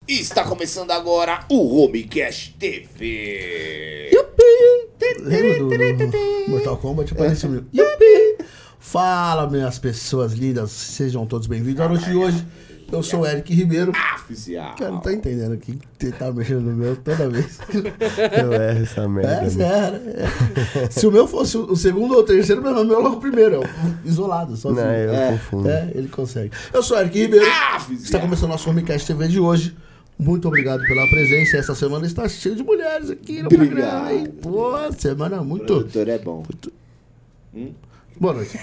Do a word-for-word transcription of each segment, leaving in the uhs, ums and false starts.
Está começando agora o Homecast T V. Yupi! Lembra do Mortal Kombat? Apareceu meu. Yupi! Fala, minhas pessoas lindas, sejam todos bem-vindos. À noite de hoje, eu sou o Eric Ribeiro. Oficial. Cara, não tá entendendo aqui que tá mexendo no meu toda vez. Eu erro essa merda. É, sério. É. Se o meu fosse o segundo ou o terceiro, meu nome é logo o primeiro. É isolado, sozinho. Não, eu é, confundo. É, ele consegue. Eu sou o Eric Ribeiro. Oficial. Está começando o nosso Homecast T V de hoje. Muito obrigado pela presença. Essa semana está cheio de mulheres aqui no Obrigado. programa, hein? Pô, semana muito... O produtor é bom. muito... Hum? Boa noite.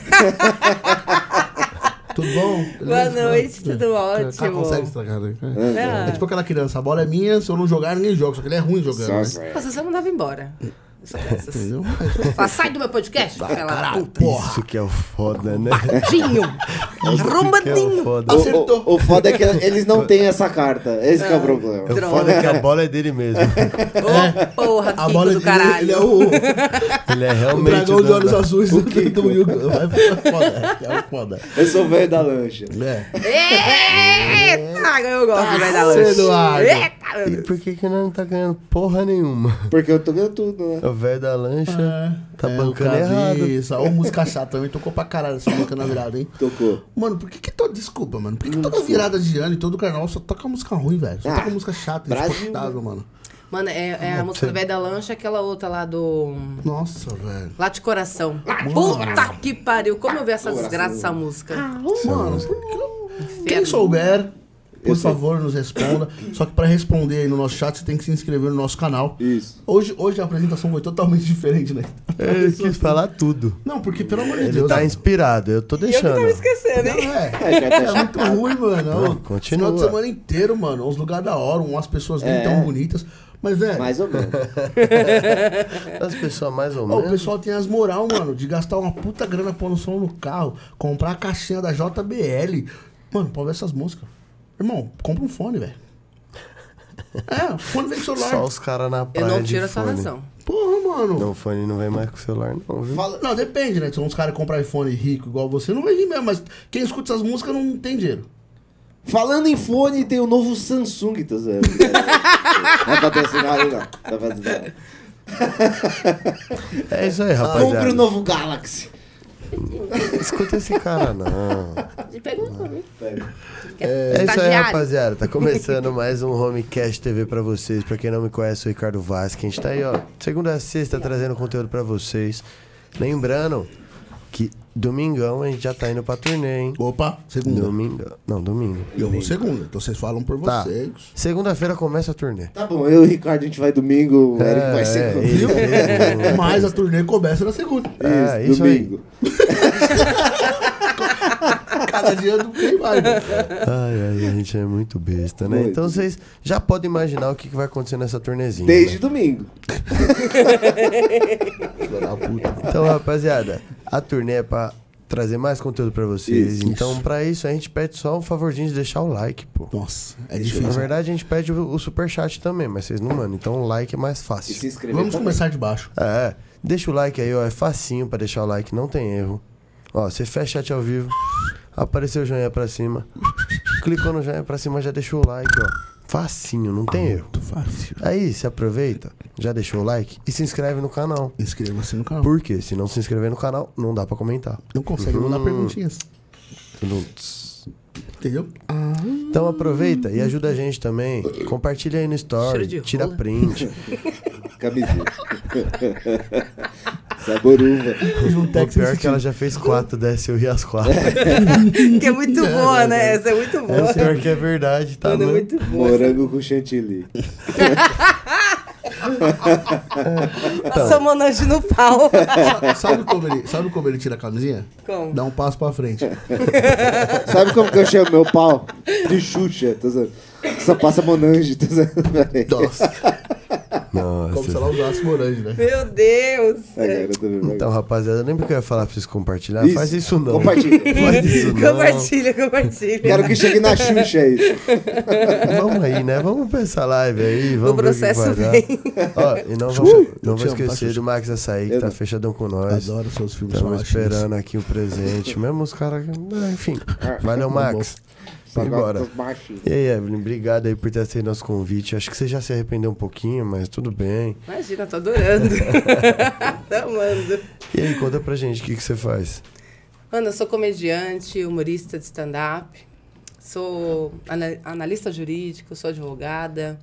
Tudo bom? Boa noite, tudo ótimo. O cara consegue estragar, né? É. É tipo aquela criança, a bola é minha, se eu não jogar, ninguém joga. Só que ele é ruim jogando, Nossa, né? é. Nossa, você mandava embora. Entendeu? Fala, sai do meu podcast, fala, puta. Porra. Isso que é o foda, né? Tadinho. Que é o Arrombadinho. foda. O, Acertou. o, o foda é que eles não têm essa carta. Esse que é o problema. O foda é que a bola é dele mesmo. Ô, porra, A Kiko bola do ele, caralho. ele é o, Ele é o realmente dragão de da- olhos da- azuis do, do Yuga. É foda, é foda. Eu sou o velho da lancha. É. Eita, eu gosto de vai dar Você, lanche. Eduardo. Eita, meu E Deus. por que que nós não tá ganhando porra nenhuma? Porque eu tô ganhando tudo, né? O velho da lancha tá É, bancando o errado. cabeça. Ó, música chata também, tocou pra caralho essa música na virada, hein? Tocou. Mano, por que que toda... Desculpa, mano. Por que que toda virada de ano e todo carnaval só toca música ruim, velho? Só Ah, toca música chata, Brasil, insuportável, mano. Mano, é, é a música do velho da lancha, aquela outra lá do... Nossa, velho. Lá de coração. de Puta coração. que pariu. Como eu vi essa Coração. desgraça dessa música. Mano, por que- quem Inferno. souber, por Eu sei. favor, nos responda. Só que pra responder aí no nosso chat, você tem que se inscrever no nosso canal. Isso. Hoje, hoje a apresentação foi totalmente diferente, né? Ele quis falar tudo. Não, porque pelo amor de Ele Deus. tá inspirado, eu tô Eu que deixando. tava esquecendo, Não, hein? é. É, já tá É muito ruim, mano. Não, Ó, continua. Final de semana inteiro, mano. Uns lugares da hora, umas pessoas nem É. tão bonitas. Mas, velho, Mais ou menos. As pessoas mais ou ó, menos. o pessoal tem as moral, mano, de gastar uma puta grana pondo som no carro, comprar a caixinha da J B L. Mano, pra ver essas músicas. Irmão, compra um fone, velho. É, o fone vem com celular. Só os caras na praia Eu não de tiro essa fone. razão. Porra, mano. Não, o fone não vem mais com o celular, não, viu? Fala. Não, depende, né? Se uns caras comprar iPhone rico igual você, não vai vir mesmo. Mas quem escuta essas músicas não tem dinheiro. Falando em fone, tem o novo Samsung, tá certo? Não é patrocinado, não. Tá fazendo. É isso aí, rapaziada. Compre o novo Galaxy. Escuta esse cara, não. Pega um nome. É isso aí, Estagiário. rapaziada. Tá começando mais um Homecast T V pra vocês. Pra quem não me conhece, eu sou o Ricardo Vaz. Que a gente tá aí, ó, segunda a sexta, trazendo conteúdo pra vocês. Lembrando que domingão a gente já tá indo pra turnê, hein? Opa, segunda. Domingo. Não, domingo. Eu vou segunda. Então vocês falam por Tá. vocês. Segunda-feira começa a turnê. Tá bom, eu e o Ricardo, a gente vai domingo, o Eric vai segunda. ele Viu? mesmo. Mas a turnê começa na segunda. É, Isso, isso aí. domingo. Cada dia do quem vai, né? Ai, ai, a gente é muito besta, né? Muito. Então vocês já podem imaginar o que que vai acontecer nessa turnezinha. Desde né? domingo. Filha da puta. Então, rapaziada, a turnê é pra trazer mais conteúdo pra vocês. Isso, então, isso. pra isso, a gente pede só um favorzinho de deixar o like, pô. Nossa, é Na difícil. verdade, a gente pede o, o superchat também, mas vocês não mandam. Então, o like é mais E fácil. se inscrever Vamos também. começar de baixo. É, deixa o like aí, ó. É facinho pra deixar o like, não tem erro. Ó, você fecha chat ao vivo, apareceu o joinha pra cima, clicou no joinha pra cima, já deixou o like, ó. Facinho, não tem erro. Muito fácil. Aí, se aproveita, já deixou o like e se inscreve no canal. Inscreva-se no canal. Por quê? Se não se inscrever no canal, não dá pra comentar. Não consegue mandar Hum. perguntinhas. Tudo- tss. Entendeu? Ah, Então aproveita e ajuda a gente também. Compartilha aí no story, Cheiro de tira rola. print. Camisinha. Saboruva. fiz um O texto pior é nesse que ela tipo. já fez quatro, desce eu ri as quatro. Que é muito boa, né? Essa é muito É boa. o pior que é verdade, tá? Mano, é Mano? muito boa. Morango com chantilly. Passou Monange no pau. Sabe como, ele, sabe como ele tira a camisinha? Como? Dá um passo pra frente. Sabe como que eu chamo meu pau? De Xuxa, tá sabendo? Só passa Monange, tá sabendo? Peraí. Nossa, Nossa. como se ela usasse morange, né? Meu Deus. Agora eu tô vendo. Então, rapaziada, lembra que eu ia falar pra vocês compartilhar? Isso. Faz isso não. Compartilha. Faz isso não. Compartilha, compartilha. Quero que chegue na Xuxa isso. Vamos aí, né? Vamos pra essa live aí. Vamos O processo ver o que vai vem. dar. Ó, e não Uh, vou, eu não te vou amo, tá, esquecer Xuxa? do Max Açaí, que Eu tá não. fechadão com nós. Adoro seus filmes Estamos machistas. esperando aqui o presente. Mesmo os caras. Ah, enfim. Valeu, Tá Max. Simbora. Pagode baixinho. E aí, Evelyn, obrigado aí por ter aceito nosso convite. Acho que você já se arrependeu um pouquinho, mas tudo bem. Imagina, tô adorando. Tô amando. E aí, conta pra gente o que, que você faz. Ana, eu sou comediante, humorista de stand-up, sou ana- analista jurídico, sou advogada,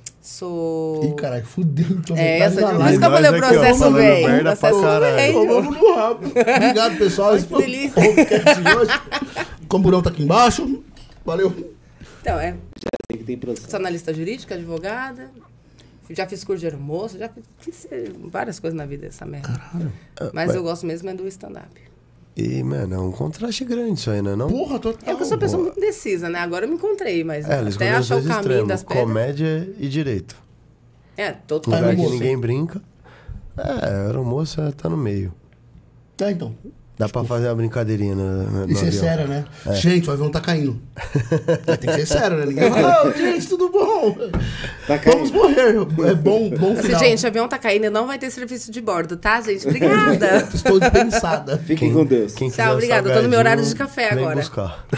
sou... Ih, caralho, fudeu. Tô É, metade essa da de- por live. isso que eu falei o Nós aqui, ó, processo falando vem. merda O pra processo caralho. vem. Tomamos no rabo. Obrigado, pessoal. Ai, Esse que foi delícia. o podcast de hoje. O camburão tá aqui embaixo. Valeu. Então, é, Tem que ter processo. sou analista jurídica, advogada, já fiz curso de aeromoço, já fiz eh, várias coisas na vida, essa merda. Mas eu gosto mesmo é do stand-up. E, mano, é um contraste grande isso aí, não é não? Porra, total. É que eu sou uma pessoa muito indecisa, né? Agora eu me encontrei, mas É, ela até escolheu os achar o dois caminho extremos, das pedras... comédia e direito. É, total. Lugar que Aeromoça. ninguém brinca. É, a aeromoça tá no meio. É, então. Dá pra fazer uma brincadeirinha no, no, no E ser avião. sério, né? Gente, o avião tá caindo. É, tem que ser sério, né? Ninguém fala, "Ô, gente, tudo bom? Tá Vamos caindo. morrer. É bom, bom Assim, final. gente, o avião tá caindo, não vai ter serviço de bordo, tá, gente? Obrigada. Estou dispensada. Fiquem com Deus. Quem Tchau, quiser o obrigada. Eu tô no meu horário de salgadinho, café vem agora. buscar.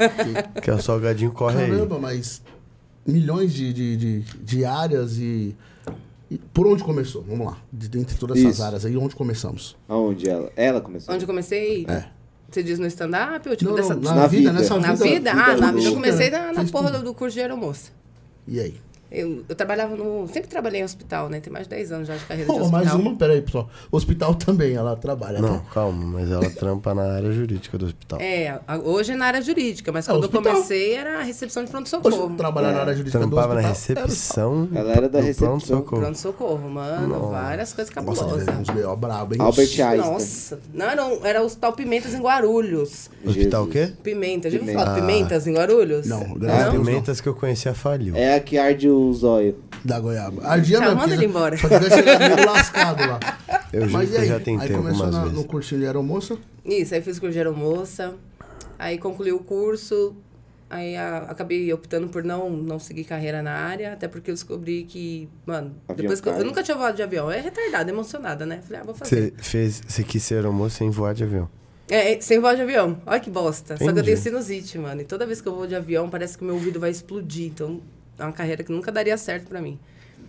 Que é o salgadinho corre aí. Caramba, mas milhões de, de, de, de áreas e, e... Por onde começou? Vamos lá. De dentre todas essas Isso. áreas aí, onde começamos? Aonde ela? Ela começou. Onde eu comecei? É. Você diz no stand-up ou tipo Não, dessa... não, na, Na vida, vida. nessa Na vida. vida? Ah, na vida eu tudo, comecei né? na, na Fez porra tudo. do, do curso de aeromoça. E aí? Eu, eu trabalhava no... Sempre trabalhei em hospital, né? Tem mais de dez anos já de carreira de Pô, hospital. mais uma, peraí, pessoal. Hospital também, ela trabalha. Não, tá? calma, mas ela trampa na área jurídica do hospital. É, a- hoje é na área jurídica, mas É, quando eu hospital. comecei era a recepção de Hoje, pronto-socorro. trabalhar na área jurídica do Trampava na hospital. recepção. Ela era da do recepção. pronto-socorro. Pronto-socorro, mano. Várias coisas Nossa, cabulosas. devemos B O brabo, hein? Albert Einstein. Nossa. Não, era, um- era o Hospital Pimentas em Guarulhos. Hospital o Jesus. quê? Pimenta. Já ouviu Pimenta. falar de Pimentas em Guarulhos? Não, As graças a Deus não. pimentas que eu conhecia faliu. É a que arde o zóio. Da goiaba. Ardia Tchau, mesmo, manda porque ele embora. Só tivesse chegado meio lascado lá. Eu juro Mas que e eu aí? já Aí tentei começou algumas na, vezes. no cursinho de aeromoça. Isso, aí fiz curso de aeromoça. Aí concluí o curso. Aí a- acabei optando por não, não seguir carreira na área. Até porque eu descobri que, mano, Avião depois que eu, cai. eu nunca tinha voado de avião. É retardada, emocionada, né? Falei, ah, vou fazer. Você fez, você quis ser aeromoça sem voar de avião. É, é, sem voar de avião. Olha que bosta. Só que eu Entendi. tenho sinusite, mano. E toda vez que eu vou de avião, parece que o meu ouvido vai explodir. Então, é uma carreira que nunca daria certo pra mim.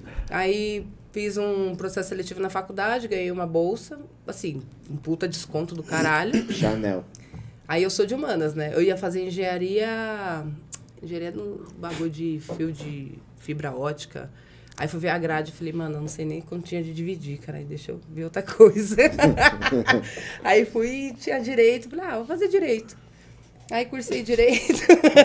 Aí, fiz um processo seletivo na faculdade, ganhei uma bolsa. Assim, um puta desconto do caralho. Chanel. Aí, eu sou de humanas, né? Eu ia fazer engenharia... Engenharia no bagulho de fio de fibra ótica. Aí, fui ver a grade e falei, mano, eu não sei nem quanto tinha de dividir, cara. Aí, deixa eu ver outra coisa. Aí, fui, tinha direito. Falei, ah, vou fazer direito. Aí, cursei direito.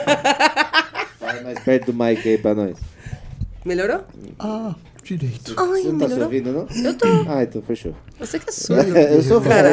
Vai mais perto do Mike aí pra nós. Melhorou? Ah, direito. Ai, Você não tá se melhorou? ouvindo, não? Eu tô. Ah, então fechou. Você que é surdo. Eu sou velho.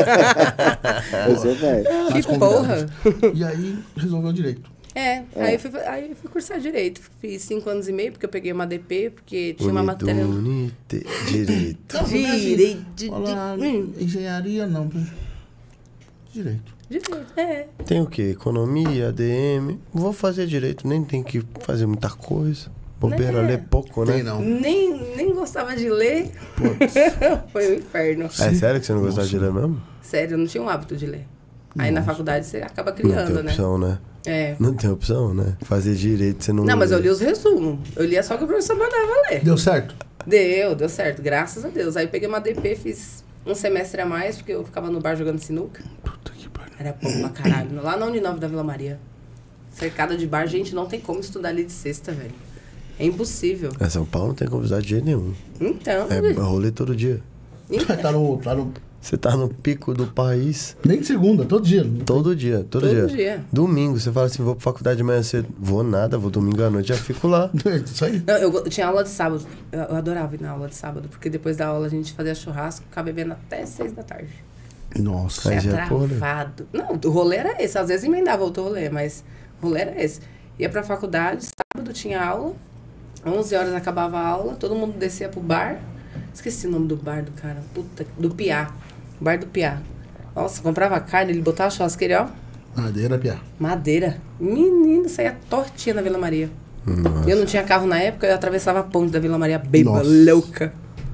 Eu sou velho. Que As porra. convidadas. E aí, resolveu direito. É, aí fui, aí fui cursar direito. Fiz cinco anos e meio, porque eu peguei uma D P, porque tinha uma matéria. Unite, direito. Não, mas assim, Direito. de- Olha, de- hum, engenharia não. Direito. direito. É. Tem o quê? Economia, A D M. Vou fazer direito, nem tem que fazer muita coisa. Bobeira, Né? ler pouco, né? Tem não. Nem, nem gostava de ler. Foi um inferno. É sério que você não gostava de ler mesmo? Sério, eu não tinha um hábito de ler. Aí na faculdade você acaba Não criando, tem né? opção, né? É. Não tem opção, né? Fazer direito, você não... Não, mas eu li os resumos. Eu lia só o que o professor mandava ler. Deu certo? Deu, deu certo, graças a Deus. Aí peguei uma D P, fiz um semestre a mais, porque eu ficava no bar jogando sinuca. Puta que pariu. Era bom pra caralho. Lá na Uninove da Vila Maria. Cercada de bar, gente, não tem como estudar ali de sexta, velho. É impossível. É, São Paulo não tem como usar de jeito nenhum. Então, É rolê todo dia. Tá no, tá no... Você tá no pico do país Nem de segunda, todo dia. todo dia, todo, Todo dia. dia. Domingo, você fala assim, vou pra faculdade de manhã cedo. Vou nada, vou domingo à noite, já fico lá. Isso aí. não, eu, go- eu tinha aula de sábado. Eu, eu adorava ir na aula de sábado, porque depois da aula a gente fazia churrasco, ficava bebendo até seis da tarde. Nossa. Aí É já é porra, né? travado. Não, o rolê era esse. Às vezes emendava outro rolê, mas o rolê era esse. Ia pra faculdade, sábado tinha aula, onze horas acabava a aula, todo mundo descia pro bar. Esqueci o nome do bar do cara. Puta, do Piá. Bar do Piá. Nossa, comprava carne, ele botava a churrasqueira, ó. Madeira, piá. Madeira. Menino, saía tortinha na Vila Maria. Nossa. Eu não tinha carro na época, eu atravessava a ponte da Vila Maria bêbada, Nossa. louca.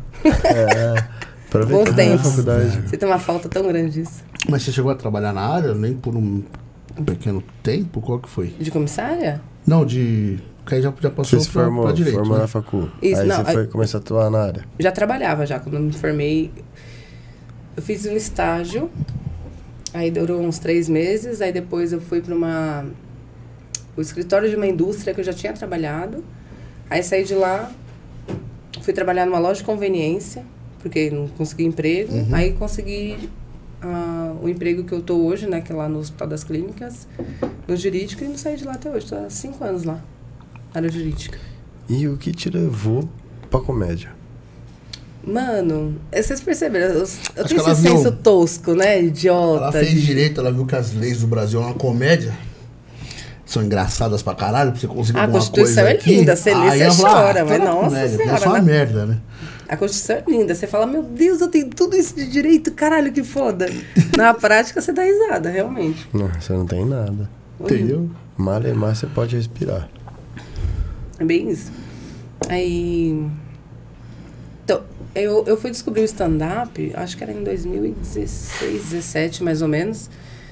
É, aproveitando Bons a tempos. faculdade. Você tem uma falta tão grande disso. Mas você chegou a trabalhar na área? Nem por um... Um pequeno tempo? Qual que foi? De comissária? Não, de... Que aí já, já passou Você se pra, formou, pra direito. formou né? na facul. Isso, aí não, você aí- foi começar a atuar na área. Já trabalhava já, quando eu me formei. Eu fiz um estágio, aí durou uns três meses, aí depois eu fui para uma... o escritório de uma indústria que eu já tinha trabalhado. Aí saí de lá, fui trabalhar numa loja de conveniência, porque não consegui emprego. Uhum. Aí consegui ah, o emprego que eu tô hoje, né, que é lá no Hospital das Clínicas, no jurídico, e não saí de lá até hoje. Tô há cinco anos lá, na área jurídica. E o que te levou pra comédia? Mano, vocês perceberam, eu, eu Acho tenho que ela esse viu- senso tosco, né, idiota. Ela fez de- direito, ela viu que as leis do Brasil é uma comédia. São engraçadas pra caralho, pra você conseguir A alguma Constituição coisa é aqui. linda, você lê, Aí você ela fala, chora, ah, mas aquela nossa comédia, senhora, é só uma né? merda, né? A Constituição é linda. Você fala, meu Deus, eu tenho tudo isso de direito, caralho, que foda. Na prática, você dá risada, realmente. Não, você não tem nada. Entendeu? Malemar, você pode respirar. É bem isso. Aí... Então, eu, eu fui descobrir o stand-up, acho que era em dois mil e dezesseis, dezessete, mais ou menos.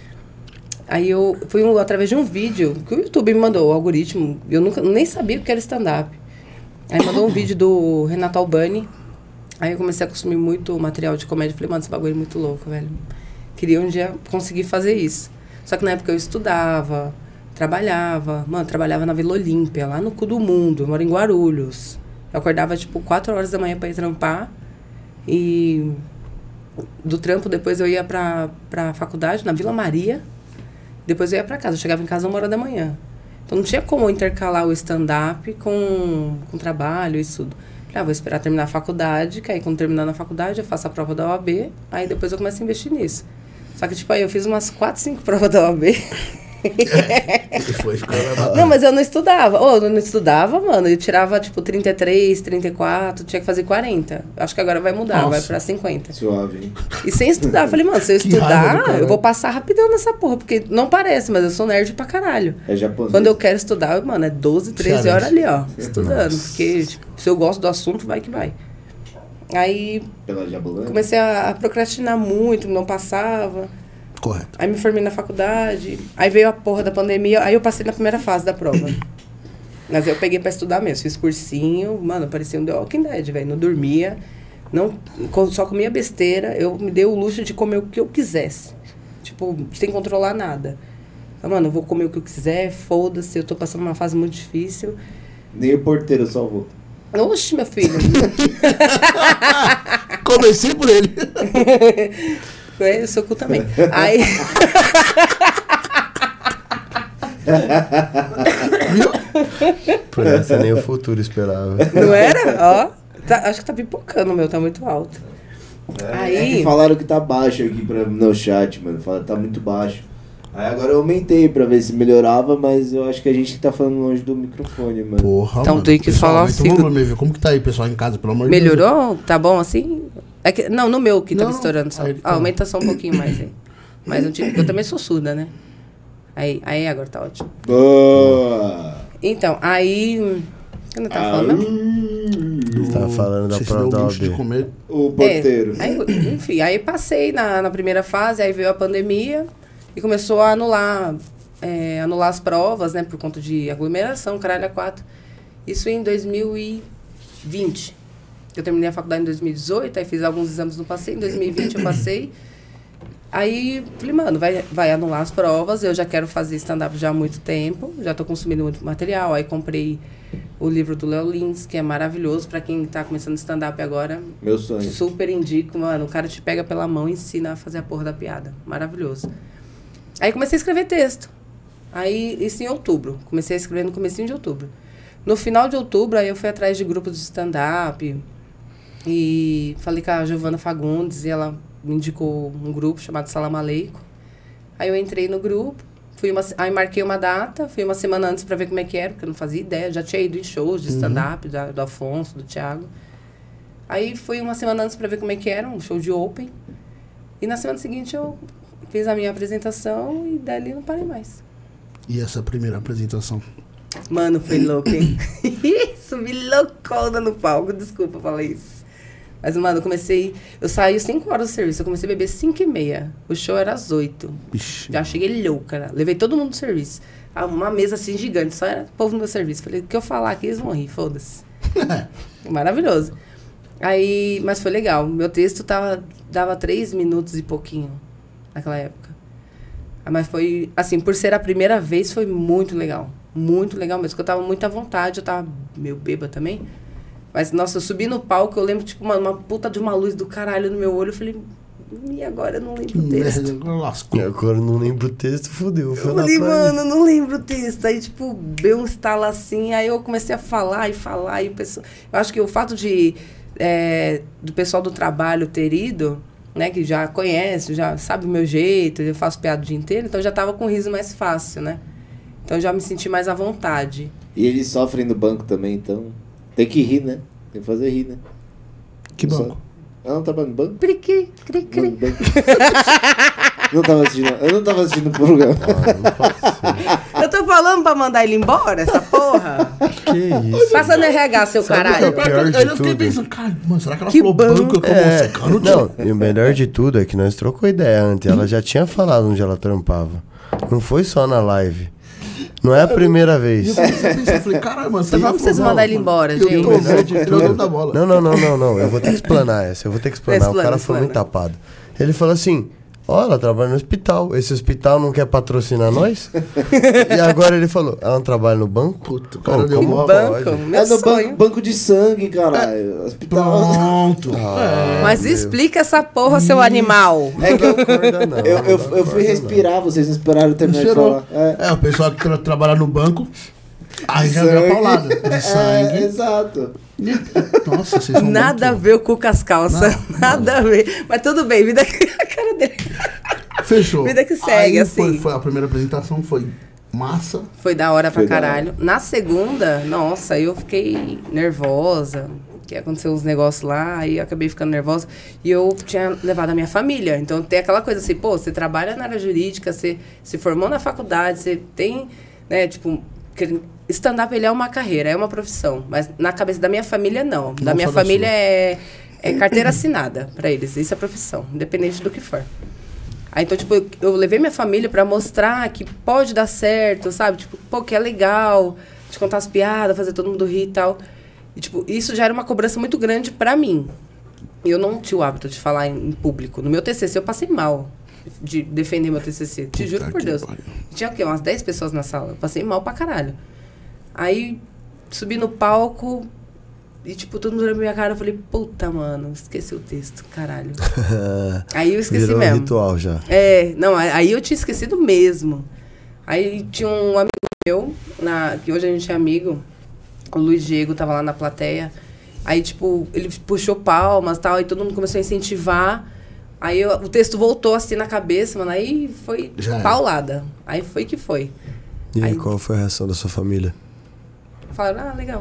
Aí eu fui um, através de um vídeo que o YouTube me mandou, o algoritmo. Eu nunca, nem sabia o que era stand-up. Aí mandou um vídeo do Renato Albani. Aí eu comecei a consumir muito material de comédia. Falei, mano, esse bagulho é muito louco, velho. Queria um dia conseguir fazer isso. Só que na época eu estudava, trabalhava. Mano, trabalhava na Vila Olímpia, lá no cu do mundo. Eu moro em Guarulhos. Eu acordava, tipo, quatro horas da manhã pra ir trampar. E do trampo, depois eu ia pra, pra faculdade, na Vila Maria. Depois eu ia pra casa. Eu chegava em casa uma hora da manhã. Então não tinha como eu intercalar o stand-up com, com trabalho e tudo. Falei, ah, vou esperar terminar a faculdade, que aí quando terminar na faculdade eu faço a prova da O A B, aí depois eu começo a investir nisso. Só que, tipo, aí eu fiz umas quatro, cinco provas da O A B. E foi ficando... Não, mas eu não estudava. Ô, eu não estudava, mano. Eu tirava, tipo, trinta e três, trinta e quatro, tinha que fazer quarenta. Acho que agora vai mudar, Nossa. vai pra cinquenta. Suave, hein? E sem estudar. Eu falei, mano, se eu Que raiva do estudar, caralho. eu vou passar rapidão nessa porra. Porque não parece, mas eu sou nerd pra caralho. É japonês. Quando eu quero estudar, eu, mano, é doze, treze Cearense. horas ali, ó, estudando. Porque, tipo, se eu gosto do assunto, vai que vai. Aí Pela Jabulani? comecei a, a procrastinar muito, não passava. Correto. Aí me formei na faculdade. Aí veio a porra da pandemia. Aí eu passei na primeira fase da prova. Mas eu peguei pra estudar mesmo. Fiz cursinho. Mano, parecia um The Walking Dead, velho. Não dormia. Não, só comia besteira. Eu me dei o luxo de comer o que eu quisesse. Tipo, sem controlar nada. Então, mano, eu vou comer o que eu quiser. Foda-se. Eu tô passando uma fase muito difícil. Nem o porteiro salvou. Oxe, meu filho. Comecei por ele. É, o seu cu também. Aí... Por essa nem o futuro esperava. Não era? Ó. Tá- acho que tá pipocando o meu, tá muito alto. É Aí... que falaram que tá baixo aqui pra, no chat, mano. Falaram que tá muito baixo. Aí agora eu aumentei pra ver se melhorava, mas eu acho que a gente tá falando longe do microfone, mano. Porra, Então mano. tem que Pessoal, falar aumenta o assim. volume, viu? Como que tá aí, pessoal, em casa, pelo amor de Deus? Melhorou? Tá bom assim? É que, não, no meu que tava Não, estourando só. aí tá. Ah, aumenta só um pouquinho mais aí. Mas eu, tive- eu também sou surda, né? Aí, aí agora tá ótimo. Boa! Então, aí... O que eu tava falando mesmo? Você tava falando da Você se prova deu da o O luxo de A B. comer. O porteiro. É, aí, enfim, aí passei na, na primeira fase, aí veio a pandemia e começou a anular, é, anular as provas, né? Por conta de aglomeração, caralho, a quatro. Isso em dois mil e vinte. Eu terminei a faculdade em dois mil e dezoito, aí fiz alguns exames, não passei. Em dois mil e vinte eu passei. Aí, falei, mano, vai, vai anular as provas, eu já quero fazer stand-up já há muito tempo, já tô consumindo muito material. Aí comprei o livro do Léo Lins, que é maravilhoso pra quem tá começando stand-up agora. Meu sonho. Super indico, mano. O cara te pega pela mão e ensina a fazer a porra da piada. Maravilhoso. Aí comecei a escrever texto. Aí, isso em outubro. Comecei a escrever no comecinho de outubro. No final de outubro, aí eu fui atrás de grupos de stand-up. E falei com a Giovana Fagundes e ela me indicou um grupo chamado Salam Aleikum. Aí eu entrei no grupo. Fui uma, aí marquei uma data, fui uma semana antes pra ver como é que era, porque eu não fazia ideia. Já tinha ido em shows de stand-up, da- do Afonso, do Thiago. Aí fui uma semana antes pra ver como é que era, um show de open. E na semana seguinte eu fiz a minha apresentação e dali não parei mais. E essa primeira apresentação? Mano, foi louco, hein? Subi loucona no palco, desculpa falar isso. Mas, mano, eu comecei... Eu saí cinco horas do serviço, eu comecei a beber cinco e meia. O show era às oito. Ixi. Já cheguei louca, né? Levei todo mundo do serviço. Ah, uma mesa assim gigante, só era o povo no meu serviço. Falei, o que eu falar aqui, eles vão rir, foda-se. Maravilhoso. Aí, mas foi legal. Meu texto tava, dava três minutos e pouquinho naquela época. Mas foi, assim, por ser a primeira vez, foi muito legal. Muito legal mesmo, porque eu tava muito à vontade, eu tava meio bêbada também. Mas, nossa, eu subi no palco, eu lembro, tipo, uma, uma puta de uma luz do caralho no meu olho. Eu falei, e agora eu não lembro o texto. Merda, agora lascou. E agora eu não lembro o texto, fodeu. Eu falei, mano, eu não lembro o texto. Aí, tipo, deu um estalo assim, aí eu comecei a falar e falar. E o pessoal... Eu acho que o fato de é, do pessoal do trabalho ter ido, né, que já conhece, já sabe o meu jeito, eu faço piada o dia inteiro, então eu já tava com o riso mais fácil, né? Então eu já me senti mais à vontade. E eles sofrem no banco também, então tem que rir, né? Tem que fazer rir, né? Que Não banco? só- Ela não trabalha no banco? Cri-cri, Não, cri-cri. no banco. Não tava assistindo, eu não tava assistindo o programa. Ah, não pode ser. Eu tô falando pra mandar ele embora, essa porra? Que isso? Passa no R H, seu Sabe caralho. o que é o pior de Aí eu fiquei tudo? pensando, cara, mano, será que ela Que falou banco? banco? Eu como É, secando, não, e o melhor de tudo é que nós trocou ideia antes. Ela já tinha falado onde ela trampava. Não foi só na live. Não é a primeira E vez. eu comecei a pensar, eu falei, caralho, mano, você Vamos vocês mandar ele embora, Eu gente. tô louco, ele é o dono da bola. Não, não, não, não, não. Eu vou ter que explanar essa. Eu vou ter que explanar. Explana, o cara foi explana. muito tapado. Ele falou assim: ó, ela trabalha no hospital. Esse hospital não quer patrocinar nós? E agora ele falou: ela não trabalha no banco? Puta, o cara Ô, deu como mó- pode? Banco, meu É no sonho. banco, banco de sangue, caralho. Hospital. Pronto. Ah, Mas meu. explica essa porra, seu animal. É que eu, Não acorda, não, eu, eu, não eu fui acorda, respirar, vocês não esperaram eu terminar de Esperou. falar. É. É, o pessoal que tra trabalha no banco, aí De já veio a sangue. paulada. De É, sangue. exato. Nossa, vocês são Nada a muito... ver com as calças. Nada a ver. Mas tudo bem, vida que a cara dele. Fechou. Vida que segue, Aí assim. Foi, foi a primeira apresentação, foi massa. Foi da hora pra Foi da caralho. Na segunda, nossa, eu fiquei nervosa. Que aconteceu uns negócios lá, aí eu acabei ficando nervosa. E eu tinha levado a minha família. Então tem aquela coisa assim, pô, você trabalha na área jurídica, você se formou na faculdade, você tem, né, tipo, que- stand-up ele é uma carreira, é uma profissão. Mas na cabeça da minha família, não. Da Não minha só da família sua. é, é carteira assinada pra eles. Isso é profissão, independente do que for. Aí, então, tipo, eu, eu levei minha família pra mostrar que pode dar certo, sabe? Tipo, pô, que é legal de contar as piadas, fazer todo mundo rir e tal. E, tipo, isso já era uma cobrança muito grande pra mim. E eu não tinha o hábito de falar em, em público. No meu T C C, eu passei mal de defender meu T C C. Te juro por que Deus. pariu. Tinha o quê? Umas dez pessoas na sala. Eu passei mal pra caralho. Aí, subi no palco e, tipo, todo mundo olhou pra minha cara. Eu falei, puta, mano, esqueci o texto, caralho. Aí eu esqueci Virou um mesmo. ritual já. É, não, aí eu tinha esquecido mesmo. Aí tinha um amigo meu, na, que hoje a gente é amigo, o Luiz Diego, tava lá na plateia. Aí, tipo, ele puxou palmas e tal, aí todo mundo começou a incentivar. Aí eu- o texto voltou assim na cabeça, mano, aí foi Já era. paulada. Aí foi que foi. E aí, Aí- qual foi a reação da sua família? Falaram, ah, legal.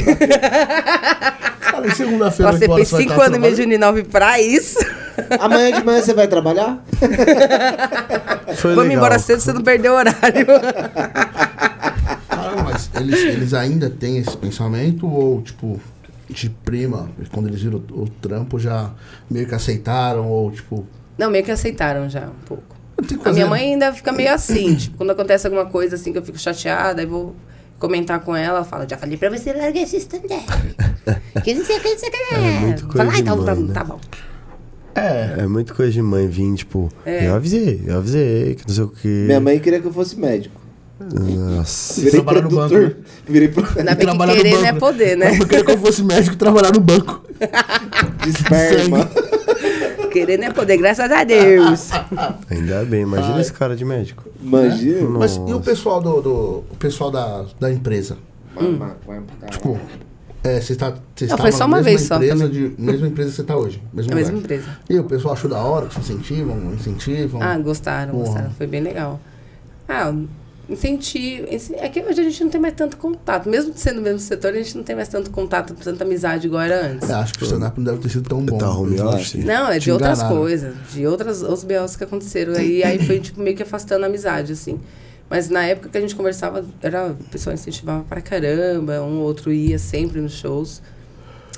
Cara, e segunda-feira, Passei oito horas, você vai cinco estar anos em trabalhando? Mediuninove pra isso. Amanhã de manhã você vai trabalhar? Foi Vamos legal. embora cedo, você não perdeu o horário. Caramba, mas eles, eles ainda têm esse pensamento ou, tipo, de prima, quando eles viram o, o trampo, já meio que aceitaram ou, tipo... Não, meio que aceitaram já um pouco. tem que A fazer- minha mãe ainda fica meio assim, tipo, quando acontece alguma coisa assim que eu fico chateada, aí vou comentar com ela, ela fala, já falei pra você largar esse stand-up. Que não sei o que, não sei o que. É muito coisa Fala, ah, de então tá, mãe, né? tá bom. É, É muito coisa de mãe vir, tipo, É. eu avisei, eu avisei, que não sei o quê. Minha mãe queria que eu fosse médico. Nossa. Você trabalha no banco, né? Virei pro... Ainda bem que trabalhar no querer não é banco, poder, né? Eu queria que eu fosse médico e trabalhar no banco. de esperma. Querer não é poder, graças a Deus. Ainda bem, imagina esse cara de médico. Imagina. Mas e Nossa. o pessoal do, do o pessoal da, da empresa? Hum. Maconha pra caralho. Tipo, é, você está você Não, estava foi só na uma mesma vez só empresa de mesma empresa que você está hoje, mesmo É a mesma lugar. empresa. E o pessoal achou da hora, que se incentivam, incentivam. Ah, gostaram, Porra. gostaram. Foi bem legal. Ah, incentivo. É que hoje a gente não tem mais tanto contato. Mesmo sendo no mesmo setor, a gente não tem mais tanto contato, tanta amizade igual era antes. É, acho que o stand-up não deve ter sido tão bom. Tá home office? Não, é de Te outras enganaram. coisas, de outras os B Os que aconteceram. Aí, aí foi tipo meio que afastando a amizade, assim. Mas na época que a gente conversava, era, o pessoal incentivava pra caramba, um ou outro ia sempre nos shows.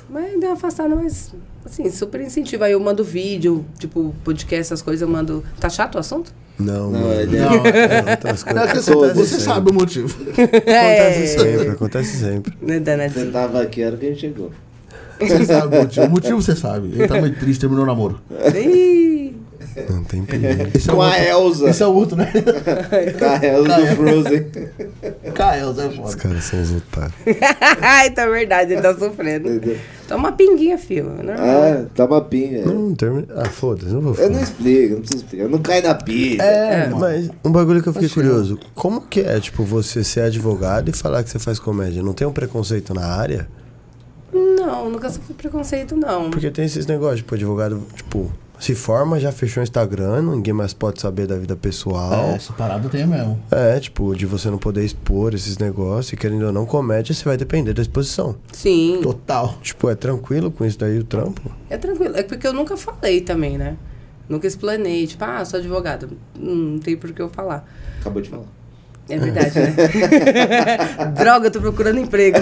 Mas deu uma afastada, mas, assim, super incentivo. Aí eu mando vídeo, tipo, podcast, essas coisas, eu mando... Tá chato o assunto? Não, Não, mano. ele- Não, é outras Não, coisas. você, Acontece você sempre. sabe o motivo. Acontece sempre, acontece sempre. Não é Você danadinho. tava aqui, era que a gente chegou. Você sabe o motivo. O motivo você sabe. Ele tá meio triste, terminou o namoro. Ih, Não tem perigo. Esse é o Com a outro. Elza. Esse é o outro, né? Com a Elza do Frozen. Cael, é Os foda. caras são os otários. Ai, tá verdade, ele tá sofrendo. Entendeu? Toma uma pinguinha, filho. É normal. Ah, tá uma pinga. Não, não termina. Ah, foda-se, não vou Eu falar. não explico, não preciso explicar. Eu não caio na pilha. É, mano. mas um bagulho que eu fiquei curioso. Como que é, tipo, você ser advogado e falar que você faz comédia? Não tem um preconceito na área? Não, nunca sofri preconceito, não. Porque tem esses negócios, tipo, advogado, tipo, se forma, já fechou o Instagram, ninguém mais pode saber da vida pessoal. É, essa parada tem mesmo. É, tipo, de você não poder expor esses negócios, e querendo ou não, comédia, você vai depender da exposição. Sim, Total. Tipo, é tranquilo com isso daí o trampo? é tranquilo. É porque eu nunca falei também, né? Nunca explanei. Tipo, ah, sou advogada. Hum, não tem por que eu falar. Acabou de falar. É verdade, né? Droga, eu tô procurando emprego.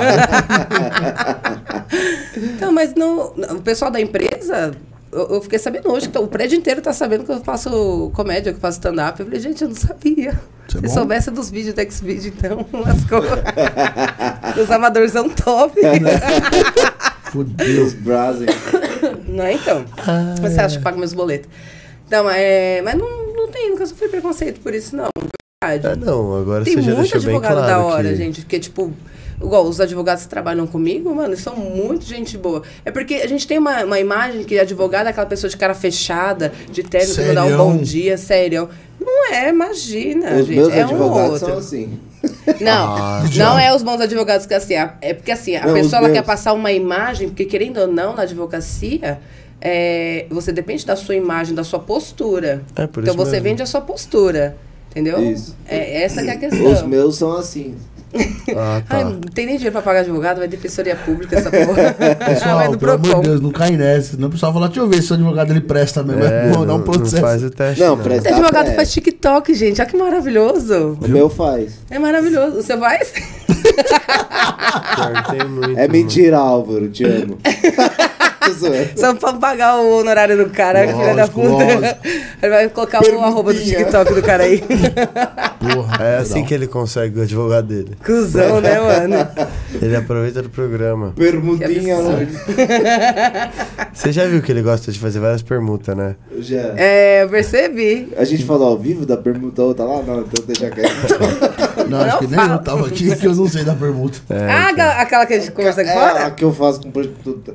Então, mas não, o pessoal da empresa, eu, eu fiquei sabendo hoje, que o prédio inteiro tá sabendo que eu faço comédia, que eu faço stand-up. Eu falei, gente, eu não sabia. Isso é Se bom. soubesse dos vídeos do Xvideo, então, lascou. Os amadores são top. Fudeu. Os Brazen. Não é, então? Você acha que paga meus boletos? Então, é, mas não, não tem, nunca sofri preconceito por isso, não. É, Verdade. não, agora Tem você já muito deixou bem advogado claro da hora, que... gente. Porque, tipo, igual os advogados que trabalham comigo, mano, eles são muito gente boa. É porque a gente tem uma, uma imagem que advogado é aquela pessoa de cara fechada, de terno, que não dá um Serião. bom dia, sério. Não é, imagina, Os gente. meus É um ou advogados outro. são assim. Não, Ah, não já. é os bons advogados que assim, a- é porque assim, a Não, pessoa os ela meus. quer passar uma imagem, porque querendo ou não, na advocacia, é, você depende da sua imagem, da sua postura. É, por então isso você mesmo. vende a sua postura, entendeu? Isso. É essa que é a questão. Os meus são assim. Ah, tá. Ai, não tem nem dinheiro pra pagar advogado, vai defensoria pública essa porra. vai Pessoal, no pelo amor Procon. de Deus, não cai nessa. Senão o pessoal fala, deixa eu ver se o advogado ele presta mesmo. É, Vou dar um não, não processo. faz o teste, Não, não. presta- Esse advogado É. faz TikTok, gente. Olha que maravilhoso. O meu faz. É maravilhoso. Você faz? Pior que tem muito, É mentira, Álvaro, te amo. Tô zoando. Só pra pagar o honorário do cara, Lógico, filha da puta. lógico. Ele vai colocar o arroba do TikTok do cara aí. Porra. É assim não. que ele consegue o advogado dele. Cusão, né, mano? Ele aproveita do programa. Permutinha, Que né? Você já viu que ele gosta de fazer várias permutas, né? Eu já. É, eu percebi. A gente falou ao vivo da permuta outra lá? Não, então deixa quieto. Não, acho Não que nem fala. eu tava aqui, que eu não sei da permuta. É, ah, aquela, aquela que a gente conversa aqui É fora? a que eu faço com prostituta.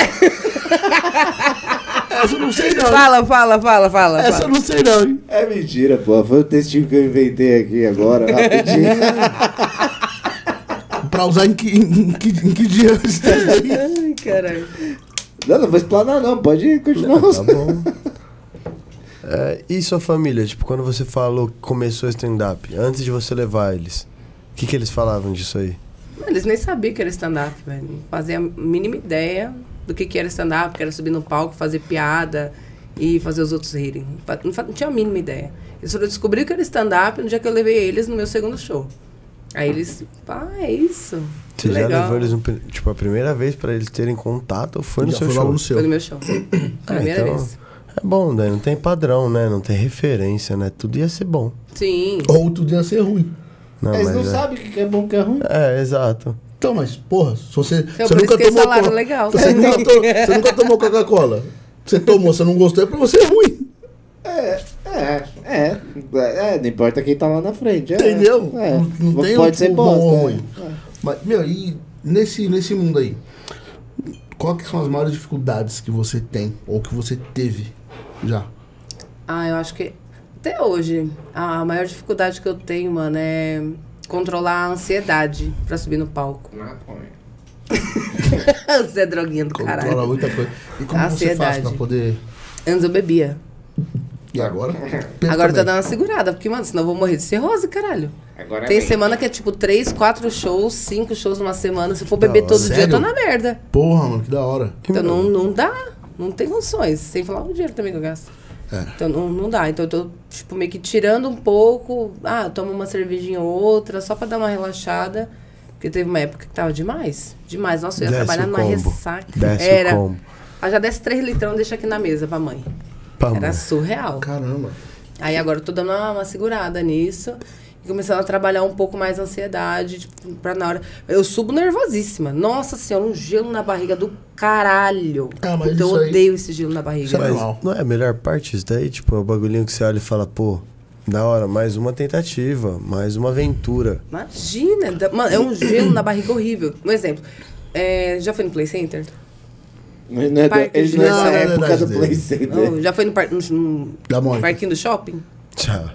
Essa eu não sei não. Fala, fala, fala, fala. Essa eu fala. não sei não, hein? É mentira, pô. Foi o textinho que eu inventei aqui agora, rapidinho. Pra usar em que, em que, em que dia você tá aí? Ai, caralho. Não, não vou explanar não, pode continuar. Tá bom. É, e sua família? Tipo, quando você falou que começou stand-up, antes de você levar eles, o que, que eles falavam disso aí? Eles nem sabiam que era stand-up, velho. Não fazia a mínima ideia do que, que era stand-up, que era subir no palco, fazer piada e fazer os outros rirem. Não, fa- não tinha a mínima ideia. Eles foram descobrir que era stand-up no dia que eu levei eles no meu segundo show. Aí eles, pá, é isso. Você Que já legal. levou eles, no, pri- tipo, a primeira vez pra eles terem contato ou foi no Já seu foi show? logo no seu. Foi no meu show. Ah, Primeira então, vez. é bom, né? Não tem padrão, né? Não tem referência, né? Tudo ia ser bom. Sim. Ou tudo ia ser ruim. Não, Eles mas não é. sabem o que é bom e o que é ruim. É, exato. Então, mas, porra, se você, Então, você por nunca isso que esse tomou salário co- é legal. Você nunca, to- você nunca tomou Coca-Cola. Você tomou, você não gostou, é pra você ruim. É, é, é, é, não importa quem tá lá na frente. É, Entendeu? É, Não, não tem pode um ser bom bosta. ou é. ruim. Mas, meu, e nesse, nesse mundo aí, qual que são as maiores dificuldades que você tem, ou que você teve já? Ah, eu acho que até hoje a maior dificuldade que eu tenho, mano, é controlar a ansiedade pra subir no palco. Você é droguinha do Controla caralho. muita coisa. E como A você faz ansiedade. pra poder... Antes eu bebia. E agora? Agora eu tô dando uma segurada, porque, mano, senão eu vou morrer de cirrose, caralho. Agora Tem vem. semana que é tipo três, quatro shows, cinco shows numa semana. Se for beber todo dia, eu tô Sério? na merda. Porra, mano, que da hora. Então não, não dá. Não tem condições. Sem falar o dinheiro também que eu gasto. É. Então não, não dá. Então eu tô, tipo, meio que tirando um pouco. Ah, eu tomo uma cervejinha ou outra, só pra dar uma relaxada. Porque teve uma época que tava demais. Demais. Nossa, eu ia Desce trabalhar o numa combo. ressaca. Desce Era. o combo. Ah, já desce três litrão, deixa aqui na mesa pra mãe. Pá, Era mano. surreal. Caramba. Aí agora eu tô dando uma, uma segurada nisso. E começando a trabalhar um pouco mais a ansiedade, tipo, pra na hora... Eu subo nervosíssima. Nossa senhora, um gelo na barriga do caralho. Ah, mas Então eu isso aí- odeio esse gelo na barriga. Isso é Mas normal. não é a melhor parte isso daí? Tipo, é o bagulhinho que você olha e fala, pô, da hora, mais uma tentativa, mais uma aventura. Imagina, da- mano, é um gelo na barriga horrível. Um exemplo, é, já foi no Play Center? Mas não é da, Parque ele de não é Não, da não é época verdade do dele. Play Center. Não, já foi no, par, no, no Da Mônica. parquinho do shopping? Tchau.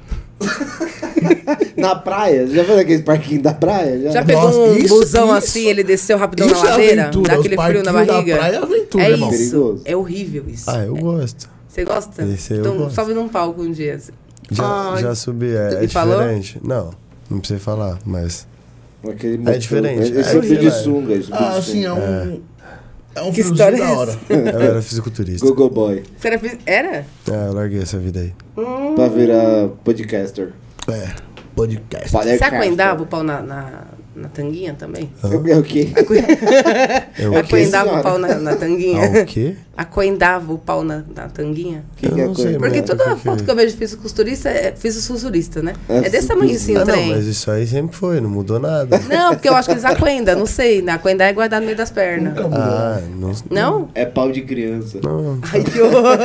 Na praia? Já foi naquele parquinho da praia? Já? Já pegou Nossa, um isso- busão isso- assim, ele desceu rapidão isso na é ladeira, aventura, dá os aquele frio na parquinhos da barriga? praia é aventura, é irmão. isso, Perigoso. é horrível isso. Ah, eu gosto. Você gosta? Esse aí eu então gosto. sobe num palco um dia. Já, Ai. já subi, é, é E falou? diferente. Não, não precisa falar, mas... Aquele É motor- diferente, Ele é subiu de diferente. sunga. Ele subiu Ah, de assim, é sunga. um... É um Que friozinho história da é hora. Eu era fisiculturista. Gogo Boy. Você era? fis- Era? Ah, eu larguei essa vida aí. Pra virar podcaster. É, podcast. Podcaster. Você acuendava o pau na, na, na tanguinha também? É o quê? Eu o quê? Acuendava senhora? o pau na, na tanguinha? Ah, o quê? Acuendava o pau na, na tanguinha? Que Eu que é não coisa? sei, Porque Mano, toda que que foto é? que eu vejo de fisiculturista é fisiculturista, né? É É desse tamanho assim Ah, o não, trem. mas isso aí sempre foi, não mudou nada. Não, porque eu acho que eles aquendam, não sei. Né? Aquendar é guardar no meio das pernas. Ah, não... Não? É pau de criança. Não, Ai, que horror.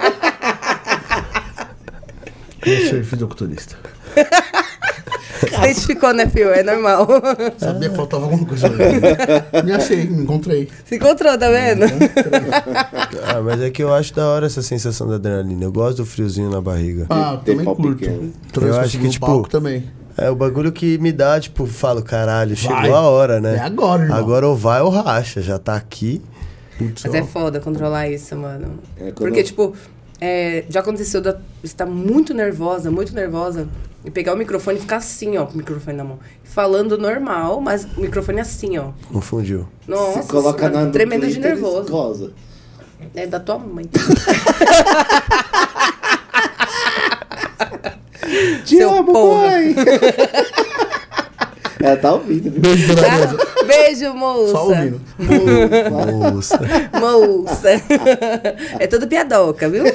Eu sou fisiculturista. Você identificou, né, Fio? É normal. Sabia que faltava alguma coisa. Me achei, me encontrei. Se encontrou, tá vendo? ah, mas é que eu acho da hora essa sensação da adrenalina. Eu gosto do friozinho na barriga. Ah, eu Tem também pau curto. pequeno. Trans Eu acho que, no tipo, palco também. É o bagulho que me dá, tipo, falo, caralho, chegou Vai. a hora, né? É agora, irmão. Agora ou vai ou racha, já tá aqui. Putz, Mas ó. é foda controlar isso, mano. É, quando Porque, eu- tipo, é, já aconteceu de você estar muito nervosa, muito nervosa, e pegar o microfone e ficar assim, ó, com o microfone na mão. Falando normal, mas o microfone assim, ó. Confundiu. Nossa, Se coloca senhora, na no tremendo de clítoris, nervoso. rosa. É da tua mãe. Te Seu amo, porra. mãe! Ela tá ouvindo, viu? Beijo, dona Neuza. Tá? Beijo, moça. Só ouvindo. Moça. Moça. É tudo piadoca, viu?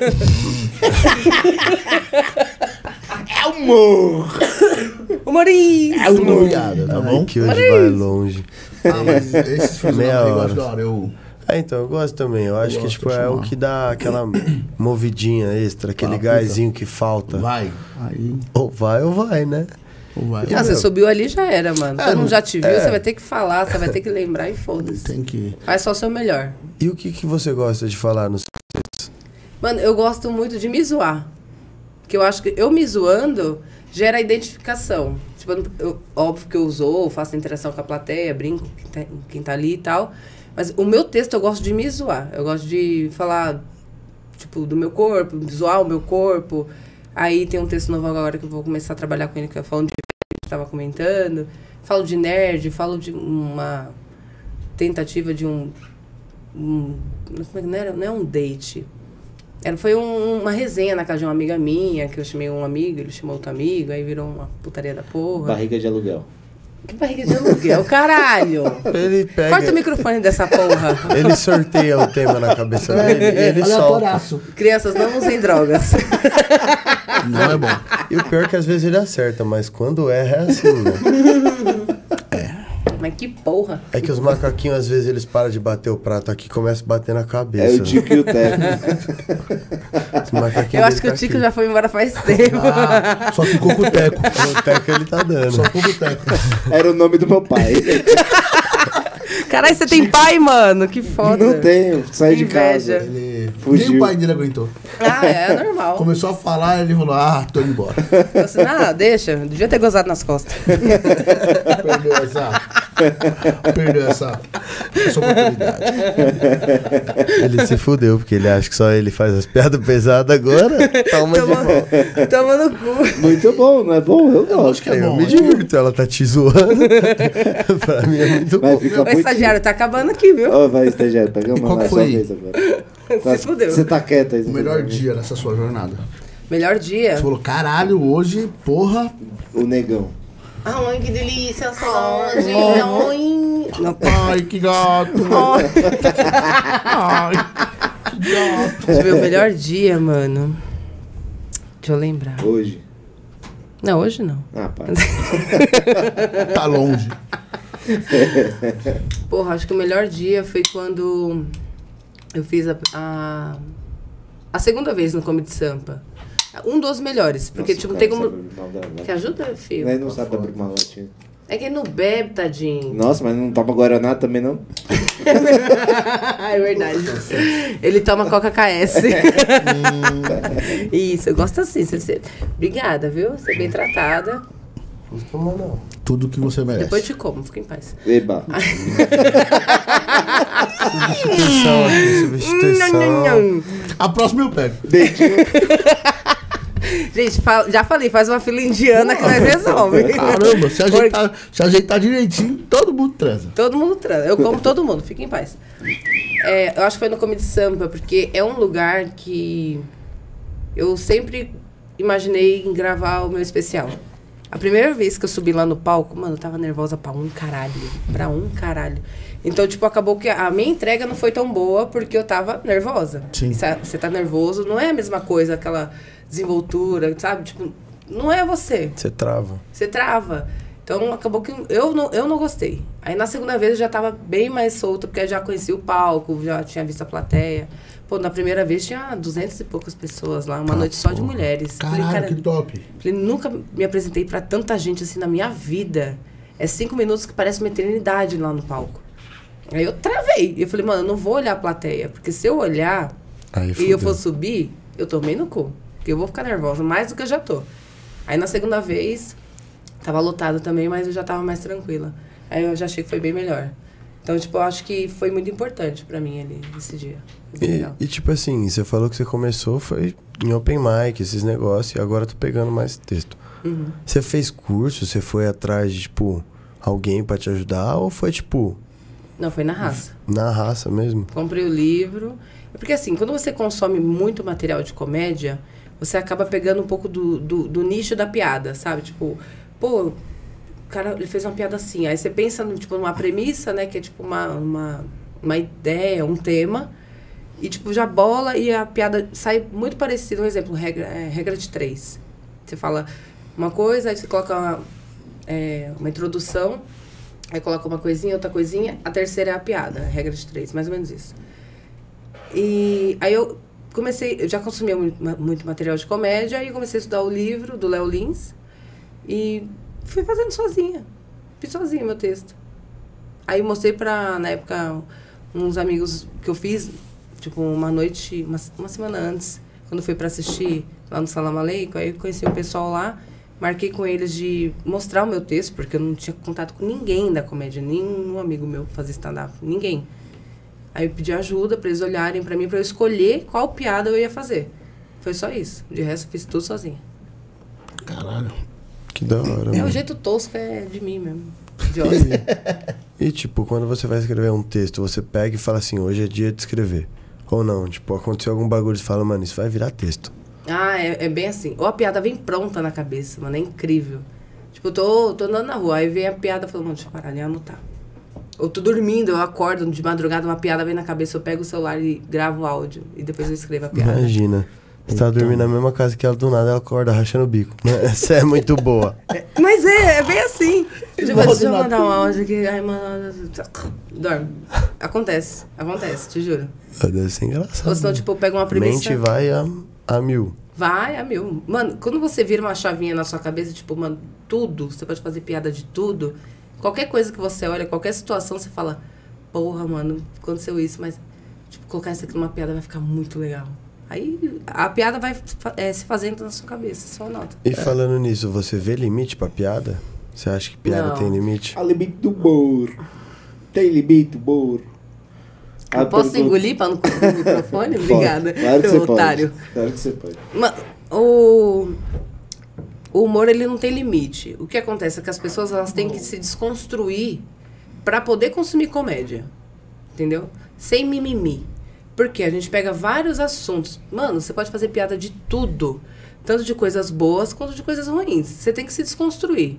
É humor! Humorinho. É uma piada, tá bom? Ai, que hoje vai longe. Ah, mas esses filmes Meia eu hora. gosto da hora. Eu... É, então, eu gosto também. Eu acho que, gosto tipo, de é o chamar. que dá aquela movidinha extra, aquele Ah, gásinho que falta. Vai. Aí, Ou vai ou vai, né? ou vai. Ah, você subiu ali, já era, mano. É, Todo mundo já te viu, é. você vai ter que falar, você vai ter que lembrar e foda-se. Tem que... Faz só o seu melhor. E o que, que você gosta de falar nos... Mano, eu gosto muito de me zoar. Porque eu acho que eu me zoando gera identificação. Tipo, eu, eu- óbvio que eu zoo, faço interação com a plateia, brinco com quem tá, quem tá ali e tal. Mas o meu texto eu gosto de me zoar. Eu gosto de falar, tipo, do meu corpo, zoar o meu corpo. Aí tem um texto novo agora que eu vou começar a trabalhar com ele, que eu falo de que eu tava comentando. Falo de nerd, falo de uma tentativa de um... um como é que não era? Não é um date. Era, foi um- uma resenha na casa de uma amiga minha, que eu chamei um amigo, ele chamou outro amigo, aí virou uma putaria da porra. Barriga de aluguel. Que barriga de aluguel, caralho! Ele pega... Corta o microfone dessa porra. Ele sorteia o tema na cabeça dele e ele solta. Aleatoraço. Crianças, não usem drogas. Não é bom. E o pior é que às vezes ele acerta, mas quando erra é assim, né? Mas que porra. É que os macaquinhos, às vezes, eles param de bater o prato aqui e começam a bater na É cabeça. o Tico e o Teco. Os macaquinhos Eu acho que dele o Tico tá já foi embora faz tempo. Ah, só ficou com o teco. aqui. O teco ele tá dando. Só ficou com o teco. Era o nome do meu pai. Caralho, você tem pai, mano? Que foda. Não tenho, saí de Inveja. casa. Ele... Fugiu. Nem o pai dele aguentou. Ah, é normal. Começou a falar, ele falou, ah, tô indo embora. Eu assim, ah, deixa. Devia ter gozado nas costas. Perdeu essa... Perdeu essa... Essa oportunidade. Ele se fudeu, porque ele acha que só ele faz as piadas pesadas agora. Toma de Toma, volta. toma no cu. Muito bom, não é bom? Eu gosto. que é Eu bom, me é. divirto, ela tá te zoando. Pra mim é muito Vai bom. ficar O estagiário tá acabando aqui, viu? Ó, vai, estagiário, pega E uma qual na que sua foi? vez agora. Tá- Se fudeu. Você tá quieta aí. O melhor dia nessa sua jornada. Melhor dia. Você falou, caralho, hoje, porra... O negão. Ai, que delícia, Solange. Ai, Ai, que gato. Ai, que gato. meu melhor dia, mano. Deixa eu lembrar. Hoje. Não, hoje não. Ah, pá. Tá longe. Porra, acho que o melhor dia foi quando eu fiz a, a, a segunda vez no Comedy Sampa. Um dos melhores, porque Nossa, tipo, cara, tem como... sabe abrir mal da latinha. Que ajuda, filho? Ele não sabe abrir uma latinha. É que ele não bebe, tadinho. Nossa, mas não toma Guaraná também, não? É verdade. Ele toma Coca K S. Isso, eu gosto assim. Você, você... Obrigada, viu? Você é bem tratada. Costuma não. Tudo que você merece. Depois te como, fica em paz. Eba. Substituição aqui, substituição. A próxima eu pego. Dedinho. Gente, fala- já falei, faz uma fila indiana que nós resolve. Caramba, se ajeitar, se ajeitar direitinho, todo mundo transa. Todo mundo transa. Eu como todo mundo, fica em paz. É, eu acho que foi no Comedy Sampa, porque é um lugar que eu sempre imaginei em gravar o meu especial. A primeira vez que eu subi lá no palco, mano, eu tava nervosa pra um caralho. Pra um caralho. Então, tipo, acabou que a minha entrega não foi tão boa porque eu tava nervosa. Sim. E sa- Você tá nervoso, não é a mesma coisa, aquela desenvoltura, sabe? Tipo, não é você. Você trava. Você trava. Então, acabou que eu não, eu não gostei. Aí, na segunda vez, eu já tava bem mais solta, porque eu já conhecia o palco, já tinha visto a plateia. Pô, na primeira vez, tinha duzentas e poucas pessoas lá, uma Ah, noite só de porra. mulheres. Caralho, Falei, cara, que top. falei, nunca me apresentei pra tanta gente assim na minha vida. É cinco minutos que parece uma eternidade lá no palco. Aí eu travei. Eu falei, mano, eu não vou olhar a plateia, porque se eu olhar Aí e eu fudeu. for subir, eu tomei no cu. Porque eu vou ficar nervosa, mais do que eu já tô. Aí na segunda vez, tava lotado também, mas eu já tava mais tranquila. Aí eu já achei que foi bem melhor. Então, tipo, eu acho que foi muito importante pra mim ali, esse dia. Foi bem E, legal. e, tipo assim, você falou que você começou foi em open mic, esses negócios, e agora tô pegando mais texto. Uhum. Você fez curso, você foi atrás de, tipo, alguém pra te ajudar, ou foi, tipo, Não, foi na raça. na raça mesmo? Comprei o livro. Porque assim, quando você consome muito material de comédia, você acaba pegando um pouco do, do, do nicho da piada, sabe? Tipo, pô, o cara ele fez uma piada assim. Aí você pensa no, tipo, numa premissa, né? Que é tipo uma, uma, uma ideia, um tema. E tipo, já bola e a piada sai muito parecida. Um exemplo, regra, é, regra de três. Você fala uma coisa, aí você coloca uma, é, uma introdução, aí coloca uma coisinha, outra coisinha. A terceira é a piada, a regra de três, mais ou menos isso. E aí eu comecei, eu já consumia muito, muito material de comédia, aí eu comecei a estudar o livro do Léo Lins e fui fazendo sozinha. Fiz sozinha meu texto. Aí eu mostrei pra, na época, uns amigos que eu fiz, tipo, uma noite, uma, uma semana antes, quando fui pra assistir lá no Salam Aleikum, aí eu conheci o pessoal lá, marquei com eles de mostrar o meu texto, porque eu não tinha contato com ninguém da comédia, nenhum amigo meu fazia stand-up, ninguém. Aí eu pedi ajuda pra eles olharem pra mim, pra eu escolher qual piada eu ia fazer. Foi só isso. De resto, eu fiz tudo sozinha. Caralho. Que da hora, É, mano. o jeito tosco é de mim mesmo. Idiota. E, tipo, quando você vai escrever um texto, você pega e fala assim, hoje é dia de escrever. Ou não, tipo, aconteceu algum bagulho e você fala, mano, isso vai virar texto. Ah, é, é bem assim. Ou a piada vem pronta na cabeça, mano. É incrível. Tipo, eu tô, tô andando na rua, aí vem a piada e falo, mano, deixa eu parar ali e anotar. Ou tô dormindo, eu acordo de madrugada, uma piada vem na cabeça, eu pego o celular e gravo o áudio. E depois eu escrevo a piada. Imagina. Você tá dormindo na mesma casa que ela, do nada ela acorda rachando o bico. Essa é muito boa. Mas é, é bem assim. Deixa eu, Volta deixa eu na mandar um áudio aqui. Ai, mano. Dorme. Acontece. Acontece, te juro. Deve ser engraçado. Ou senão, tipo, eu pego uma premissa. Mente vai a, a mil. Vai, a mil. Mano, quando você vira uma chavinha na sua cabeça, tipo, mano, tudo, você pode fazer piada de tudo. Qualquer coisa que você olha, qualquer situação, você fala, porra, mano, aconteceu isso, mas, tipo, colocar isso aqui numa piada vai ficar muito legal. Aí a piada vai é, se fazendo na sua cabeça, só anota. E falando nisso, você vê limite pra piada? Você acha que piada Não. tem limite? A limite do humor. Tem limite do humor. Eu posso engolir pra não cortar o microfone? Obrigada, Claro que seu você otário. pode. Claro que você pode. Ma- O, o humor, ele não tem limite. O que acontece é que as pessoas elas têm que se desconstruir para poder consumir comédia. Entendeu? Sem mimimi. Porque a gente pega vários assuntos. Mano, você pode fazer piada de tudo. Tanto de coisas boas quanto de coisas ruins. Você tem que se desconstruir.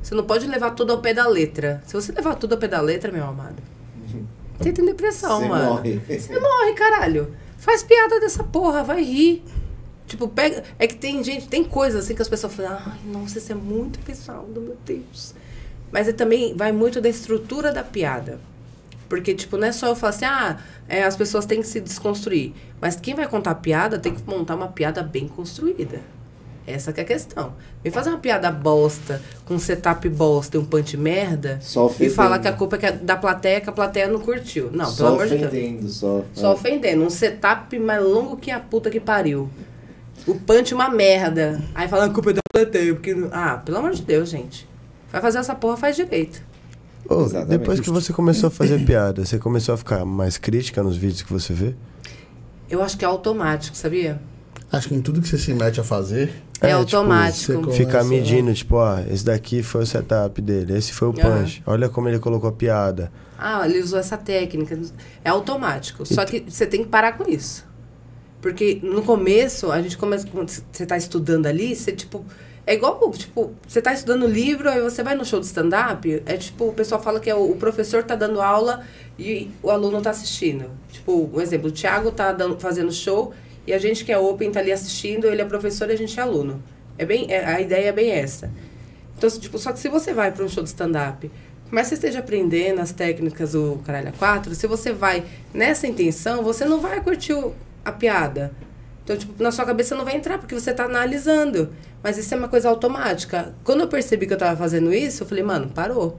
Você não pode levar tudo ao pé da letra. Se você levar tudo ao pé da letra, meu amado, você tem depressão, Você mano. morre. Você morre, caralho. Faz piada dessa porra, vai rir. Tipo, pega... É que tem gente, tem coisas assim que as pessoas falam, ai, nossa, isso é muito pesado, meu Deus. Mas é também vai muito da estrutura da piada. Porque, tipo, não é só eu falar assim, ah, é, as pessoas têm que se desconstruir. Mas quem vai contar piada tem que montar uma piada bem construída. Essa que é a questão. Vem fazer uma piada bosta, com um setup bosta e um punch merda, Só e ofendendo. falar que a culpa é que é da plateia, que a plateia não curtiu. Não, Só pelo amor de Deus. ofendendo, só. Só É. ofendendo. Um setup mais longo que a puta que pariu. O punch uma merda. Aí fala, a culpa é da plateia, porque... Ah, pelo amor de Deus, gente. Vai fazer essa porra, faz direito. Ô, Exatamente. depois que você começou a fazer piada, você começou a ficar mais crítica nos vídeos que você vê? Eu acho que é automático, sabia? Acho que em tudo que você se mete a fazer... É, É, automático. tipo, você Ficar Começa, medindo, tipo, ó, esse daqui foi o setup dele, esse foi o punch. Olha como ele colocou a piada. Ah, ele usou essa técnica. É automático. Só que você tem que parar com isso. Porque no começo, a gente começa... Quando você tá estudando ali, você, tipo... É igual, tipo, você tá estudando livro, aí você vai no show de stand-up, é tipo, o pessoal fala que é o, o professor tá dando aula e o aluno tá assistindo. Tipo, um exemplo, o Thiago tá dando, fazendo show e a gente que é open tá ali assistindo, ele é professor e a gente é aluno. É bem, é, a ideia é bem essa. Então, tipo, só que se você vai para um show de stand-up, por mais que você esteja aprendendo as técnicas do Caralho A quatro, se você vai nessa intenção, você não vai curtir o, a piada. Então, tipo, na sua cabeça não vai entrar, porque você tá analisando. Mas isso é uma coisa automática. Quando eu percebi que eu tava fazendo isso, eu falei, mano, parou.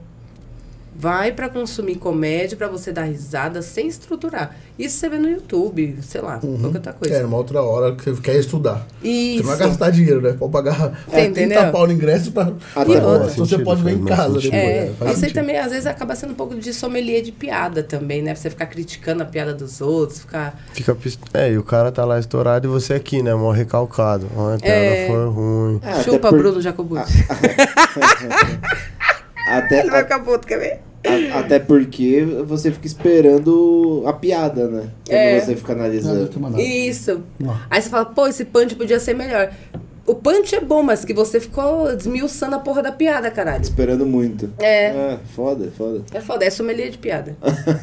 Vai pra consumir comédia, pra você dar risada, sem estruturar. Isso você vê no YouTube, sei lá, qualquer outra coisa. É, numa outra hora que você quer estudar. Isso. Você não vai gastar dinheiro, né? Pode pagar Você é, entendeu? trinta pau no ingresso pra... Até pra- bom, então faz você sentido, pode ver faz em mais casa sentido. depois. É, né? Faz isso aí sentido. também, às vezes, acaba sendo um pouco de sommelier de piada também, né? Pra você ficar criticando a piada dos outros, ficar... Fica pist... É, e o cara tá lá estourado e você aqui, né? Mó recalcado. Ó, a piada É. foi ruim. É, até Chupa, por- Bruno Jacobucci. Até, Ele vai ficar puto, quer ver? a- até porque você fica esperando a piada, né? Quando É. você fica Ah, analisando. eu tô mandando. Isso. Ó. Aí você fala, pô, esse punch podia ser melhor. O punch é bom, mas que você ficou desmiuçando a porra da piada, caralho. Esperando muito. É. É, foda, foda. É foda, é sommelier de piada.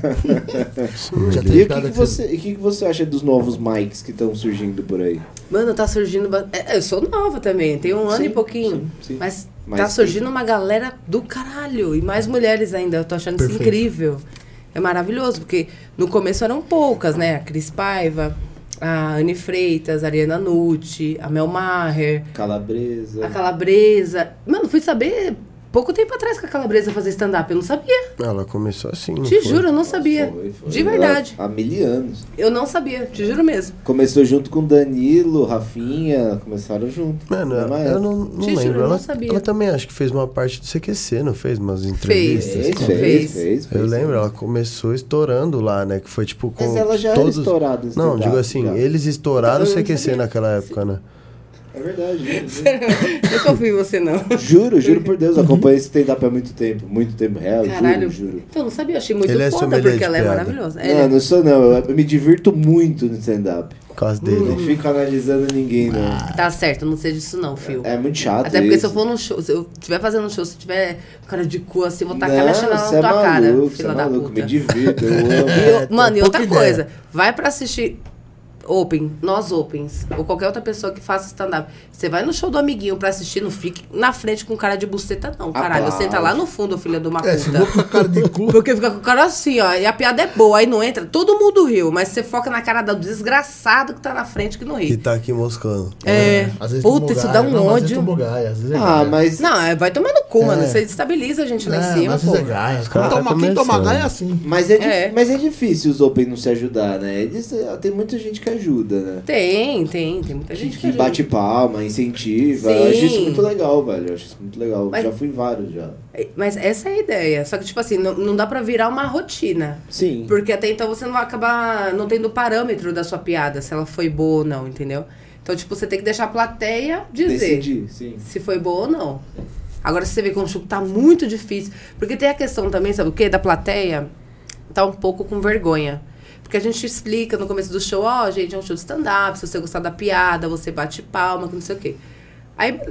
Já E teve o que, piada que, que você, e o que, que você acha dos novos mics que estão surgindo por aí? Mano, tá surgindo... ba- é, eu sou nova também, tenho um ano Sim, e pouquinho. sim, sim. Mas, Mas tá tem- surgindo uma galera do caralho. E mais mulheres ainda, eu tô achando isso Perfeito. incrível. É maravilhoso, porque no começo eram poucas, né? A Cris Paiva, a Anne Freitas, a Ariana Nucci, a Mel Maher, Calabresa. a Calabresa. Mano, fui saber pouco tempo atrás que a Calabresa fazia stand-up, eu não sabia. Ela começou assim, não Te foi? juro, eu não sabia. Foi, foi. De verdade. Há mil anos. Eu não sabia, te juro mesmo. Começou junto com Danilo, Rafinha, começaram junto. Mano, Mesma eu, época. não, não Te juro, lembro. eu não ela, sabia. ela também acho que fez uma parte do C Q C, não fez? Umas entrevistas. Fez, Fez. fez, fez, fez. Eu lembro, ela começou estourando lá, né? Que foi tipo com Mas ela já todos... era estourada. no Não, stand-up, digo assim, já. eles estouraram o Eu não C Q C sabia. naquela época, né? É verdade. Não confio em você, não. Juro, juro por Deus, acompanho esse stand-up há muito tempo. Muito tempo real, Caralho. juro, juro. Então, eu não sabia, eu achei muito Ele é foda, sommelier porque de ela é piada. maravilhosa. Não, não sou não, eu, eu me divirto muito no stand-up. Por causa Não dele. fico analisando ninguém, não. Tá certo, não seja isso não, fio. É muito chato Até porque isso. se eu for num show, se eu estiver fazendo um show, se tiver cara de cu assim, eu vou tacar Não, minha chinela na você é tua cara, maluco, você fila é da maluco, puta. me divirto, eu amo. E eu- mano, e tem outra pouca coisa, ideia. vai pra assistir Open, nós Opens, ou qualquer outra pessoa que faça stand-up. Você vai no show do amiguinho pra assistir, não fique na frente com cara de buceta, não, caralho. Aplaude. Senta lá no fundo, filha de uma É, se puta. for com a cara de cu... Porque fica com o cara assim, ó, e a piada é boa, aí não entra, todo mundo riu, mas você foca na cara do desgraçado que tá na frente que não Que ri. tá aqui moscando. É, Às vezes puta, tomou isso gaia. dá um Não, às vezes ódio. tomou gaia, às vezes é Ah, gaia. mas... Não, é, vai tomar no cu, mano. É. Você destabiliza a gente lá É, em cima, às pô. vezes é gaia. cara tá Toma, quem toma começando. gaia é assim. Mas é, di- É. mas é difícil os Open não se ajudar, né? Eles, tem muita gente que ajuda, né? Tem, tem, tem muita Que, gente que ajuda. bate palma, incentiva. Sim. Eu acho isso muito legal, velho. Eu acho isso muito legal. Mas- Já fui em vários já. Mas essa é a ideia. Só que, tipo assim, não, não dá pra virar uma rotina. Sim. Porque até então você não vai acabar não tendo parâmetro da sua piada, se ela foi boa ou não, entendeu? Então, tipo, você tem que deixar a plateia dizer Decidi, sim. se foi boa ou não. Agora, se você vê que um show tá muito difícil. Porque tem a questão também, sabe o quê? Da plateia tá um pouco com vergonha. Porque a gente explica no começo do show, ó, gente, é um show de stand-up, se você gostar da piada, você bate palma, que não sei o quê. Aí, beleza.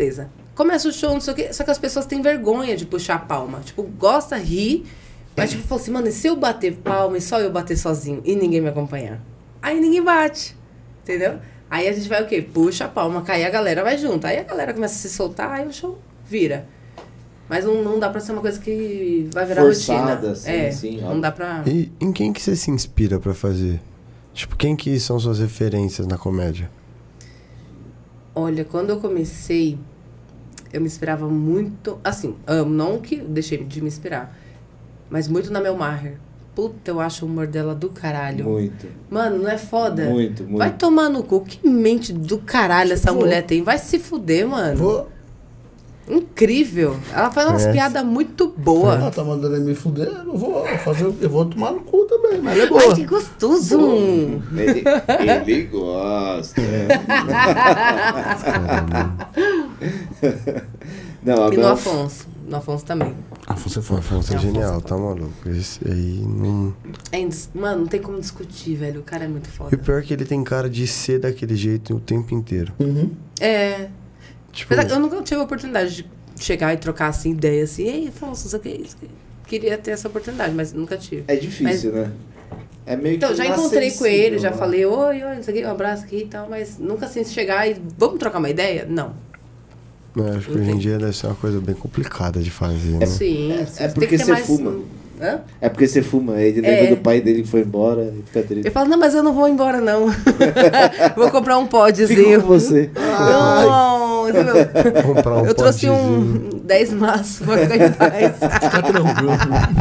começa o show, não sei o quê, só que as pessoas têm vergonha de puxar a palma. Tipo, gosta, ri, mas tipo, fala assim, mano, e se eu bater palma e só eu bater sozinho e ninguém me acompanhar? Aí ninguém bate, entendeu? Aí a gente vai o quê? Puxa a palma, cai, a galera vai junto. Aí a galera começa a se soltar, aí o show vira. Mas não, não dá pra ser uma coisa que vai virar Forçada, rotina. assim, é, sim, não óbvio. dá pra... E em quem que você se inspira pra fazer? Tipo, quem que são suas referências na comédia? Olha, quando eu comecei, eu me inspirava muito... Assim, amo, não que deixei de me inspirar, mas muito na Mel Maher. Puta, eu acho o humor dela do caralho. Muito. Mano, não é foda? Muito, muito. Vai tomar no cu. Que mente do caralho essa Vou. mulher tem. Vai se fuder, mano. Vou. Incrível. Ela faz umas Conhece? piadas muito boas. Ela tá mandando eu me fuder, eu não vou fazer. Eu vou tomar no cu também, mas ela é boa. Ai, que gostoso. Ele, ele gosta. Não, a E no Mel- Afonso. No Afonso também. Ah, você O foi. Afonso é É, o genial, Afonso tá maluco. Esse aí não... É indis- Mano, não tem como discutir, velho. O cara é muito E foda. o pior é que ele tem cara de ser daquele jeito o tempo inteiro. Uhum. É. Tipo, Apesar que eu nunca tive a oportunidade de chegar e trocar assim ideia assim. Ei, Afonso, isso aqui, isso aqui. Queria ter essa oportunidade, mas nunca tive. É difícil, né? É meio Então, que já encontrei com ele, já inacessível, falei, oi, oi, isso aqui, um abraço aqui e tal, mas nunca assim chegar e vamos trocar uma ideia? Não. eu acho que hoje em dia deve ser uma coisa bem complicada de fazer, né? Sim, É- você é tem porque que ter você mais... fuma. Hã? É porque você fuma, ele lembra É. do pai dele que foi embora e fica triste. Eu falo, não, mas eu não vou embora, não. Vou comprar um Fica com podzinho. você. Não, entendeu? Comprar um Eu trouxe potezinho. um dez maços pra ficar em paz. Fica tranquilo.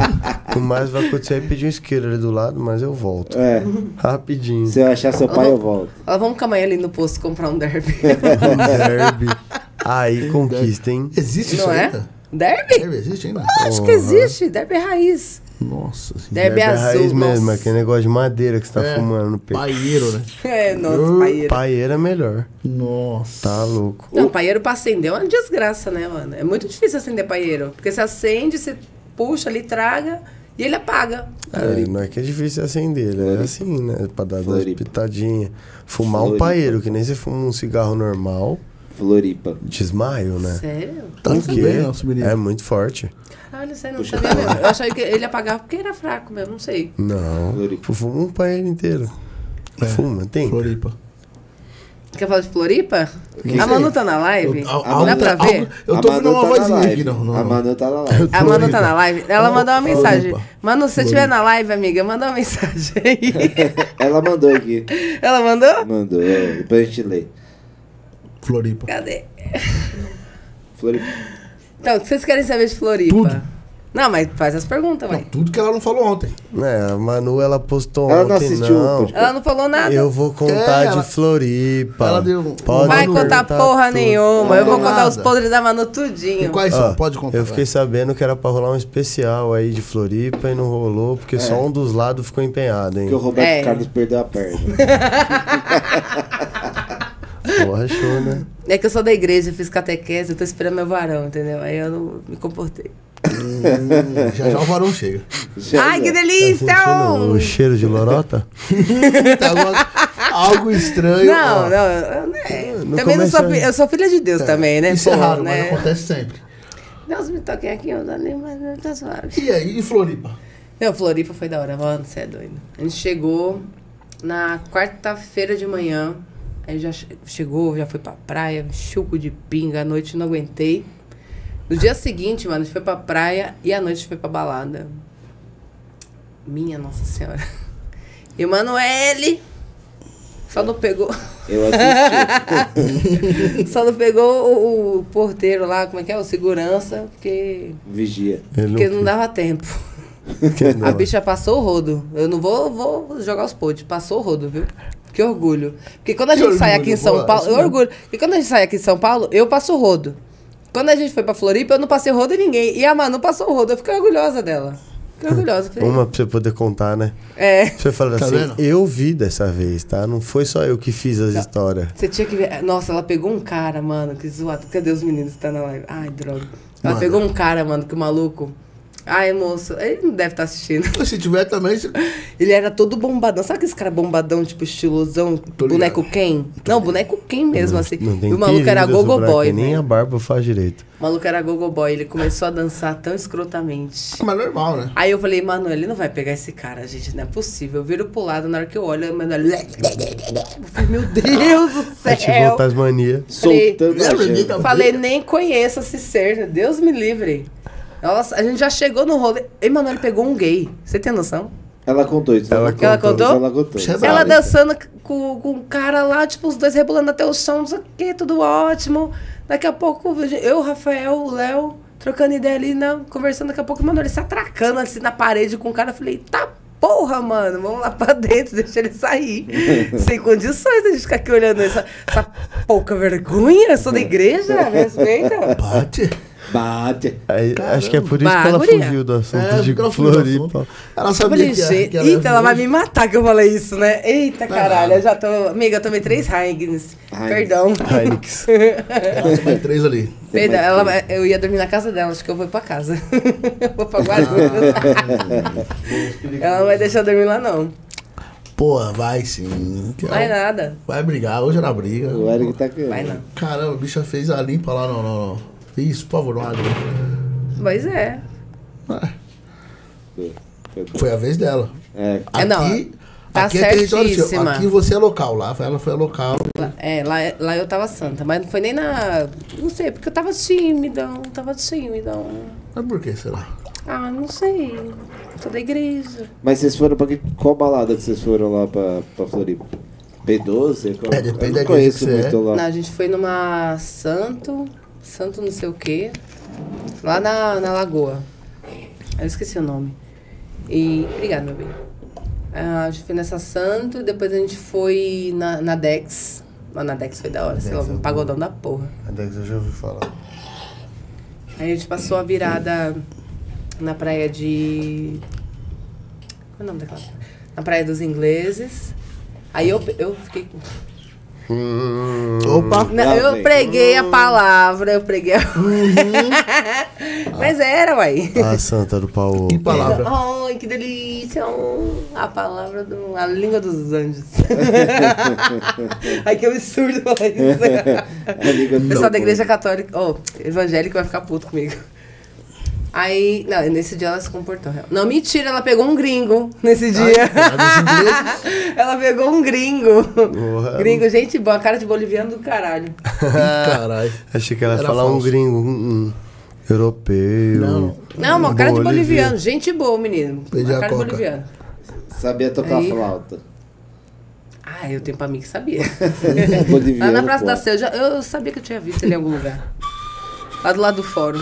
O mais vai acontecer é pedir um isqueiro ali do lado, mas eu volto. É. Rapidinho. Se eu achar seu pai, eu volto. Ela, vamos com a mãe ali no posto comprar um derby. Derby. Aí conquista, hein? Existe isso Não é? ainda? Derby? Derby existe ainda? Acho que existe. Derby é raiz. Nossa senhora. Derby é azul. raiz mesmo, nossa. aquele negócio de madeira que você tá É. fumando no peito. Paieiro, né? É, nossa, paieiro. Paieira é melhor. Nossa. Tá louco. Não, paieiro pra acender é uma desgraça, né, mano? É muito difícil acender paieiro. Porque você acende, você puxa ali, traga e ele apaga. É, não é que é difícil acender, ele é assim, né? Pra dar duas Floripa. pitadinhas. Fumar um Floripa. paieiro, que nem você fuma um cigarro normal, Floripa. desmaio, né? Sério? Tá Por tudo quê? bem, nosso menino. É muito forte. Caralho, você não Puxa, sabia mesmo. Eu achava que ele apagava porque era fraco mesmo, não sei. Não. Floripa. Fuma um paieiro inteiro. É. Fuma, tem? Floripa. Quer falar de Floripa? que A é? Manu tá na live? Eu- a- Dá pra algo- ver? algo- Eu tô A ouvindo Manu uma tá na vozinha live. aqui, não. não. A Manu tá na live. A Manu tá na live? Ela mandou uma mensagem. Floripa. Manu, se você estiver na live, amiga, manda uma mensagem aí. Ela mandou aqui. Ela mandou? Mandou. é, Depois a gente lê. Floripa. Cadê? Floripa. Então, o que vocês querem saber de Floripa? Tudo. Não, mas faz as perguntas, Não, mãe. tudo que ela não falou ontem. É, a Manu, ela postou Ela não ontem, assistiu o não. podcast. Ela não falou nada. Eu vou contar É, ela- de Floripa. ela deu- Pode Vai Manu, contar perguntar porra tudo. nenhuma. Eu vou Não, contar nada. os podres da Manu E tudinho. quais Ó, são? Pode contar. Eu fiquei vai. sabendo que era pra rolar um especial aí de Floripa e não rolou, porque É. só um dos lados ficou empenhado, hein? Porque o Roberto É. Carlos perdeu a perna. Porra, show, né? É que eu sou da igreja, fiz catequese, eu tô esperando meu varão, entendeu? Aí eu não me comportei. Hum, já já o varão chega. Já, Ai, que já. Tá delícia! sentindo o cheiro de lorota? Tá alguma- algo estranho. Não, ó. não, eu, né, no também não sou, começo- fi- eu sou filha de Deus também, né? Isso é Pô, raro, né? mas acontece sempre. Deus me toquem aqui, eu dali, mas não tá suave. E aí, e Floripa? Meu, Floripa foi da hora, mano, você é doido. A gente chegou na quarta-feira de manhã, aí já che- chegou, já foi pra praia, chuco de pinga, à noite não aguentei. No dia seguinte, mano, a gente foi pra praia e à noite a gente foi pra balada. Minha Nossa Senhora. E o Manoel só não pegou, Eu assisti. só não pegou o, o porteiro lá, como é que é? O segurança, porque, Vigia. Ele porque não dava tempo. quer, não. A bicha passou o rodo. Eu não vou, vou jogar os pods. Passou o rodo, viu? Que orgulho. Porque quando a Que gente sai orgulho, aqui em boa, São Paulo... isso Eu mesmo. orgulho. Porque quando a gente sai aqui em São Paulo, eu passo o rodo. Quando a gente foi pra Floripa, eu não passei o rodo em ninguém. E a Manu passou o rodo. Eu fiquei orgulhosa dela. Fiquei orgulhosa. Falei, Uma pra você poder contar, né? É. Você fala Tá assim, vendo? eu vi dessa vez, tá? Não foi só eu que fiz as histórias. Você tinha que ver... Nossa, ela pegou um cara, mano. Que zoado. Cadê os meninos que tá na live? Ai, droga. Ela Manda. pegou um cara, mano, que o maluco... Ai, moço, ele não deve estar assistindo. Se tiver também... Se... Ele era todo bombadão. Sabe aqueles caras bombadão, tipo estilosão, Tô boneco ligado. Ken? Não, boneco Ken mesmo, assim. Não tem E o maluco era perigo de gogo sobrar, boy, que nem né? a barba faz direito. O maluco era gogo boy, ele começou a dançar tão escrotamente. Mas normal, né? Aí eu falei, mano, ele não vai pegar esse cara, gente, não é possível. Eu viro pro lado, na hora que eu olho, o Manoel... Eu falei, meu Deus do Ativou céu. Tasmania. Soltando a janta. Falei, nem conheço esse ser, Deus me livre. Nossa, a gente já chegou no rolê. Emanuel pegou um gay. Você tem noção? Ela contou isso. Ela contou. Ela contou? Ela contou. Você é Ela brava, hein? dançando com, com um cara lá, tipo, os dois rebolando até o chão, não sei o que, tudo ótimo. Daqui a pouco, eu, o Rafael, o Léo, trocando ideia ali, né, conversando. Daqui a pouco, mano, ele se atracando assim na parede com o cara. Eu falei, tá porra, mano, vamos lá pra dentro, deixa ele sair. Sem condições a gente ficar aqui olhando essa, essa pouca vergonha. Eu sou da igreja, me respeita. Bate. Bate. Aí, Caramba. acho que é por isso que ela Bagulho. fugiu do assunto É, de porque ela fugiu do Floripa. assunto. Ela Eu sabia falei, que, gente, que ela eita, ela vai ia- me matar que eu falei isso, né? Eita, Não é caralho, nada. eu já tô... Amiga, eu tomei três Heingens. Heinz. Perdão. Heinix. Ela tomou três ali. Perdão, ela vai- eu ia dormir na casa dela, acho que eu vou pra casa. Eu vou pra Guarulhos. Ela não vai deixar eu dormir lá, não. Pô, vai sim. Que Vai ela- nada. Vai brigar, hoje era briga. O Eric tá querendo. Vai não. Caramba, a bicha fez a limpa lá, não, não, não. Isso, por favor, não abre. Pois é. Foi a vez dela. É. É, não, Aqui, tá aqui é território seu. certíssima. Aqui você é local, lá ela foi a local. Lá, é, lá, lá eu tava santa, mas não foi nem na... Não sei, porque eu tava tímidão, tava tímidão. Mas por que, sei lá? Ah, não sei. Sou da igreja. Mas vocês foram pra que, qual balada que vocês foram lá pra, pra Floripa? P doze? Qual- É, depende eu da não conheço igreja que muito você lá. Não, a gente foi numa santo, santo não sei o quê, lá na, na Lagoa. Eu esqueci o nome. E, obrigada, meu bem. Ah, a gente foi nessa santo, depois a gente foi na, na Dex. Lá na Dex foi da hora, sei lá, Dex é um bom. pagodão da porra. A Dex eu já ouvi falar. Aí a gente passou a virada na praia de... Qual é o nome daquela? Na praia dos ingleses. Aí eu, eu fiquei com... Hum, Opa! Não, Lá eu vem. preguei a palavra, eu preguei a... Mas era, uai. a Santa do Paulo. Que palavra? Ai, que delícia. hum, A palavra, do, a língua dos anjos. Ai, que absurdo falar isso. A Liga O do pessoal da Povo. igreja católica, ó, evangélica vai ficar puto comigo. Aí, não, nesse dia ela se comportou. real. Não, mentira, ela pegou um gringo nesse dia. Ela pegou um gringo. Porra. Gringo, gente boa, cara de boliviano do caralho. Caralho. Achei que ela ia Era falar um falso. gringo. um- um europeu. Não. Não, uma cara de Bolívia. boliviano. Gente boa, menino. Perdi Uma a cara de coca. boliviano. Sabia tocar Aí. flauta. Ah, eu tenho pra mim que sabia. Boliviano, Lá na Praça pô. da Sé, eu, já- eu sabia que eu tinha visto ele em algum lugar. Lá do lado do fórum.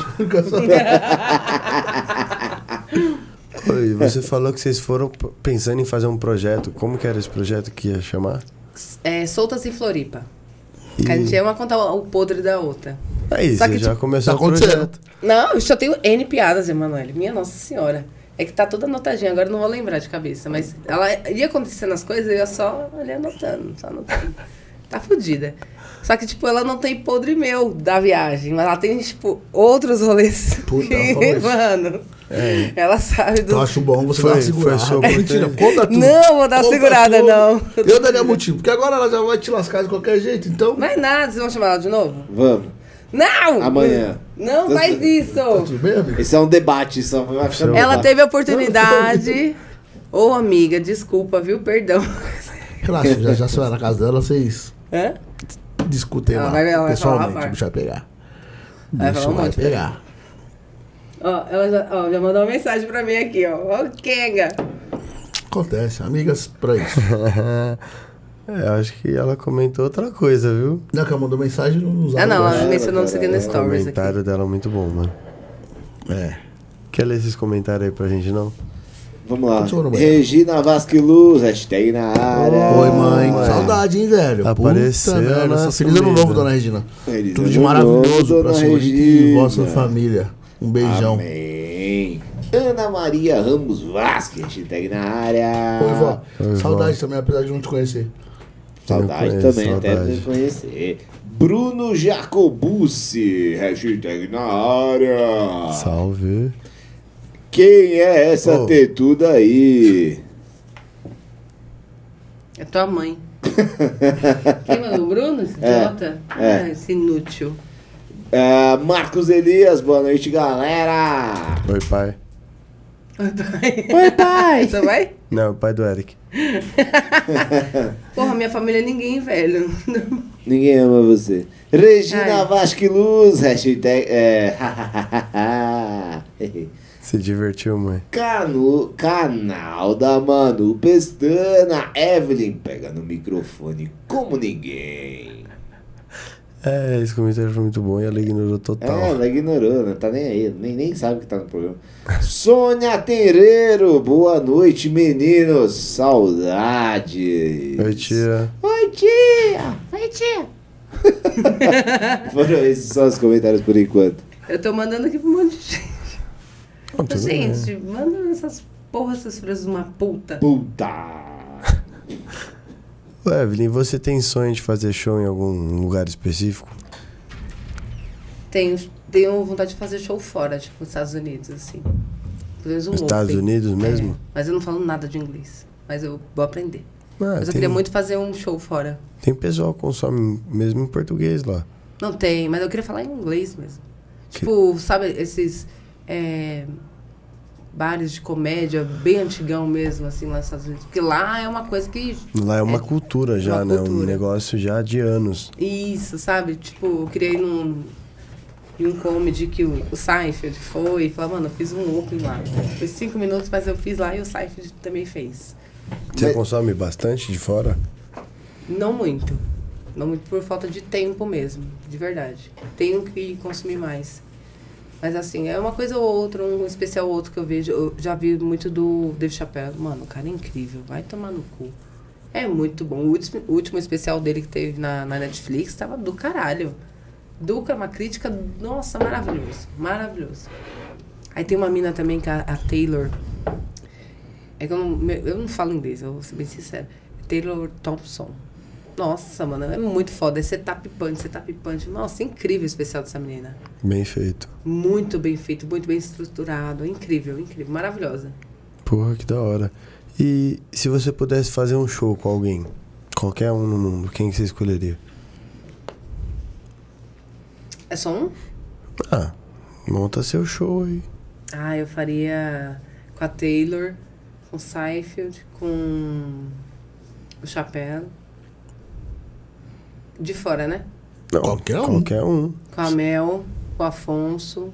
Oi, você falou que vocês foram p- pensando em fazer um projeto. Como que era esse projeto que ia chamar? É, Soltas em Floripa. E- Que a gente ia uma contar o podre da outra. Aí, Só você que, já tipo, começou tá o acontecendo. projeto. Não, eu só tenho N piadas, Emanuele. Minha Nossa Senhora. É que tá toda anotadinha, agora eu não vou lembrar de cabeça. Mas ela ia acontecendo as coisas, eu ia só ali anotando, só anotando. Tá fodida. Só que, tipo, ela não tem podre meu da viagem, mas ela tem, tipo, outros rolês. Puta, que, fala isso. mano, ela sabe do... Eu acho bom você Foi- dar uma foi segurada. sua Mentira, conta tudo. Não, vou dar uma Conta segurada, tudo. não. Eu daria motivo, porque agora ela já vai te lascar de qualquer jeito, então. Não é nada, vocês vão chamar ela de novo? Vamos. Não! Amanhã. Não Tá faz tudo- isso! Tudo bem, amigo? Esse é um debate, só vai ficar no Ela debate. teve a oportunidade... Ô, amiga, desculpa, viu? Perdão. Relaxa, já, já você vai na casa dela, vocês Hã? discutem Ela lá. vai- ela vai pessoalmente, falar, o bicho vai pegar. O Vai bicho falar um vai monte. pegar. Ó, ela já, ó, já mandou uma mensagem pra mim aqui, ó. Ó, Kenga. Acontece, amigas pra isso. É, eu acho que ela comentou outra coisa, viu? Não, que ela mandou mensagem nos Ah, não, ela áudios. mencionou no cara, segundo é, O stories comentário aqui. dela é muito bom, mano. É. Quer ler esses comentários aí pra gente, não? Vamos lá. Continua no banheiro. Regina Vasque Luz, hashtag na área. Oi, mãe. Mãe. Saudade, hein, velho? Apareceu Puta merda. na Só Feliz ano sumida. novo, dona Regina. Feliz Tudo de ano maravilhoso novo, pra dona senhorita e Regina. vossa família. Um beijão. Amém. Ana Maria Ramos Vasque, hashtag na área. Oi, vó. Oi, vó. Saudade também, apesar de não te conhecer. Saudade Eu conheço, também, até saudade. de conhecer. Bruno Jacobucci, hashtag na área. Salve. Quem é essa Ô. tetuda aí? É tua mãe. Quem mandou? O Bruno? Esse É, idiota? é. Ah, esse inútil. É, Marcos Elias, boa noite, galera. Oi, pai. Oi, pai. Oi, pai. Você vai? Não, o pai do Eric. Porra, minha família é ninguém, velho. Ninguém ama você. Regina Ai. Vasque Luz, hashtag... É... Se divertiu, mãe. Cano, canal da Manu Pestana. Evelyn pega no microfone como ninguém. É, esse comentário foi muito bom e ela ignorou total. É, ela ignorou, não tá nem aí, nem, nem sabe que tá no programa. Sônia Terreiro, boa noite, meninos. Saudades. Oi, tia. Oi, tia. Oi, tia. Foram esses só os comentários por enquanto. Eu tô mandando aqui pra um monte de gente. Não, tudo bem. Gente, manda essas porra, essas fresas uma puta. Puta. Ô, Evelyn, você tem sonho de fazer show em algum lugar específico? Tenho, tenho vontade de fazer show fora, tipo, nos Estados Unidos, assim. Pelo menos um Nos Estados open. Unidos mesmo? É, mas eu não falo nada de inglês. Mas eu vou aprender. Ah, mas eu tem, queria muito fazer um show fora. Tem pessoal que consome mesmo em português lá. Não tem, mas eu queria falar em inglês mesmo. Tipo, sabe, esses é, bares de comédia bem antigão mesmo, assim, lá nos Estados Unidos. Porque lá é uma coisa que... Lá é uma É, cultura já, uma né? Um cultura. negócio já de anos. Isso, sabe? Tipo, eu queria ir num... em um comedy que o, o Seinfeld foi e falou, mano, eu fiz um open lá. Foi cinco minutos, mas eu fiz lá e o Seinfeld também fez. Você Mas- consome bastante de fora? Não muito. Não muito por falta de tempo mesmo, de verdade. Tenho que consumir mais. Mas assim, é uma coisa ou outra, um especial ou outro que eu vejo. Eu já vi muito do Dave Chappelle. Mano, o cara é incrível, vai tomar no cu. É muito bom. O último, o último especial dele que teve na, na Netflix tava do caralho. Duca, uma crítica, nossa, maravilhoso. Maravilhoso. Aí tem uma mina também, que é a, a Taylor. É que eu não, eu não falo inglês, eu vou ser bem sincera. Taylor Thompson. Nossa, mano, é muito foda. É setup punch, setup punch. Nossa, incrível o especial dessa menina. Bem feito. Muito bem feito, muito bem estruturado. Incrível, incrível, maravilhosa. Porra, que da hora. E se você pudesse fazer um show com alguém, qualquer um no mundo, quem que você escolheria? É só um? Ah, monta seu show aí. Ah, eu faria com a Taylor, com o Seinfeld, com o Chappelle. De fora, né? Não, Qualquer um. Qualquer um. Com a Mel, com o Afonso.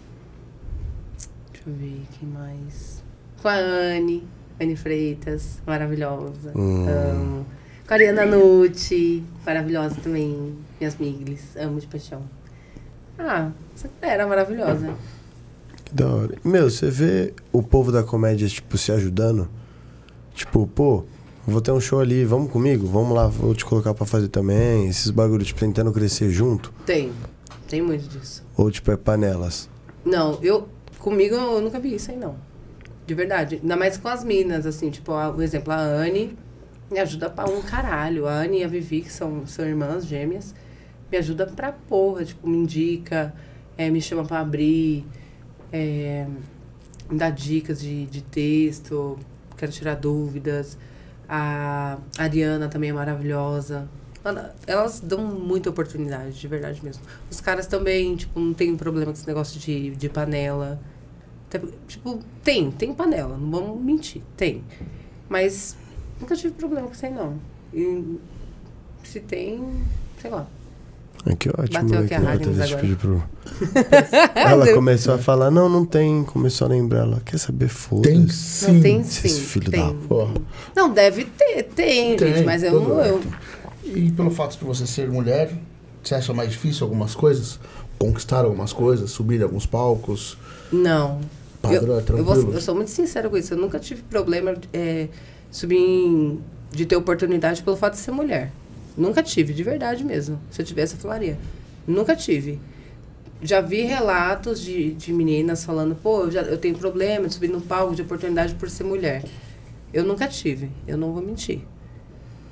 Deixa eu ver, quem mais? Com a Anne, Anne Freitas, maravilhosa. Hum. Amo. Com a Ariana Nucci, maravilhosa também. Minhas miglis, amo de paixão. Ah, essa era maravilhosa. Que da hora. Meu, você vê o povo da comédia, tipo, se ajudando? Tipo, pô, vou ter um show ali, vamos comigo? Vamos lá, vou te colocar pra fazer também. Esses bagulhos, tipo, tentando crescer junto. Tem, tem muito disso. Ou, tipo, é panelas. Não, eu, comigo eu nunca vi isso aí, não. De verdade. Ainda mais com as minas, assim, tipo, a- por exemplo, a Anne me ajuda pra um caralho. A Anne e a Vivi, que são, são irmãs gêmeas, me ajuda pra porra. Tipo, me indica, é, me chama pra abrir, é, me dá dicas de, de texto, quero tirar dúvidas. A Ariana também é maravilhosa. Mano, elas dão muita oportunidade, de verdade mesmo. Os caras também, tipo, não tem problema com esse negócio de, de panela. Até- Tipo, tem, tem panela, não vamos mentir, tem. Mas nunca tive problema com isso aí, não. E se tem, sei lá. Ah, que ótimo, Bateu né? aqui Que a nota, Ragnar deixa eu agora. pedir pro... Ela começou a falar, não, não tem. Começou a lembrar, ela quer saber, Tem foda-se. sim. Não tem esses sim. filho tem. da porra. Não, deve ter, tem, Tem, gente, mas eu tudo não. Eu, E pelo fato de você ser mulher, você acha mais difícil algumas coisas? Conquistar algumas coisas, subir em alguns palcos? não. Padrão, eu, é eu, vou- tranquilo? eu sou muito sincera com isso. Eu nunca tive problema é, subir em- de ter oportunidade pelo fato de ser mulher. Nunca tive, de verdade mesmo. Se eu tivesse, eu falaria. Nunca tive. Já vi relatos de, de meninas falando, pô, eu, já, eu tenho problema de subir no palco de oportunidade por ser mulher. Eu nunca tive. Eu não vou mentir.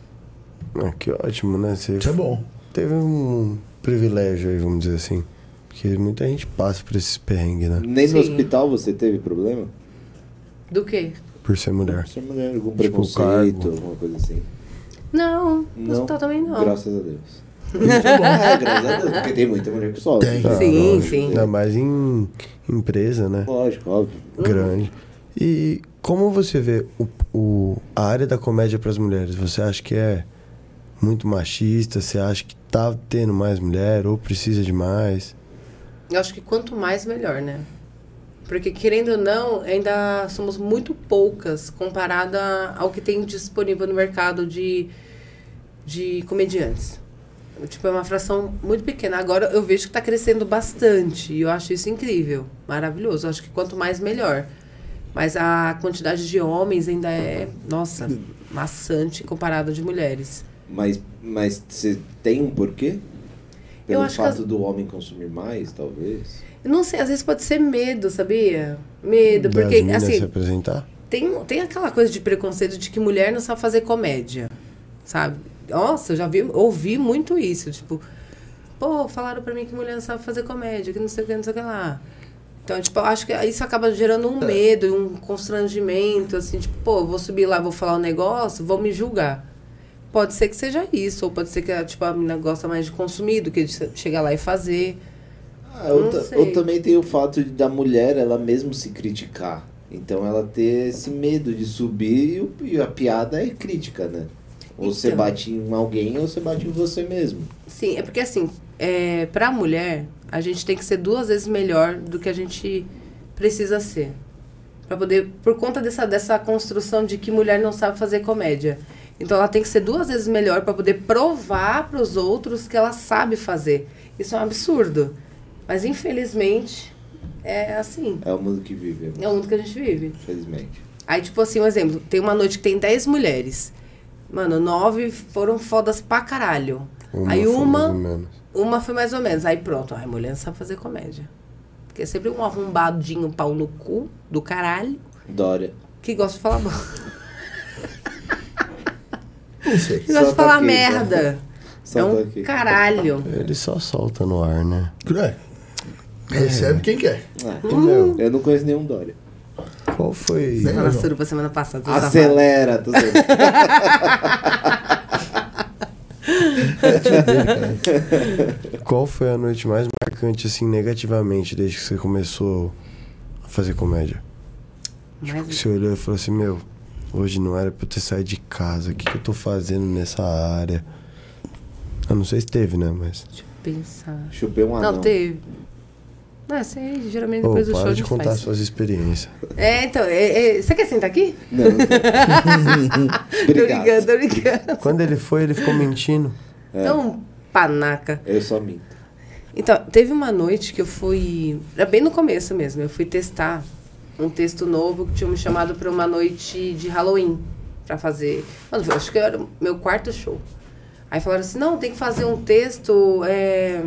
Ah, que ótimo, né? Você Isso é bom. teve um privilégio aí, vamos dizer assim. Porque muita gente passa por esses perrengues, né? Nem no Sim. hospital você teve problema? Do quê? Por ser mulher. Você é mulher, algum Tipo, preconceito, cargo. alguma coisa assim? Não, no Não? hospital também não. Graças a Deus. É, graças a Deus, porque tem muita mulher que sofre. Tem. Ah, Sim, lógico. sim. Ainda mais em empresa, né? Lógico, óbvio. Grande. E como você vê o, o, a área da comédia para as mulheres? Você acha que é muito machista? Você acha que tá tendo mais mulher ou precisa de mais? Eu acho que quanto mais, melhor, né? Porque, querendo ou não, ainda somos muito poucas comparada ao que tem disponível no mercado de, de comediantes. Tipo, é uma fração muito pequena. Agora eu vejo que está crescendo bastante. E eu acho isso incrível, maravilhoso. Eu acho que quanto mais, melhor. Mas a quantidade de homens ainda é, nossa, maçante comparada de mulheres. Mas, mas você tem um porquê? Pelo Eu acho que fato as- do homem consumir mais, talvez? Eu não sei, às vezes pode ser medo, sabia? Medo, Das porque, minas assim, se apresentar? tem, tem aquela coisa de preconceito de que mulher não sabe fazer comédia, sabe? Nossa, eu já vi, ouvi muito isso, tipo, pô, falaram pra mim que mulher não sabe fazer comédia, que não sei o que, não sei o que lá. Então, tipo, eu acho que isso acaba gerando um medo, um constrangimento, assim, tipo, pô, eu vou subir lá, vou falar um negócio, vão me julgar. Pode ser que seja isso, ou pode ser que tipo, a menina gosta mais de consumir do que de chegar lá e fazer. Ah, eu, Não ta- sei. eu também tenho o fato de, da mulher, ela mesmo se criticar. Então ela ter esse medo de subir e, o- e a piada é crítica, né? Ou você Então. bate em alguém ou você bate em você mesmo. Sim, é porque assim, é, pra mulher, a gente tem que ser duas vezes melhor do que a gente precisa ser. Pra poder, por conta dessa, dessa construção de que mulher não sabe fazer comédia. Então ela tem que ser duas vezes melhor pra poder provar pros outros que ela sabe fazer. Isso é um absurdo. Mas infelizmente, é assim. É o mundo que vive, É o mundo que a gente vive. infelizmente. Aí, tipo assim, um exemplo. Tem uma noite que tem dez mulheres. Mano, nove foram fodas pra caralho. Aí foi mais ou uma, menos. uma foi mais ou menos. Aí pronto, ai, mulher não sabe fazer comédia. Porque é sempre um arrombadinho pau no cu do caralho Dória. que gosta de falar mal. Não sei. Que gosta Só de falar tá aqui, merda. Só É tá um aqui. caralho. Ele só solta no ar, né? É. Recebe quem quer. Ah, Meu, eu não conheço nenhum Dória. qual foi... Né? Tá na suruba semana passada. tô safado. Acelera, tô certo. Qual foi a noite mais marcante, assim, negativamente, desde que você começou a fazer comédia? Tipo, que Mas, você olhou e falou assim, meu, hoje não era pra eu ter saído de casa, o que, que eu tô fazendo nessa área? Eu não sei se teve, né, mas... deixa eu pensar. Chupei um anão. Não, teve. Não, isso aí, geralmente Ô, depois do show para a de gente contar faz. suas experiências. É, então, é, é, você quer sentar aqui? Não. Tô Obrigado. brincando, tô brincando. Quando ele foi, ele ficou mentindo. É. Então, panaca. Eu só minto. Então, teve uma noite que eu fui... Era bem no começo mesmo. Eu fui testar um texto novo que tinha me chamado para uma noite de Halloween. Pra fazer... Mano, eu acho que era o meu quarto show. Aí falaram assim, não, tem que fazer um texto é,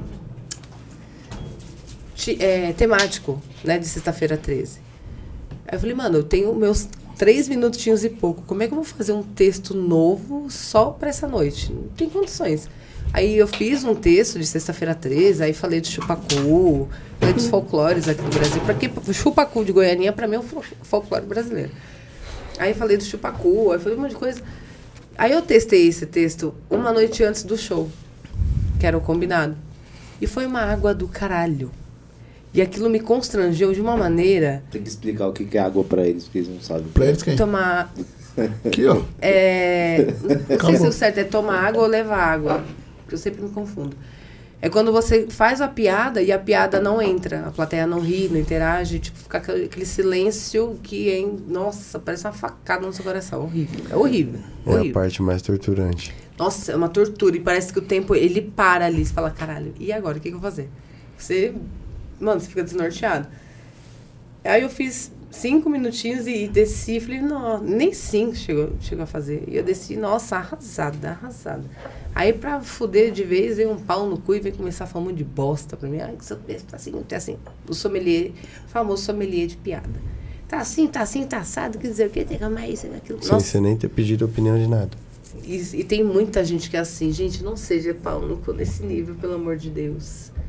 ti- é, temático, né? De sexta-feira treze. Aí eu falei, mano, eu tenho meus três minutinhos e pouco. Como é que eu vou fazer um texto novo só pra essa noite? Não tem condições. Aí eu fiz um texto de sexta-feira treze, aí falei do chupacu, falei dos folclores aqui do Brasil. Pra que chupacu de Goianinha, pra mim, é o fol- folclore brasileiro. Aí falei do chupacu, aí falei um monte de coisa. Aí eu testei esse texto uma noite antes do show, que era o combinado. E foi uma água do caralho. E aquilo me constrangeu de uma maneira... Tem que explicar o que que é água pra eles, porque eles não sabem. Pra eles quem? Tomar... Aqui, ó. É, não sei Acabou. se o certo é tomar água ou levar água. Porque eu sempre me confundo. É quando você faz a piada e a piada não entra. A plateia não ri, não interage. Tipo, fica aquele, aquele silêncio que, hein, nossa, parece uma facada no seu coração. Horrível. É horrível. É a horrível. parte mais torturante. Nossa, é uma tortura. E parece que o tempo, ele para ali. Você fala, caralho, e agora? O que, que eu vou fazer? Você, mano, você fica desnorteado. Aí eu fiz cinco minutinhos e, e desci. Falei, não, nem cinco chegou, chegou a fazer. E eu desci, nossa, arrasada, arrasada. Aí pra fuder de vez, veio um pau no cu e veio começar a falar um monte de bosta pra mim. Ai, que seu texto tá assim, tá assim. O sommelier, famoso sommelier de piada. Tá assim, tá assim, tá assado, quer dizer o quê? Tem que amar isso, aquilo. Sem Nossa. você nem ter pedido opinião de nada. E, e tem muita gente que é assim, gente, não seja pau no cu nesse nível, pelo amor de Deus.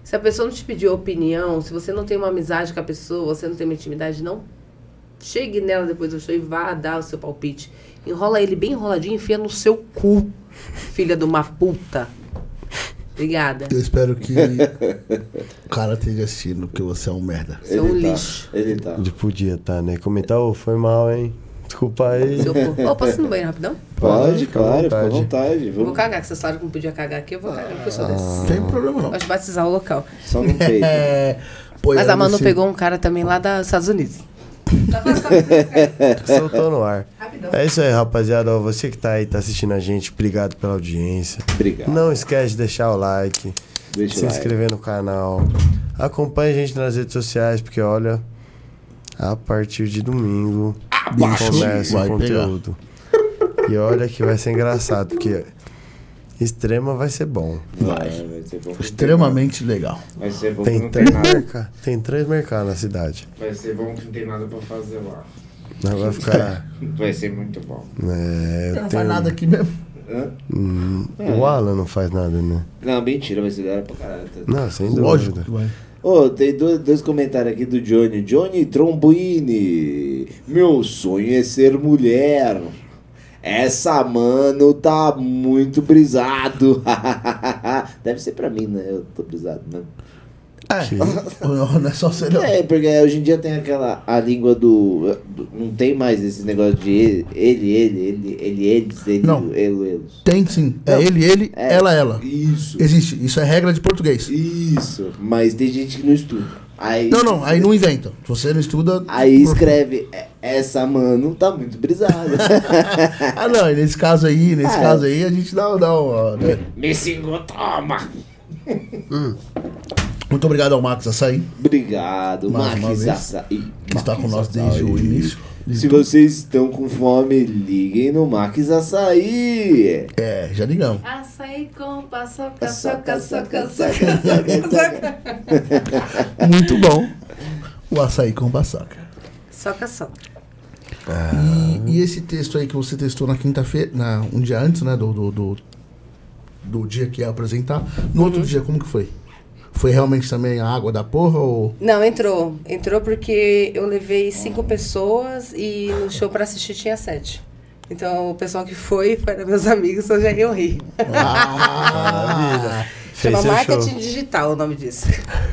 Se a pessoa não te pediu opinião, se você não tem uma amizade com a pessoa, você não tem uma intimidade, não chegue nela depois do show e vá dar o seu palpite. Enrola ele bem enroladinho e enfia no seu cu, filha de uma puta. Obrigada. Eu espero que o cara esteja assistindo, porque você é um merda. Você é um Ele tá, lixo. Ele tá. Ele podia tá, né? Comentar, ô, foi mal, hein? Desculpa aí. Seu cu. Ô, posso ir no banheiro rapidão? Pode, Fica à claro, fica à vontade. vontade. Eu vou Vamos. cagar, que vocês falaram que não podia cagar aqui, eu vou cagar, porque eu sou Ah. desse. Não tem problema não. Gosto de batizar o local. Só no peito. É, Mas a Manu esse- pegou um cara também lá dos Estados Unidos. Soltou no ar. Rapidão. É isso aí, rapaziada. Ó, você que tá aí, tá assistindo a gente, obrigado pela audiência. Obrigado. Não esquece de deixar o like, Deixa se lá. inscrever no canal. Acompanhe a gente nas redes sociais, porque olha, a partir de domingo Bicho, começa vai o conteúdo. E olha que vai ser engraçado, porque Extrema vai ser bom. Vai, vai ser bom. Extremamente legal. Vai ser bom que Tem não tem três, nada. merca... tem três mercados na cidade. Vai ser bom que não tem nada pra fazer lá. Nós vai ficar. Vai ser muito bom. É, eu Não tenho- faz nada aqui mesmo. Hã? Hum, O Alan não faz nada, né? Não, mentira, vai ser da hora pra caralho. tá? Não, sem Lógico dúvida. que vai. Ô, tem dois, dois comentários aqui do Johnny. Johnny Trombuini. Meu sonho é ser mulher. Essa mano tá muito brisado. Deve ser pra mim, né? Eu tô brisado, né? É, não é só você não. É, porque hoje em dia tem aquela a língua do, do- não tem mais esse negócio de ele, ele, ele, ele, ele eles, ele, Não. ele, eles. Tem sim. É Não. ele, ele, É, ela, ela. Isso. Existe. Isso é regra de português. Isso. Mas tem gente que não estuda. Aí, Não, não. Aí não inventa. Se você não estuda... Aí escreve, "É- essa mano tá muito brisada. Ah, não. E nesse caso aí, nesse Ah, caso aí, a gente dá, dá uma... né? Me xingou, toma! Muito obrigado ao Max Açaí, Obrigado, Mais uma Max vez. Açaí. que está com Max nós desde o Açaí. início. Se vocês estão com fome, liguem no Max Açaí. É, já ligamos. Açaí com paçoca, Soca, soca, soca, soca, soca, soca, soca. Muito bom. O açaí com paçoca. Soca, soca. E, e esse texto aí que você testou na quinta-feira, na- um dia antes, né, do, do, do, do dia que ia apresentar, no outro dia, como que foi? Foi realmente também a água da porra ou... Não, entrou. Entrou porque eu levei cinco pessoas e no show pra assistir tinha sete. Então o pessoal que foi, foram meus amigos, eu já eu ri. Ah, Fez Chama seu marketing show. digital o nome disso.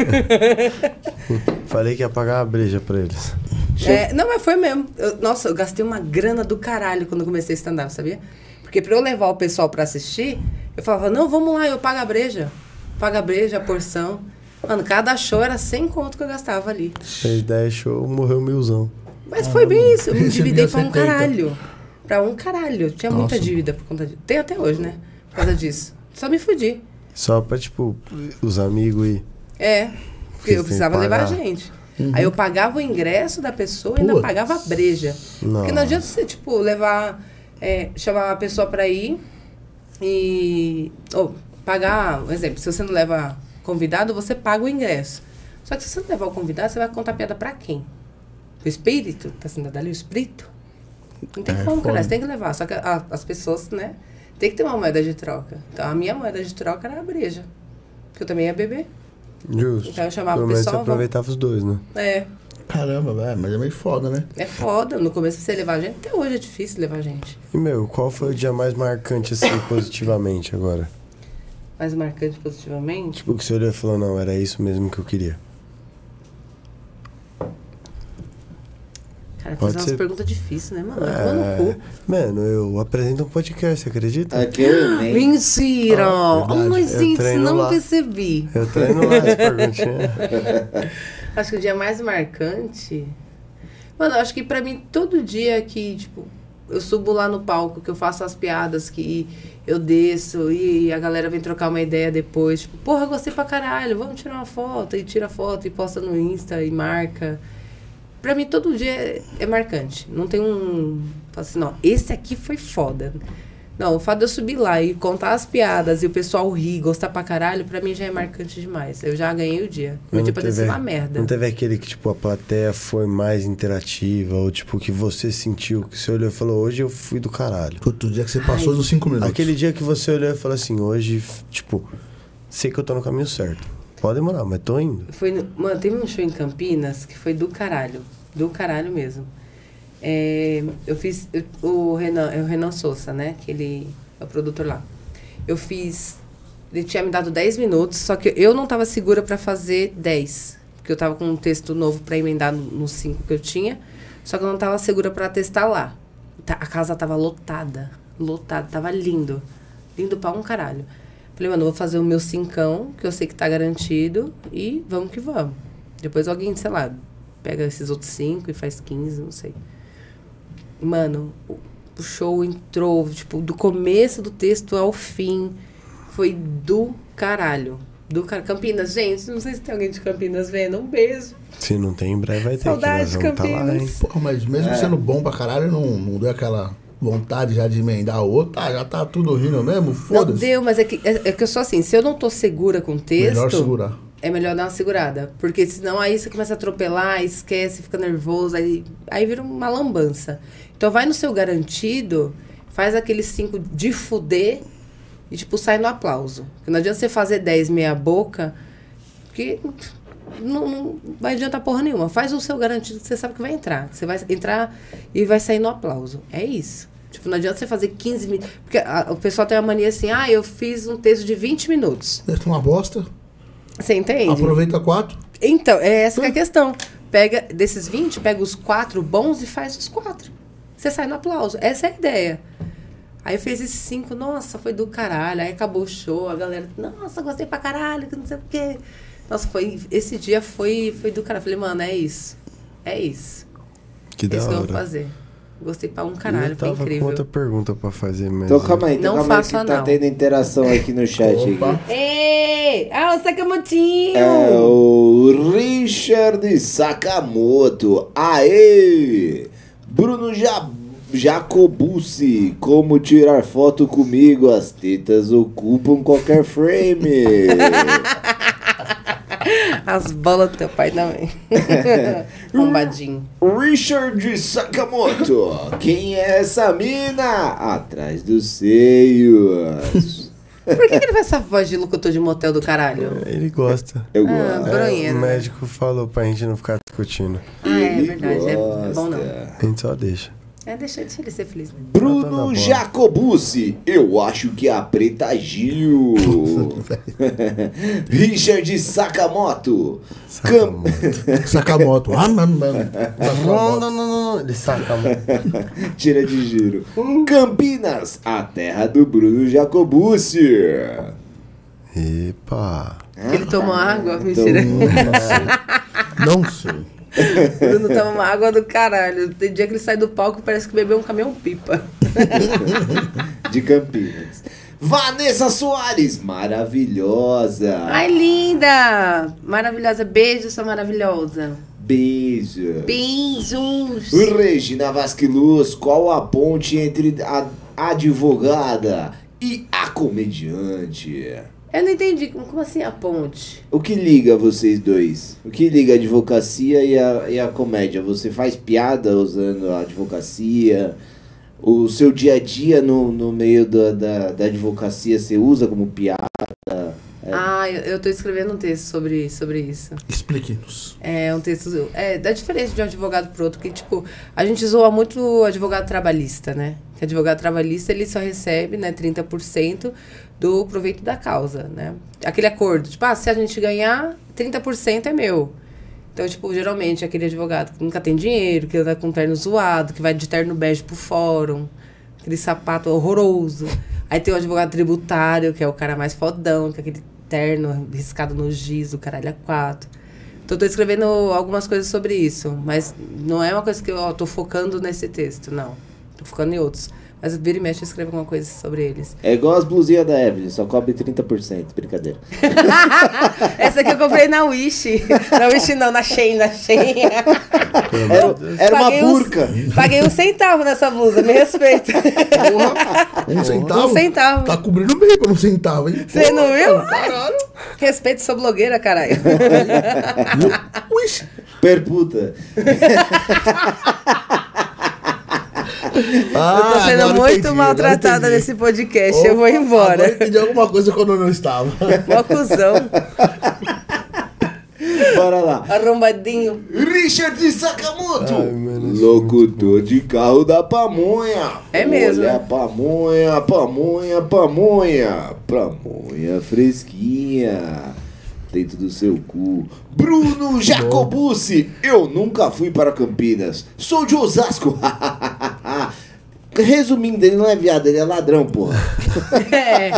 Falei que ia pagar uma breja pra eles. É, não, mas foi mesmo. Eu- nossa, eu gastei uma grana do caralho quando eu comecei stand-up, sabia? Porque pra eu levar o pessoal pra assistir, eu falava, não, vamos lá, eu pago a breja. Paga a breja, a porção. Mano, cada show era cem conto que eu gastava ali. Fez dez shows, morreu milzão. Mas foi bem isso, eu me Recebia endividei pra um setenta. caralho. Pra um caralho. Eu tinha muita Nossa. dívida por conta disso. Tem até hoje, né? Por causa disso. Só me fudi. Só pra, tipo, os amigos ir. É, porque Vocês eu precisava têm que levar a pagar. gente. Aí eu pagava o ingresso da pessoa e ainda Putz. pagava a breja. Porque não Nossa. adianta você, tipo, levar, é, chamar a pessoa pra ir e. Ou pagar, um exemplo, se você não leva convidado, você paga o ingresso. Só que se você não levar o convidado, você vai contar piada pra quem? O espírito? Tá sendo ali o espírito? Não tem É, como, cara. foda. Você tem que levar. Só que a- as pessoas, né? Tem que ter uma moeda de troca. Então a minha moeda de troca era a breja. Porque eu também ia beber. Justo. Então eu chamava Pelo o menos você pessoal, aproveitava os dois, né? É. caramba, velho, mas é meio foda, né? É foda. No começo você levar gente. Até hoje é difícil levar gente. E, meu, qual foi o dia mais marcante, assim, positivamente agora? Mais marcante positivamente. Tipo, que você olhou e falou, não, era isso mesmo que eu queria. Cara, Pode fazer umas ser. perguntas difíceis, né, mano? Vai no É, cu. mano, eu apresento um podcast, você acredita? Aqui é o Enem. Mentira! Ah, Oh, verdade. mas, Eu gente, treino não lá. percebi. Eu treino lá as perguntinhas. Acho que o dia mais marcante. Mano, eu acho que pra mim, todo dia que, tipo, eu subo lá no palco, que eu faço as piadas, que eu desço e a galera vem trocar uma ideia depois. Tipo, porra, gostei pra caralho, vamos tirar uma foto. E tira foto e posta no Insta e marca. Pra mim, todo dia é, é marcante. Não tem um... Fala assim, não, esse aqui foi foda. Não, o fato de eu subir lá e contar as piadas e o pessoal rir, gostar pra caralho, pra mim já é marcante demais. Eu já ganhei o dia. Meu Mas dia não pode ser teve- uma merda. Não teve aquele que, tipo, a plateia foi mais interativa, ou, tipo, que você sentiu, que você olhou e falou, hoje eu fui do caralho. Outro dia que você passou dos cinco minutos. Aquele dia que você olhou e falou assim, hoje, f- tipo, sei que eu tô no caminho certo. Pode demorar, mas tô indo. Foi no, mano, teve um show em Campinas que foi do caralho. Do caralho mesmo. É, eu fiz... eu- o, Renan, é o Renan Souza, né? Que ele é o produtor lá. Eu fiz... Ele tinha me dado dez minutos, só que eu não tava segura pra fazer dez. Porque eu tava com um texto novo pra emendar no- nos cinco que eu tinha. Só que eu não tava segura pra testar lá. Tá- A casa tava lotada. Lotada. Tava lindo. Lindo pra um caralho. Falei, mano, eu vou fazer o meu cincão, que eu sei que tá garantido, e vamos que vamos. Depois alguém, sei lá, pega esses outros cinco e faz quinze, não sei. Mano, o, o show entrou, tipo, do começo do texto ao fim, foi do caralho. Do car... Campinas, gente, não sei se tem alguém de Campinas vendo, um beijo. Se não tem, em breve vai ter. Saudade que nós vamos tá lá, hein? Campinas. Pô, mas mesmo sendo bom pra caralho, não, não deu aquela vontade já de emendar o outro. Ah, já tá tudo rindo mesmo? Não Foda-se. deu, mas é que, é, é que eu sou assim, se eu não tô segura com o texto... Melhor segurar. É melhor dar uma segurada. Porque senão aí você começa a atropelar, esquece, fica nervoso, aí, aí vira uma lambança. Então vai no seu garantido, faz aqueles cinco de fuder e, tipo, sai no aplauso. Porque não adianta você fazer dez meia boca, que não, não vai adiantar porra nenhuma. Faz o seu garantido que você sabe que vai entrar. Você vai entrar e vai sair no aplauso. É isso. Tipo, não adianta você fazer quinze minutos. Porque a, o pessoal tem a mania assim, ah, eu fiz um texto de vinte minutos. É uma bosta. Você entende? Aproveita quatro. Então, é essa que é a questão. Pega, desses vinte, pega os quatro bons e faz os quatro. Você sai no aplauso. Essa é a ideia. Aí eu fiz esses cinco, nossa, foi do caralho. Aí acabou o show, a galera, nossa, gostei pra caralho, que não sei o quê. Nossa, foi, esse dia foi, foi do caralho. Falei, mano, é isso. É isso. Que é da isso que eu vou hora. fazer. Gostei pra um caralho, Eu foi tava incrível. com outra pergunta pra fazer, mas... Então calma aí, então Não calma aí faço que tá anal. tendo interação aqui no chat. Opa. Aqui. Ei! Ah, o Sakamotinho! É o Richard Sakamoto. Aê! Bruno ja Jacobucci. Como tirar foto comigo? As tetas ocupam qualquer frame. As bolas do teu pai também. Bombadinho. Richard Sakamoto. Quem é essa mina? Atrás dos seios. Por que, que ele faz essa voz de locutor de motel do caralho? Ele gosta. Eu Ah, gosto. bronheiro, o né? médico falou pra gente não ficar discutindo. Ah, é Ele verdade. É, é bom não. gosta. A gente só deixa. É, deixa, deixa ele ser feliz. Né? Tá na Bruno bola. Jacobucci, eu acho que a Preta Gil. Richard Sakamoto. Saca, Cam- mano. Sakamoto. Ah, mano, mano. Não, Sakamoto. não, não, não. Ele saca, mano. Tira de giro. Campinas, a terra do Bruno Jacobucci. Epa. Ele tomou água? Mentira. Não sei. O Bruno toma uma água do caralho. Tem dia que ele sai do palco parece que bebeu um caminhão-pipa. De Campinas. Vanessa Soares, maravilhosa. Ai, linda! Maravilhosa. Beijo, sua maravilhosa. Beijo. Beijos. Regina Vasquiluz, qual a ponte entre a advogada e a comediante? Eu não entendi. Como assim a ponte? O que liga vocês dois? O que liga a advocacia e a, e a comédia? Você faz piada usando a advocacia? O seu dia a dia no, no meio da, da, da advocacia você usa como piada? Ah, eu, eu tô escrevendo um texto sobre, sobre isso. Explique-nos. É um texto. É, da diferença de um advogado pro outro, que, tipo, a gente zoa muito o advogado trabalhista, né? Que advogado trabalhista ele só recebe, né, trinta por cento do proveito da causa, né? Aquele acordo, tipo, ah, se a gente ganhar, trinta por cento é meu. Então, tipo, geralmente aquele advogado que nunca tem dinheiro, que anda com terno zoado, que vai de terno bege pro fórum, aquele sapato horroroso. Aí tem o advogado tributário, que é o cara mais fodão, que é aquele terno riscado no giz, o caralho a quatro. Então, eu tô escrevendo algumas coisas sobre isso, mas não é uma coisa que eu ó, tô focando nesse texto, não. Tô focando em outros. Mas vira e mexe eu escrevo alguma coisa sobre eles. É igual as blusinhas da Evelyn, só cobre trinta por cento, brincadeira. Essa aqui eu comprei na Wish. Na Wish não, na Shein, na Shein. Era, era uma Paguei uns- burca. Paguei um centavo nessa blusa, me respeita. Um centavo? Um centavo. Tá cobrindo meio pra um centavo, hein? Você não viu? Caralho. Respeito, sou blogueira, caralho. Ui. Perputa. Ah, Eu tô sendo agora muito entendi, maltratada agora entendi. nesse podcast. Opa, eu vou Agora embora. entendi alguma coisa quando eu não estava. Mó cuzão. Bora lá. Arrombadinho. Richard Sakamoto, Ai, mano, locutor de carro da pamonha. É mesmo, Olha né? a pamonha, pamonha, pamonha. Pamonha fresquinha. Dentro do seu cu. Bruno Jacobucci. Eu nunca fui para Campinas. Sou de Osasco. Resumindo, ele não é viado, ele é ladrão, porra. É.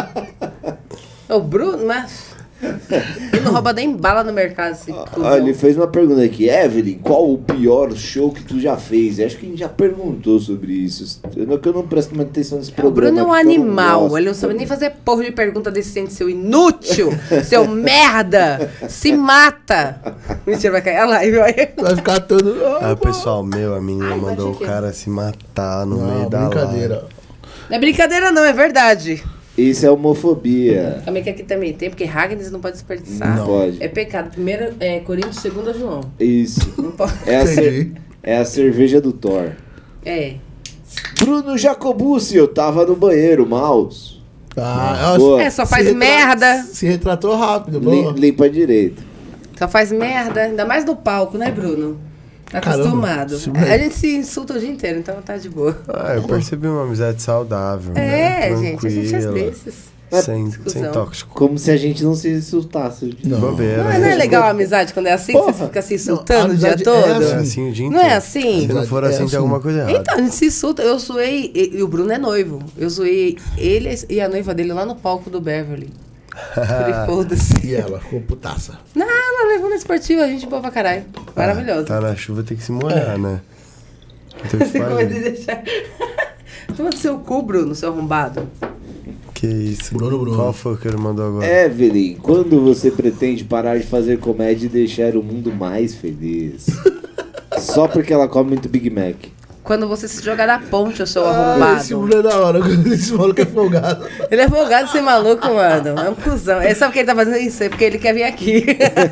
O Bruno, mas... Ele não rouba nem bala no mercado, assim. Ah, ele fez uma pergunta aqui. Evelyn, qual o pior show que tu já fez? Acho que a gente já perguntou sobre isso. Eu não, que eu não presto muita atenção nesse O programa. Bruno é um aqui, que eu não animal. gosto. Ele não sabe nem fazer porra de pergunta decente, seu inútil, seu merda. Se mata. Mentira, vai cair a live, olha. Vai ficar todo. Ah, pessoal, meu, a menina Ai, mandou o bate aqui. cara se matar no Não, meio da brincadeira. live. Não é brincadeira, não, é verdade. Isso é homofobia. Também que aqui também tem, porque Ragnes não pode desperdiçar. Não pode. É pecado. Primeiro é Coríntios, segundo é João. Isso. Não pode. É a, cer- Entendi. é a cerveja do Thor. É. Bruno Jacobucci, eu tava no banheiro, mouse. Ah, Boa. É, só faz se retra- merda. Se retratou rápido, Lim- boa. limpa direito. Só faz merda. Ainda mais no palco, né, Bruno? Tá Caramba, acostumado. isso mesmo. A gente se insulta o dia inteiro, então tá de boa. Ah, eu percebi uma amizade saudável, né? É, gente, a gente é Tranquila, desses. Sem, sem Discussão. tóxico. Como se a gente não se insultasse. Não. Bobeira. Não, é- não é legal a amizade quando é assim, que Porra. você fica se Não, insultando a o dia amizade todo? é É assim. assim o dia Não inteiro. é assim? Se não for É assim, assim. tem alguma coisa errada. Então, a gente se insulta. Eu zoei, e, e o Bruno é noivo. Eu zoei ele e a noiva dele lá no palco do Beverly. Falei, foda-se. E ela ficou putaça. Não, ela levou na esportiva, a gente boa pra caralho. Maravilhosa. Tá na chuva, tem que se molhar, né? Então, Você faz pode isso. deixar. Toma seu cu, Bruno, seu arrombado. Que isso? Bruno, Bruno. Qual foi que ele mandou agora? Evelyn, quando você pretende parar de fazer comédia e deixar o mundo mais feliz? Só porque ela come muito Big Mac. Quando você se jogar da ponte, o seu Ah, esse arrombado. Bruno é da hora. Esse maluco é folgado. Ele é folgado de ser maluco, mano. É um cuzão. Ele sabe que ele tá fazendo isso? É porque ele quer vir aqui.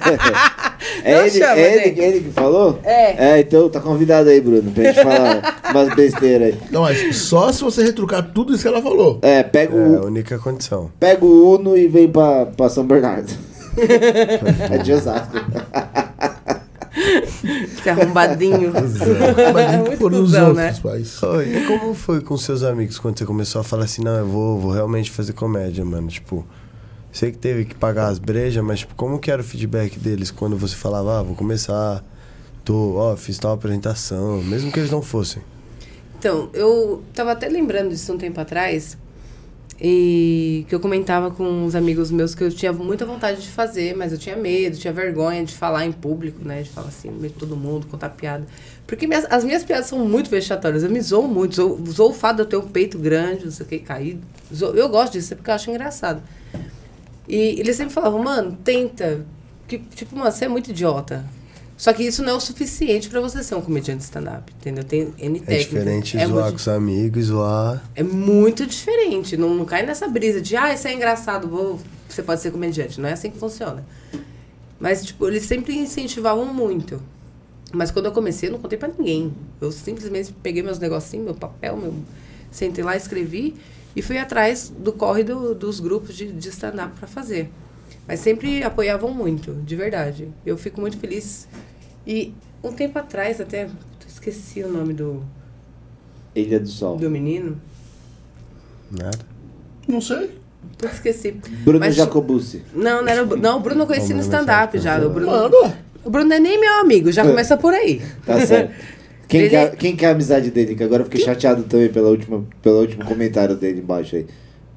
É, Não ele, chama, é ele, gente. ele que falou? É. É, então tá convidado aí, Bruno, pra gente falar umas besteiras aí. Não, mas só se você retrucar tudo isso que ela falou. É, pega É a o, única condição. pega o Uno e vem pra, pra São Bernardo. É de Osasco. Esse arrombadinho. Mas É nem que muito foram os cuzão, outros, né? pais. Oi, e como foi com seus amigos quando você começou a falar assim, não, eu vou, vou realmente fazer comédia, mano? Tipo, sei que teve que pagar as brejas, mas tipo, como que era o feedback deles quando você falava, ah, vou começar, tô, ó, fiz tal apresentação, mesmo que eles não fossem? Então, eu tava até lembrando disso um tempo atrás, e que eu comentava com uns amigos meus que eu tinha muita vontade de fazer, mas eu tinha medo, tinha vergonha de falar em público, né? De falar assim, no meio de todo mundo, contar piada. Porque minhas, as minhas piadas são muito vexatórias, eu me zoo muito, zoo, zoo o fato de eu ter um peito grande, não sei o que, caído. Zoo, eu gosto disso, é porque eu acho engraçado. E eles sempre falavam, mano, tenta. Que, tipo, mano, você é muito idiota. Só que isso não é o suficiente pra você ser um comediante stand-up, entendeu? Tem N É técnicas. diferente É zoar muito com os amigos, zoar... é muito diferente. Não, não cai nessa brisa de, ah, isso é engraçado, vou, você pode ser comediante. Não é assim que funciona. Mas, tipo, eles sempre incentivavam muito. Mas quando eu comecei, eu não contei pra ninguém. Eu simplesmente peguei meus negocinhos, meu papel, meu... sentei lá, escrevi e fui atrás do corre do, dos grupos de, de stand-up pra fazer. Mas sempre apoiavam muito, de verdade. Eu fico muito feliz. E um tempo atrás, até, esqueci o nome do, Ilha do Sol. do menino. Nada. Não sei. Eu esqueci. Bruno Mas, Jacobucci. Não, não, era o, não, o Bruno eu conheci no Vamos stand-up começar já. a O Bruno, Mano, o Bruno não é nem meu amigo, já começa por aí. Tá certo. Quem, Ele- que é, quem que é a amizade dele? Que agora eu fiquei chateado também pela última, pelo último comentário dele embaixo aí.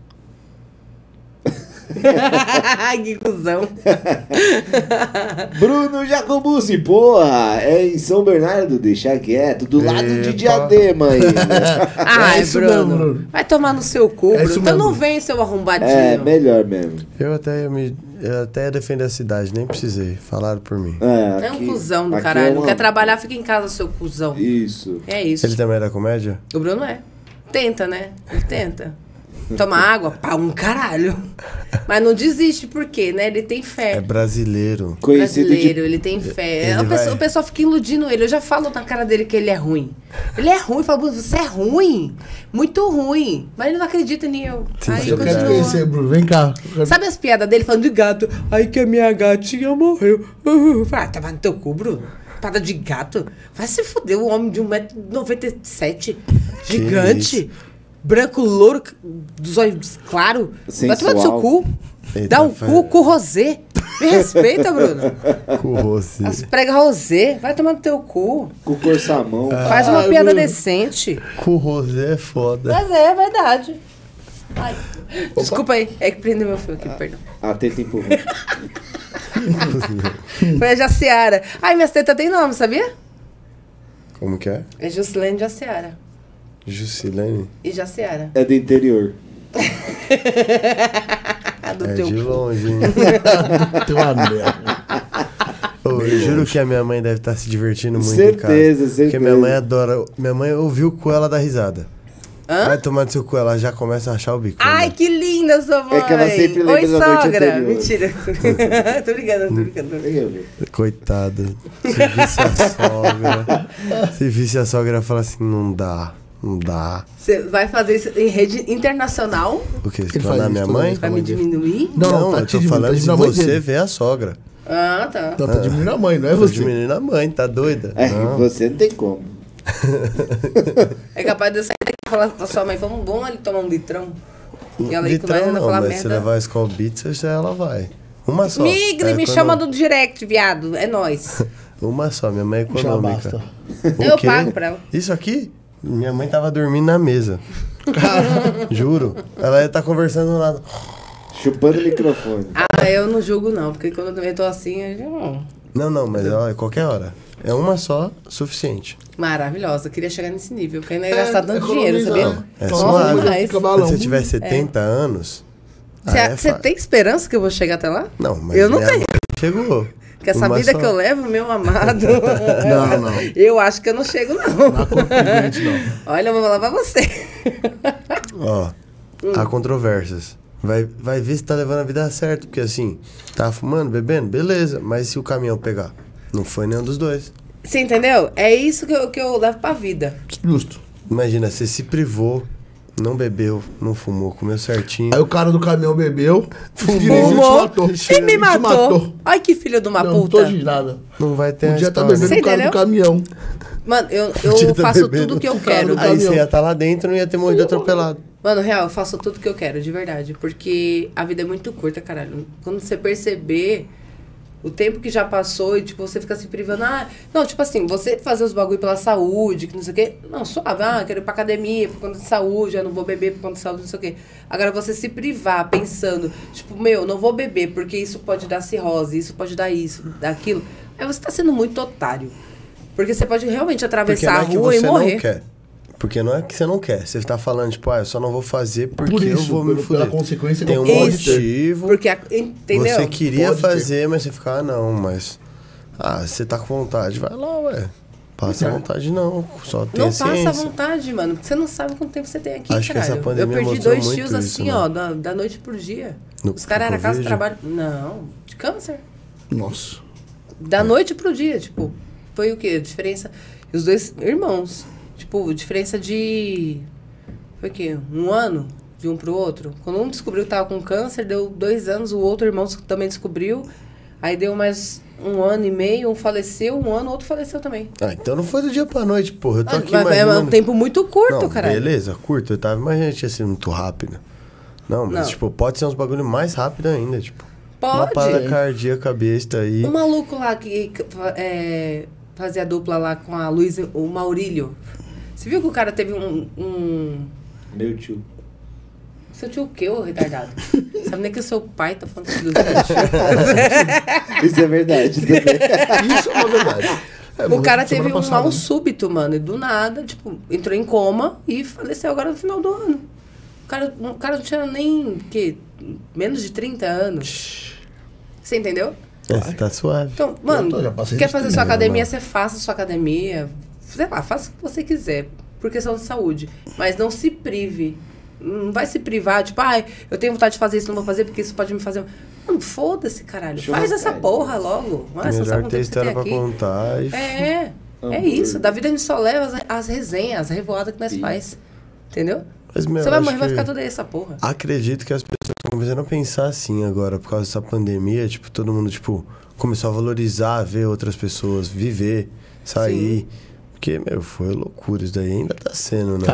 Que cuzão. Bruno Jacobucci, porra, é em São Bernardo, deixa quieto, do lado de Epa. Diadema ainda. Ai, isso Bruno. mesmo, Bruno. Vai tomar no seu cu, É Bruno. isso Então mesmo. não vem, seu arrombadinho. É, melhor mesmo. Eu até ia, me, eu até ia defender a cidade, nem precisei. Falaram por mim. É, É um aqui- cuzão do aqui caralho. é Não uma- quer trabalhar, fica em casa, seu cuzão. Isso. É isso. Ele também era comédia? O Bruno é. Tenta, né? Ele tenta. Toma água? Pra um caralho. Mas não desiste, por quê, né? Ele tem fé. É brasileiro. Conhecido Brasileiro, de... ele tem fé. Ele o, pessoal, vai- o pessoal fica iludindo ele. Eu já falo na cara dele que ele é ruim. Ele é ruim. Fala, "Bruno, você é ruim. Muito ruim." Mas ele não acredita em eu. Sim, Aí é Eu quero te verdade. continua. conhecer, Bruno. Vem cá. Eu quero- Sabe as piadas dele falando de gato? Aí que a minha gatinha morreu. Uh, ah, tava no teu cu, Bruno. Piada de gato. Vai se fuder, um homem de um metro e noventa e sete. Gigante. Branco, louro, dos olhos claros. Vai tomar no seu Sensual. cu. Eita, Dá um faz- cu com rosé. Me respeita, Bruno. Com você. As pregas rosé. Vai tomar no teu cu. Com corçamão. Faz uma Ai, piada Bruno. decente. Com o Rosé é foda. Mas é, é verdade. Ai. Desculpa aí. É que prendeu meu fio aqui, perdão. A teta empurrou. Foi a Jaciara. Ai, minhas tetas tem nome, sabia? Como que é? É Juscelene Jaciara. Jusilene? E Jaciara. É do interior. A do É teu de cu. longe, hein? Tem uma merda. Ô, eu juro que a minha mãe deve estar se divertindo muito Certeza, em casa. certeza. Porque minha mãe adora... Minha mãe ouviu com ela dar risada. Hã? Vai tomar no seu cu, ela já começa a achar o bico. Ai, né? que linda sua mãe. É que ela sempre lembra Oi, da noite sogra. anterior. Mentira. tô brincando, tô brincando. Nem eu vi. Coitada. Se visse a sogra... Se visse a sogra, fala assim, não dá, não dá. Você vai fazer isso em rede internacional? O quê? Você Ele vai faz na isso minha toda mãe? vez. Vai me diminuir? Não, Não, tá eu te tô diminuindo, falando tá de diminuindo a mãe você dele. ver a sogra. Ah, tá. Não, tá diminuindo a mãe, não é Tô você. diminuindo a mãe, tá doida? É, Não. você não tem como. É capaz de eu sair daqui e falar pra sua mãe, vamos, vamos ali tomar um litrão? E ela aí com nós Litrão ainda não, falar mas se merda. levar a Skull Beats, ela vai. Uma só. Migre, É me econo- chama do direct, viado. É nóis. Uma só, minha mãe é Já econômica. basta. O Eu quê? pago pra ela. Isso aqui? Minha mãe tava dormindo na mesa. Juro. Ela ia estar conversando lá. Chupando o microfone. Ah, eu não julgo não, porque quando eu também tô assim, eu já não. Não, não, mas ela é qualquer hora. É uma só, suficiente. Maravilhosa, eu queria chegar nesse nível, porque ainda ia gastar tanto dinheiro, economiza, sabia? né? É Nossa, suave. mulher fica Quando balão. você tiver setenta anos. Você aí é você fácil. tem esperança que eu vou chegar até lá? Não, mas Eu não minha tenho. mãe chegou. Porque essa Uma vida só. que eu levo, meu amado. Não, não. Eu acho que eu não chego, não. Não há concorrente, não. Olha, eu vou falar pra você. Ó, Hum. há controvérsias. Vai, vai ver se tá levando a vida certa. Porque assim, tá fumando, bebendo, beleza. Mas se o caminhão pegar? Não foi nenhum dos dois. Você entendeu? É isso que eu, que eu levo pra vida. Justo. Imagina, você se privou, não bebeu, não fumou, comeu certinho. Aí o cara do caminhão bebeu, dirigiu e te Fumou matou. e me Te matou. Ai, que filho de uma Não, não puta. tô de nada. Não vai ter a Podia estar história. bebendo Você o cara do entendeu? caminhão. Mano, eu, Podia eu tá faço bebendo tudo que eu o cara quero. do Aí caminhão. você ia estar lá dentro e não ia ter morrido atropelado. Mano, real, eu faço tudo que eu quero, de verdade. Porque a vida é muito curta, caralho. Quando você perceber o tempo que já passou e, tipo, você fica se privando. Ah, não, tipo assim, você fazer os bagulho pela saúde, que não sei o quê. Não, suave. Ah, quero ir pra academia por conta de saúde, eu não vou beber por conta de saúde, não sei o quê. Agora, você se privar pensando, tipo, meu, não vou beber porque isso pode dar cirrose, isso pode dar isso, dar aquilo. Aí você tá sendo muito otário. Porque você pode realmente Porque atravessar não a é que rua e você morrer. não quer. Porque não é que você não quer. Você tá falando, tipo, ah, eu só não vou fazer porque Por eu isso, vou me pelo- pela fuder. consequência Tem que um pode ter. motivo. Porque, a- entendeu? Você queria Pode ter. fazer, mas você fica, ah, não, mas... Ah, você tá com vontade, vai lá, ué. Passa a vontade não, só tem Não a passa à ciência. vontade, mano. Porque você não sabe quanto tempo você tem aqui, Acho que caralho. essa pandemia Eu perdi mostrou dois muito tios isso, assim, né? ó, da, da noite pro dia. No- Os caras no eram casa Covid? trabalho. Não, de câncer. Nossa. Da noite pro dia, tipo. Foi o quê? A diferença. E os dois irmãos. Tipo, diferença de. Foi o quê? Um ano de um pro outro. Quando um descobriu que tava com câncer, deu dois anos, o outro irmão também descobriu. Aí deu mais um ano e meio, um faleceu, um ano, o outro faleceu também. Ah, então não foi do dia pra noite, porra. Eu tô Ah, aqui mas é imaginando... um tempo muito curto, Não, caralho. beleza, curto. Eu tava imaginando que tinha sido muito rápido. Não, mas, Não. tipo, pode ser uns bagulho mais rápido ainda, tipo. Uma Pode. parada cardíaca besta aí. O maluco lá que que, é, fazia dupla lá com a Luísa, o Maurílio. Você viu que o cara teve um. um... Meu tio. Seu tio o quê, ô retardado? Sabe nem que o seu pai tá falando do seu tio. Isso é verdade também. Isso é uma verdade. É, O morreu cara semana teve um passada, mal né? súbito, mano. E do nada, tipo, entrou em coma e faleceu agora no final do ano. O cara, o cara não tinha nem, que, menos de trinta anos. Você entendeu? É, você tá suave. Então, mano, tô, já passei quer disso fazer também, sua né, academia, mano? você faça sua academia. Sei lá, faça o que você quiser, por questão de saúde. Mas não se prive. Não vai se privar, tipo, ai, eu tenho vontade de fazer isso, não vou fazer porque isso pode me fazer... Mano, foda-se, caralho. Show, Faz essa cara. porra logo. Olha, você sabe Melhor quanto ter tempo você história tem pra aqui. contar e... É, é isso. Da vida a gente só leva as, as resenhas, as revoadas que nós Sim. faz. Entendeu? Mas, meu, Você vai acho morrer, vai que- ficar toda essa porra. Acredito que as pessoas estão começando a pensar assim agora, por causa dessa pandemia, tipo, todo mundo, tipo, começou a valorizar, ver outras pessoas, viver, sair. Porque, meu, foi loucura, isso daí ainda tá sendo, né?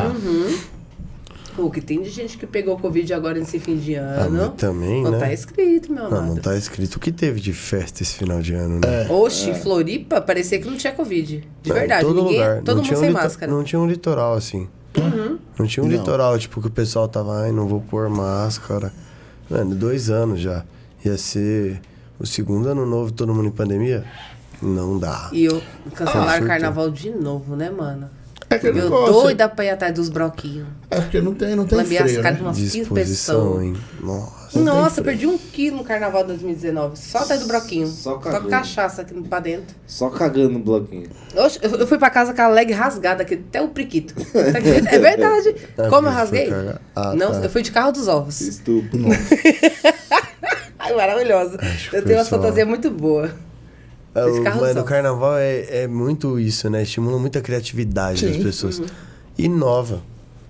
O que tem de gente que pegou Covid agora nesse fim de Ah, ano. mas também, não né? tá escrito, meu Não, amado. não tá escrito o que teve de festa esse final de ano, né? Oxi, Floripa, parecia que não tinha Covid. De Não, em verdade, todo ninguém, lugar. todo Não mundo tinha um sem lito- máscara. Não tinha um litoral assim. Não tinha um Não. litoral, tipo, que o pessoal tava, ai, não vou pôr máscara. Mano, dois anos já. Ia ser o segundo ano novo, todo mundo em pandemia? Não dá. E eu cancelaram Ah, o carnaval de novo, né, mano? É que Eu negócio, doida pra ir atrás dos broquinhos. É porque não tem, não tem Lamber as freio, caras de né? umas quinze Disposição, pessoas. hein? Nossa. Nossa, eu perdi um quilo no carnaval de dois mil e dezenove. Só atrás do broquinho. Só Só cagou. cachaça aqui pra dentro. Só cagando no bloquinho. Oxe, eu eu fui pra casa com a leg rasgada aqui, até o priquito. Você acredita? É verdade. Ah, Como eu foi rasguei? cagar. Ah, Não, tá. eu fui de carro dos ovos. Estúpido. Ai, maravilhosa. Acho que Eu tenho uma pessoal- fantasia muito boa. É, Esse o, carro mano, só. o carnaval é, é muito isso, né? Estimula muita criatividade das Sim. pessoas. Uhum. Inova.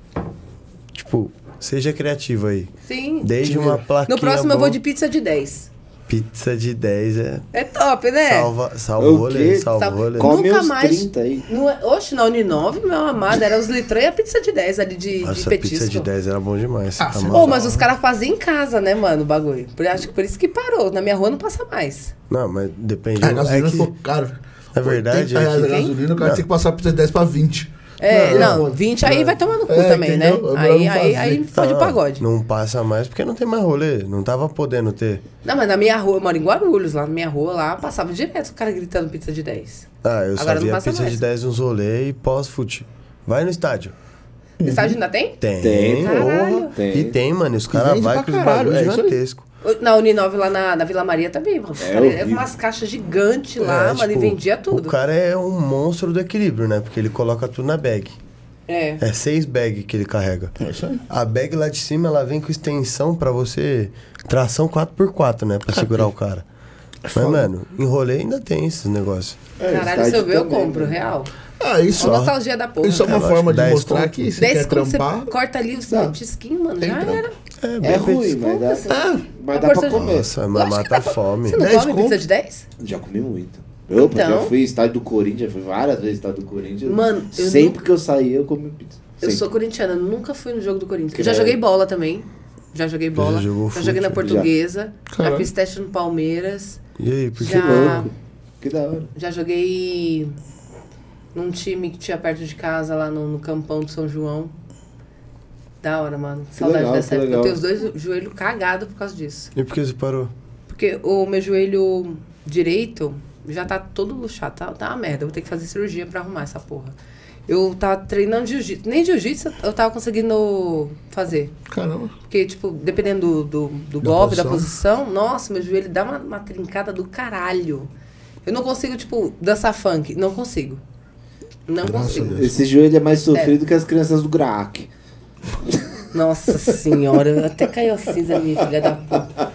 Tipo, seja criativo aí. Sim. Desde uma plaquinha No próximo eu vou boa- de pizza de dez. Pizza de dez é... É top, né? Salva, salva O o rolê, quê? salva o Salva- rolê. Como- Come Nunca uns mais. trinta aí. Não é... Oxe, na Uninove, meu amado, era os litrão e a pizza de dez ali de, de Nossa, petisco. pizza de dez era bom demais. Ah, tá sim. maluco. Ô, mas os caras faziam em casa, né, mano, o bagulho. Por, acho que por isso que parou. Na minha rua não passa mais. Não, mas depende. A é gasolina que- ficou caro. É verdade, oitenta é reais que- a gasolina, o cara Não. tem que passar pizza de dez pra vinte. É, Não, não, vinte aí vai tomar no cu É, também, né? entendeu? É Aí, melhor não aí, fazer. aí foi de Não, pagode. Não passa mais porque não tem mais rolê. Não tava podendo ter. Não, mas na minha rua, eu moro em Guarulhos, lá na minha rua, lá passava direto o cara gritando pizza de dez. Ah, eu só Agora não via passa pizza mais. de dez nos rolê e pós-fute. Vai no estádio. No estádio ainda tem? Tem. Tem, porra. caralho. Tem. E tem, mano. Os E caras vende vão pra com os caralho, bagulhos é isso aí. gigantescos. Na Uninove, lá na, na Vila Maria também, mano. Os É caras iam horrível. com umas caixas gigantes lá, É, mano, tipo, e vendia tudo. O cara é um monstro do equilíbrio, né? Porque ele coloca tudo na bag. É. É seis bags que ele carrega. É isso aí. A bag lá de cima, ela vem com extensão pra você... Tração quatro por quatro, né? Pra segurar o cara. Mas, foda. mano, em rolê ainda tem esses negócios. É, Caralho, se estádio eu ver, eu também, compro, né? real. Ah, isso, Ó, ó. nostalgia da porra. Isso é uma É, lógico, forma de dez mostrar conto. que você dez quer quando você trampar. corta ali o Dá. petisquinho, mano, Tem já trampo. era. É ruim, mas dá. É, Mas A dá pra porção de- comer. Nossa, mas Lógico que mata dá a pra- fome. Você não dez come conto? pizza de dez? Já comi muito. Eu Então. já fui estádio do Corinthians, fui várias vezes estádio do Corinthians. Mano, eu sempre não- que eu saía, eu comi pizza. Eu Sempre. sou corintiana, nunca fui no jogo do Corinthians. Que Já é- joguei bola também. Já joguei bola. Já jogou Já joguei na fute? Portuguesa. Já, Caralho. fiz teste no Palmeiras. E aí, por que Já- louco? Que da hora. Já joguei num time que tinha perto de casa, lá no, no campão de São João. Da hora, mano. Saudade legal, dessa que época. legal. Eu tenho os dois joelhos cagados por causa disso. E por que você parou? Porque o meu joelho direito já tá todo luxado. Tá, tá uma merda. Eu vou ter que fazer cirurgia pra arrumar essa porra. Eu tava treinando jiu-jitsu. Nem jiu-jitsu eu tava conseguindo fazer. Caramba. Porque, tipo, dependendo do, do, do Da golpe, da posição. posição, nossa, meu joelho dá uma, uma trincada do caralho. Eu não consigo, tipo, dançar funk. Não consigo. Não Graças a consigo. Deus. Esse joelho é mais sofrido que as crianças do Graak. Nossa senhora, até caiu a cinza, minha filha da puta.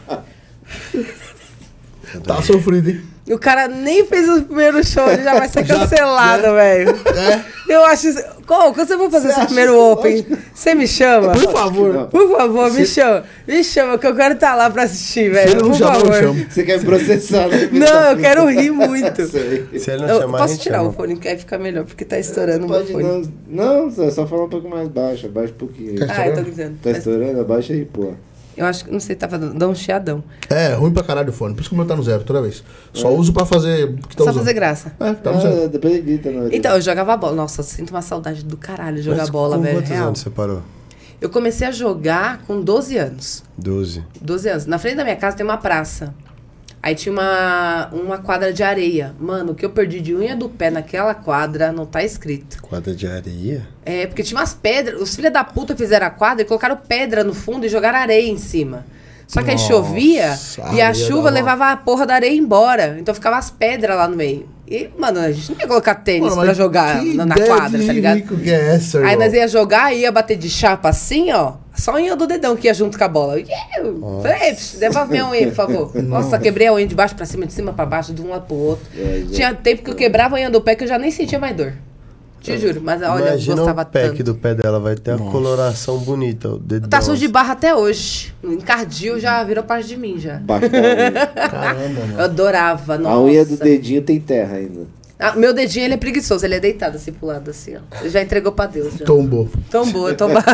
Tá sofrido, hein? E o cara nem fez o primeiro show, ele já vai ser Já- cancelado, velho. É. Eu acho isso. Qual? Quando você for fazer Você seu acha primeiro isso open, você me chama? Por favor. Não. Por favor, me chama. Me chama, que eu quero estar lá pra assistir, Se velho. ele não Por chamar, eu favor. chamo. Você quer me processar, né? Não, eu quero rir muito. Sei. Se ele não Eu chamar, a posso gente tirar chama. o fone, que aí fica melhor, porque tá estourando o meu Pode fone. não. Não, é só falar um pouco mais baixo. Abaixa um pouquinho. Tá Ah, eu tô estourando? gritando. Tá estourando? Abaixa aí, pô. Eu acho que, não sei, tava dando um chiadão. É, ruim pra caralho o fone. Por isso que o meu tá no zero toda vez. Só uso pra fazer o que tá Só usando. fazer graça. É, tá no zero. Ah, depois edita, na verdade. Então, eu jogava bola. Nossa, eu sinto uma saudade do caralho de jogar Mas bola, com velho. quantos Real. anos você parou? Eu comecei a jogar com doze anos. doze. doze anos. Na frente da minha casa tem uma praça. Aí tinha uma, uma quadra de areia. Mano, o que eu perdi de unha do pé naquela quadra não tá escrito. Quadra de areia? É, porque tinha umas pedras. Os filhos da puta fizeram a quadra e colocaram pedra no fundo e jogaram areia em cima. Só que aí Nossa, chovia e a areia chuva dava- levava a porra da areia embora. Então ficava as pedras lá no meio. E, mano, a gente não ia colocar tênis Mano, pra mas jogar que na, na ideia quadra, de tá ligado? rico que é essa, Aí irmão? nós ia jogar e ia bater de chapa assim, ó. Só a unha do dedão que ia junto com a bola. Yeah. Falei, "Psh, devolve minha unha, por favor. Nossa, quebrei a unha de baixo pra cima, de cima pra baixo, de um lado pro outro. É, é. Tinha tempo que eu quebrava a unha do pé que eu já nem sentia mais dor. Te juro, mas olha, Imagina eu gostava o pack tanto. do pé dela, vai ter uma coloração bonita. O dedão. Tá sujo de barra até hoje. Encardio já virou parte de mim já. Baixo da unha. Caramba, Eu mano. adorava, nossa. A unha do dedinho tem terra ainda. Ah, meu dedinho, ele é preguiçoso, ele é deitado assim pro lado, assim, ó. Ele já entregou pra Deus, já. Tombou. Tombou, tombado.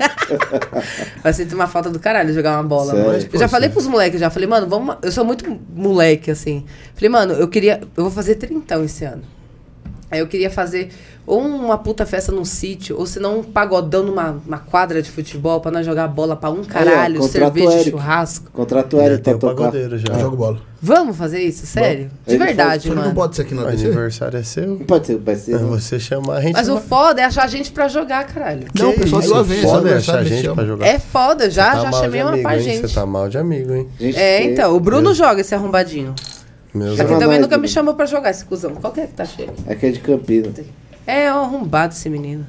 Vai sentir uma falta do caralho jogar uma bola, Sério? mano. Mas, Eu pô, já falei sim. pros moleques, já falei, mano, vamos. Eu sou muito moleque, assim. Falei, mano, eu queria. Eu vou fazer trintão esse ano. Aí eu queria fazer ou uma puta festa num sítio, ou se não um pagodão numa uma quadra de futebol pra nós jogar bola pra um caralho, contrata o cerveja, Eric. churrasco. Contrato Já Eric tem pra o tocar. pagodeiro já. Eu jogo bola. Vamos fazer isso? Sério? De Ele verdade, Só que mano. não pode ser aqui O na D C. aniversário é seu. Não pode ser, vai ser. É não. você chamar a gente. Mas o vai- foda é achar gente pra jogar, caralho. Não, o pessoal isso, de uma vez, foda é aniversário achar me gente chama. pra jogar. É foda, já, Você tá já mal de chamei uma amigo, pra hein? gente. Você tá mal de amigo, hein? Gente, É, tem- então, o Bruno joga esse arrombadinho. Meus Só que Chama também nós, nunca me Bruno. chamou pra jogar esse cuzão. Qual que é que tá cheio? Aqui é de Campinas. É um arrombado esse menino.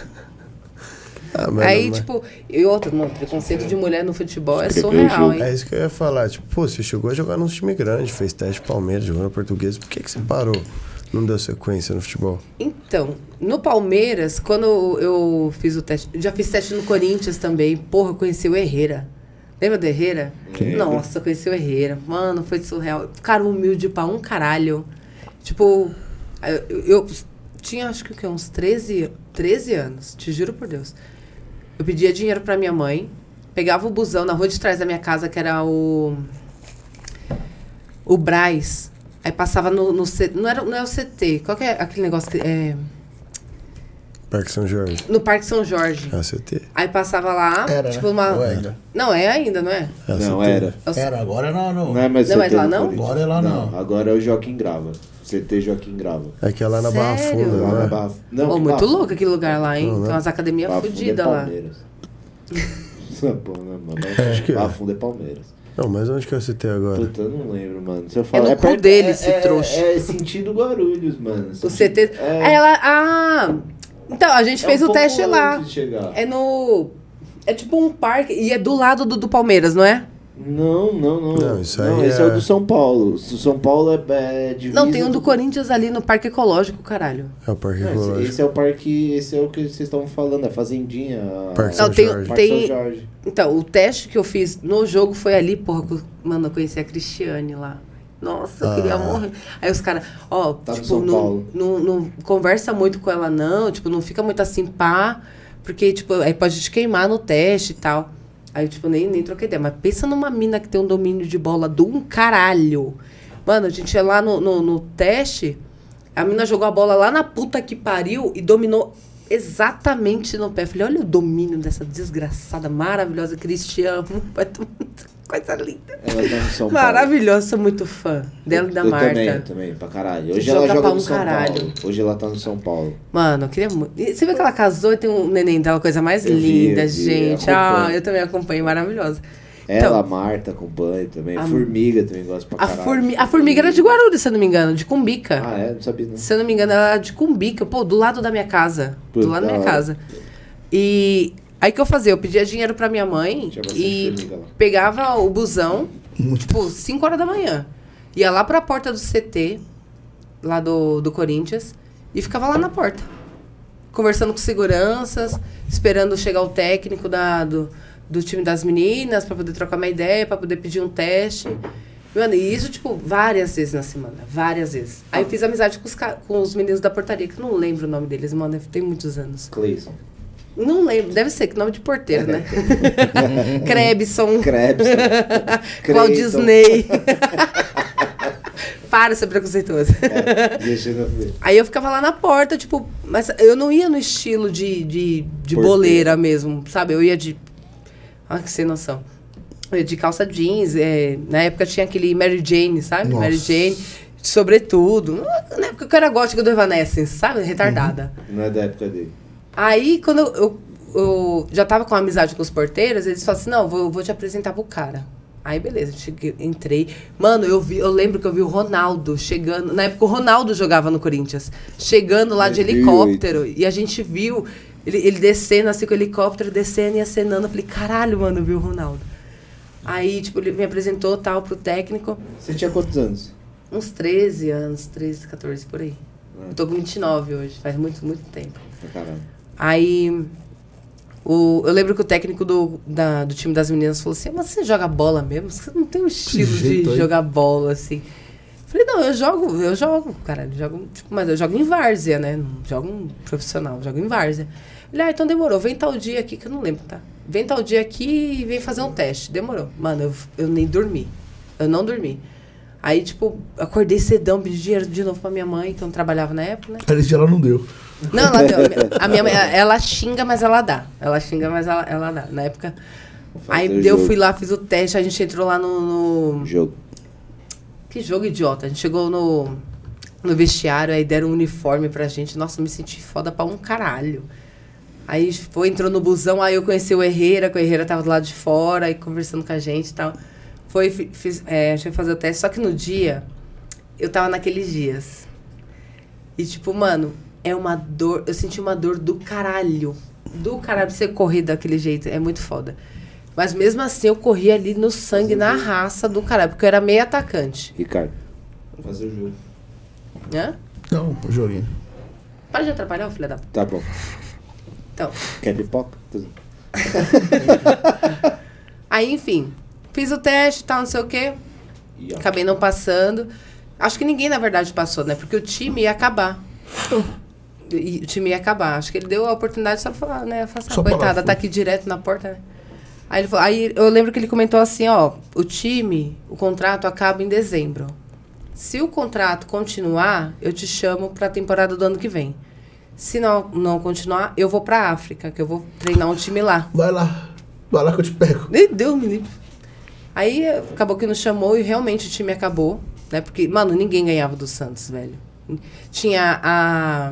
Ah, mas Aí, não- tipo, e outro, mano, preconceito de mulher no futebol é Que que eu surreal, jogo? hein? É isso que eu ia falar. Tipo, pô, você chegou a jogar num time grande, fez teste Palmeiras, jogou no Português. Por que, que você parou? Não deu sequência no futebol? Então, no Palmeiras, quando eu fiz o teste, já fiz teste no Corinthians também. Porra, eu conheci o Herrera. Lembra do Herrera? Lembro. Nossa, eu conheci o Herrera. Mano, foi surreal. Cara humilde pra um caralho. Tipo, eu, eu tinha acho que o quê? Uns treze, treze anos, te juro por Deus. Eu pedia dinheiro pra minha mãe, pegava o busão na rua de trás da minha casa, que era o. O Brás. Aí passava no, no C, não, era, não é o C T, qual que é aquele negócio que. É, Parque São Jorge. no Parque São Jorge. A C T. Aí passava lá, Era, tipo né? uma. Ou é ainda? Não, é ainda, não é? A Não, C T. era. É o- Era, agora não, não. Não é mais Não, C T mas lá do não? Corinthians. Agora é lá não. Agora é o Joaquim Grava. C T Joaquim Grava. Aqui é lá na Barra Sério? Funda, Lá não na é? Barra... Não, Pô, que muito Barra louco aquele lugar lá, hein? Não, né? Tem umas academias Barra Funda é fodidas lá. Palmeiras. Pô, né, mano? Acho que é. Barra Funda é Palmeiras. Não, mas onde que é o C T agora? Puta, eu não lembro, mano. Se eu É falar, no cu perto- dele, é, esse é, trouxa. É sentido Guarulhos, mano. O C T. É, Aí ela. Ah! Então, a gente é fez um o pouco teste lá. antes de chegar. É no. É tipo um parque. E é do lado do, do Palmeiras, não é? Não, não, não. Não, isso aí Não, esse é- é o do São Paulo. O São Paulo é, é divisa Não, tem um do Corinthians ali no Parque Ecológico, caralho. É o Parque Não, esse, Ecológico. esse é o parque, esse é o que vocês estão falando, a fazendinha. a- Parque Não, São tem, Jorge. Parque tem, São Jorge. Então, o teste que eu fiz no jogo foi ali, porra, co- mano, eu conheci a Cristiane lá. Nossa, eu queria Ah. morrer. Aí os caras, ó, Tá no tipo, São não, Paulo. não, não conversa muito com ela, não, tipo, não fica muito assim, pá, porque, tipo, aí pode te queimar no teste e tal. Aí, tipo, nem, nem troquei ideia. Mas pensa numa mina que tem um domínio de bola do um caralho. Mano, a gente ia lá no, no, no teste, a mina jogou a bola lá na puta que pariu e dominou exatamente no pé. Eu falei, olha o domínio dessa desgraçada, maravilhosa Cristiano. Vai tomar coisa linda. Ela tá no São Paulo. Maravilhosa, sou muito fã dela e da eu Marta. também, eu também, pra caralho. Hoje Joga ela joga pra no um São caralho. Paulo. Hoje ela tá no São Paulo. Mano, eu queria muito. E você vê que ela casou e tem um neném dela, coisa mais Eu vi, linda, eu vi, gente. eu Ah, acompanho. eu também acompanho, maravilhosa. Ela, a Marta, acompanha também. a- Formiga também gosta pra A, caralho. formi a formiga era de Guarulhos, se eu não me engano, de Cumbica. Ah, é? Não sabia não. Se eu não me engano, ela era de Cumbica, pô, do lado da minha casa. Puta, do lado da minha da hora. casa. E aí que eu fazia? Eu pedia dinheiro pra minha mãe Tinha bastante e formiga lá. pegava o busão, tipo, cinco horas da manhã. Ia lá pra porta do C T, lá do, do Corinthians, e ficava lá na porta. Conversando com seguranças, esperando chegar o técnico da, do, do time das meninas pra poder trocar uma ideia, pra poder pedir um teste. Mano, e isso, tipo, várias vezes na semana. Várias vezes. Aí eu fiz amizade com os, ca- com os meninos da portaria, que eu não lembro o nome deles, mano, deve ter muitos anos. Cleison. Não lembro, deve ser, que nome de porteiro, né? Krebson, Krebs. Claudisney. Para ser preconceituoso. É, deixa eu ver. Aí eu ficava lá na porta, tipo, mas eu não ia no estilo de, de, de Porteiro. boleira mesmo, sabe? Eu ia de. Ah, que sem noção. Eu ia de calça jeans, é, na época tinha aquele Mary Jane, sabe? Nossa. Mary Jane, sobretudo. Na época que eu era gótica do Evanescence, sabe? Retardada. Não é da época dele. Aí, quando eu, eu, eu já tava com amizade com os porteiros, eles falaram assim, não, vou, vou te apresentar pro cara. Aí, beleza, cheguei, entrei. Mano, eu vi, eu lembro que eu vi o Ronaldo chegando. Na época, o Ronaldo jogava no Corinthians. Chegando lá de helicóptero. E a gente viu ele, ele descendo assim com o helicóptero, descendo e acenando. Eu falei, caralho, mano, eu vi o Ronaldo. Aí, tipo, ele me apresentou tal pro técnico. Você tinha quantos anos? Uns treze anos, treze, quatorze, por aí. Ah. Eu tô com vinte e nove hoje, faz muito, muito tempo. Caramba. Aí, o, eu lembro que o técnico do, da, do time das meninas falou assim, mas você joga bola mesmo? Você não tem um estilo de aí. jogar bola, assim. Falei, não, eu jogo, eu jogo, cara, eu jogo, tipo, mas eu jogo em várzea, né? Não jogo um profissional, eu jogo em várzea. Ele, ah, então demorou, vem tal dia aqui, que eu não lembro, tá? Vem tal dia aqui e vem fazer um teste. Demorou. Mano, eu, eu nem dormi. Eu não dormi. Aí, tipo, acordei cedão, pedi dinheiro de novo pra minha mãe, que eu não trabalhava na época, né? Aí esse dia ela não deu. Não, ela deu. A minha mãe, ela xinga, mas ela dá. Ela xinga, mas ela, ela dá. Na época. Aí o eu jogo. fui lá, fiz o teste, a gente entrou lá no. no... Jogo. Que jogo idiota. A gente chegou no, no vestiário, aí deram um uniforme pra gente. Nossa, eu me senti foda pra um caralho. Aí foi, entrou no busão, aí eu conheci o Herrera, que o Herrera tava do lado de fora, aí conversando com a gente e tal. Foi, fiz, é, a gente foi fazer o teste, só que no dia, eu tava naqueles dias. E tipo, mano, é uma dor, eu senti uma dor do caralho. Do caralho, você correr daquele jeito, é muito foda. Mas mesmo assim, eu corri ali no sangue, na raça do caralho, porque eu era meio atacante. Ricardo, vou fazer o jogo. Hã? Não, o joguinho. Para de atrapalhar, filha da... Tá bom. Então... Quer pipoca? Tudo. Aí, enfim, fiz o teste e tal, não sei o quê. E, ó, Acabei não passando. Acho que ninguém, na verdade, passou, né? Porque o time ia acabar. E o time ia acabar. Acho que ele deu a oportunidade só pra falar, né? Falar assim, Só ah, pra coitada, lá, tá aqui direto na porta, né? Aí, ele falou, aí eu lembro que ele comentou assim, ó, o time, o contrato acaba em dezembro. Se o contrato continuar, eu te chamo pra temporada do ano que vem. Se não, não continuar, eu vou pra África, que eu vou treinar um time lá. Vai lá. Vai lá que eu te pego. Ih, Deus me livre. Aí acabou que nos chamou e realmente o time acabou, né? Porque, mano, ninguém ganhava do Santos, velho. Tinha a...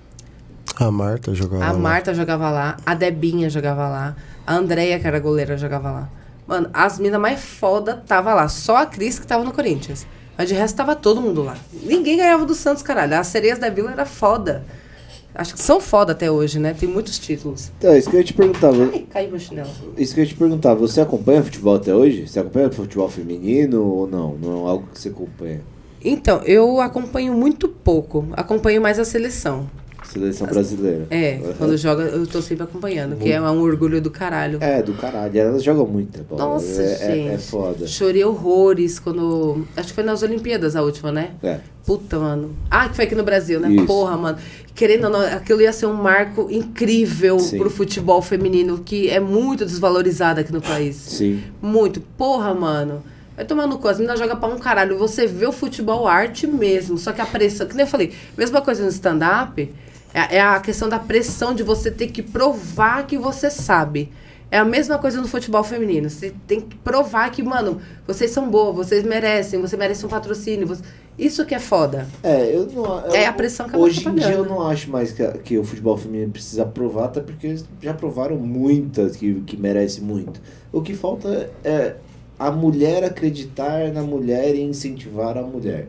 A Marta jogava A lá. Marta jogava lá, a Debinha jogava lá, a Andréia, que era goleira, jogava lá. Mano, as minas mais foda tava lá. Só a Cris que tava no Corinthians. Mas de resto tava todo mundo lá. Ninguém ganhava do Santos, caralho. As Sereias da Vila era foda. Acho que são foda até hoje, né? Tem muitos títulos. Então, isso que eu ia te perguntar. vo- Ai, caiu meu chinelo. Isso que eu ia te perguntar. Você acompanha futebol até hoje? Você acompanha futebol feminino ou não? Não é algo que você acompanha? Então, eu acompanho muito pouco. Acompanho mais a seleção. Seleção brasileira. É, Uhum. quando joga, eu tô sempre acompanhando, que é um orgulho do caralho. É, do caralho. Elas jogam muita bola. Nossa, é, gente. É, é foda. Chorei horrores quando... Acho que foi nas Olimpíadas a última, né? É. Puta, mano. Ah, que foi aqui no Brasil, né? Isso. Porra, mano. Querendo ou não, aquilo ia ser um marco incrível Sim. pro futebol feminino, que é muito desvalorizado aqui no país. Sim. Muito. Porra, mano. Vai tomar no cu. As meninas jogam pra um caralho. Você vê o futebol arte mesmo. Só que a pressão... Que nem eu falei. Mesma coisa no stand-up. É, é a questão da pressão de você ter que provar que você sabe. É a mesma coisa no futebol feminino. Você tem que provar que, mano, vocês são boas, vocês merecem, você merece um patrocínio. Você... Isso que é foda. É, eu não. eu- É a pressão que ela Hoje tá em dia eu pagando. não acho mais que, a- que o futebol feminino precisa provar, até porque eles já provaram muitas que, que merece muito. O que falta é a mulher acreditar na mulher e incentivar a mulher.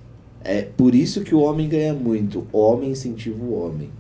É por isso que o homem ganha muito. O homem incentiva o homem.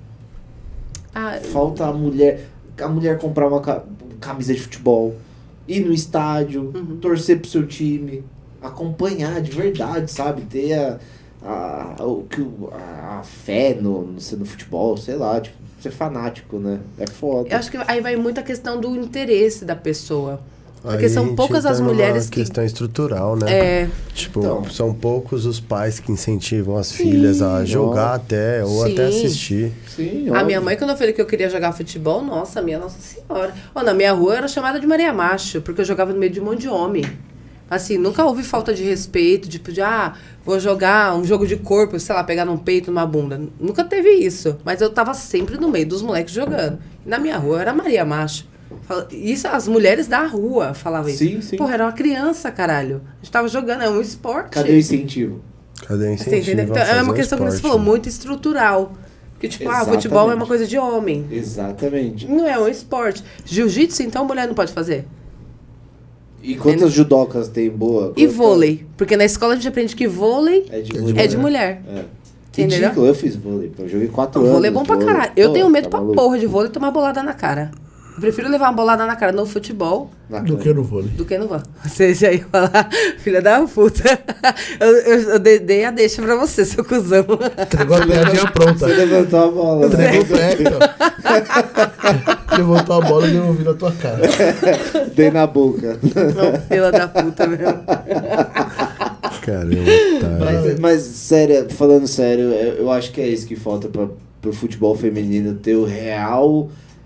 Ah, Falta a mulher, a mulher comprar uma ca- camisa de futebol, ir no estádio, Uhum. torcer pro seu time, acompanhar de verdade, sabe? Ter a, a, o que o- a, a fé no, no, no futebol, sei lá, tipo, ser fanático, né? É foda. eu acho que aí vai muito a questão do interesse da pessoa. Porque Aí são a gente poucas as entra numa mulheres que... questão estrutural, né? É, Tipo, Então. são poucos os pais que incentivam as filhas a jogar ó. até, ou Sim. até assistir. Sim, a óbvio. minha mãe, quando eu falei que eu queria jogar futebol, nossa, minha Nossa Senhora. Ó, na minha rua eu era chamada de Maria Macho, porque eu jogava no meio de um monte de homem. Assim, nunca houve falta de respeito, tipo de, ah, vou jogar um jogo de corpo, sei lá, pegar num peito, numa bunda. Nunca teve isso. Mas eu tava sempre no meio dos moleques jogando. E na minha rua eu era Maria Macho. Fala- Isso, as mulheres da rua falavam isso. Sim, sim. Porra, era uma criança, caralho. A gente tava jogando, é um esporte. Cadê o incentivo? Cadê o Você incentivo? entendeu? a Então, é fazer uma o questão que você esporte, falou, né? muito estrutural. Que, tipo, ah, Exatamente. futebol é uma coisa de homem. Exatamente. Não é um esporte. Jiu-jitsu, então, mulher não pode fazer? E quantas judocas tem boa? E Quantas- vôlei. Porque na escola a gente aprende que vôlei É de É mulher. é de mulher. É. Entendeu? Ridículo, eu fiz vôlei. pô. Eu joguei quatro O anos. vôlei é bom pra vôlei. caralho. Eu Pô, tenho medo tá pra maluco? porra de vôlei e tomar bolada na cara. Eu prefiro levar uma bolada na cara no futebol Na Do cara. que no vôlei. do que no vôlei. Você já ia falar, filha da puta. Eu, eu, eu dei dei a deixa pra você, seu cuzão. Entregou a pegadinha pronta. Você levantou a bola. né? Entregou o pé, então. Levantou a bola e devolvi na tua cara. Dei na boca. Não, filha da puta mesmo. Caramba, tá. Mas, mas, sério, falando sério, eu, eu acho que é isso que falta pra, pro futebol feminino ter o real.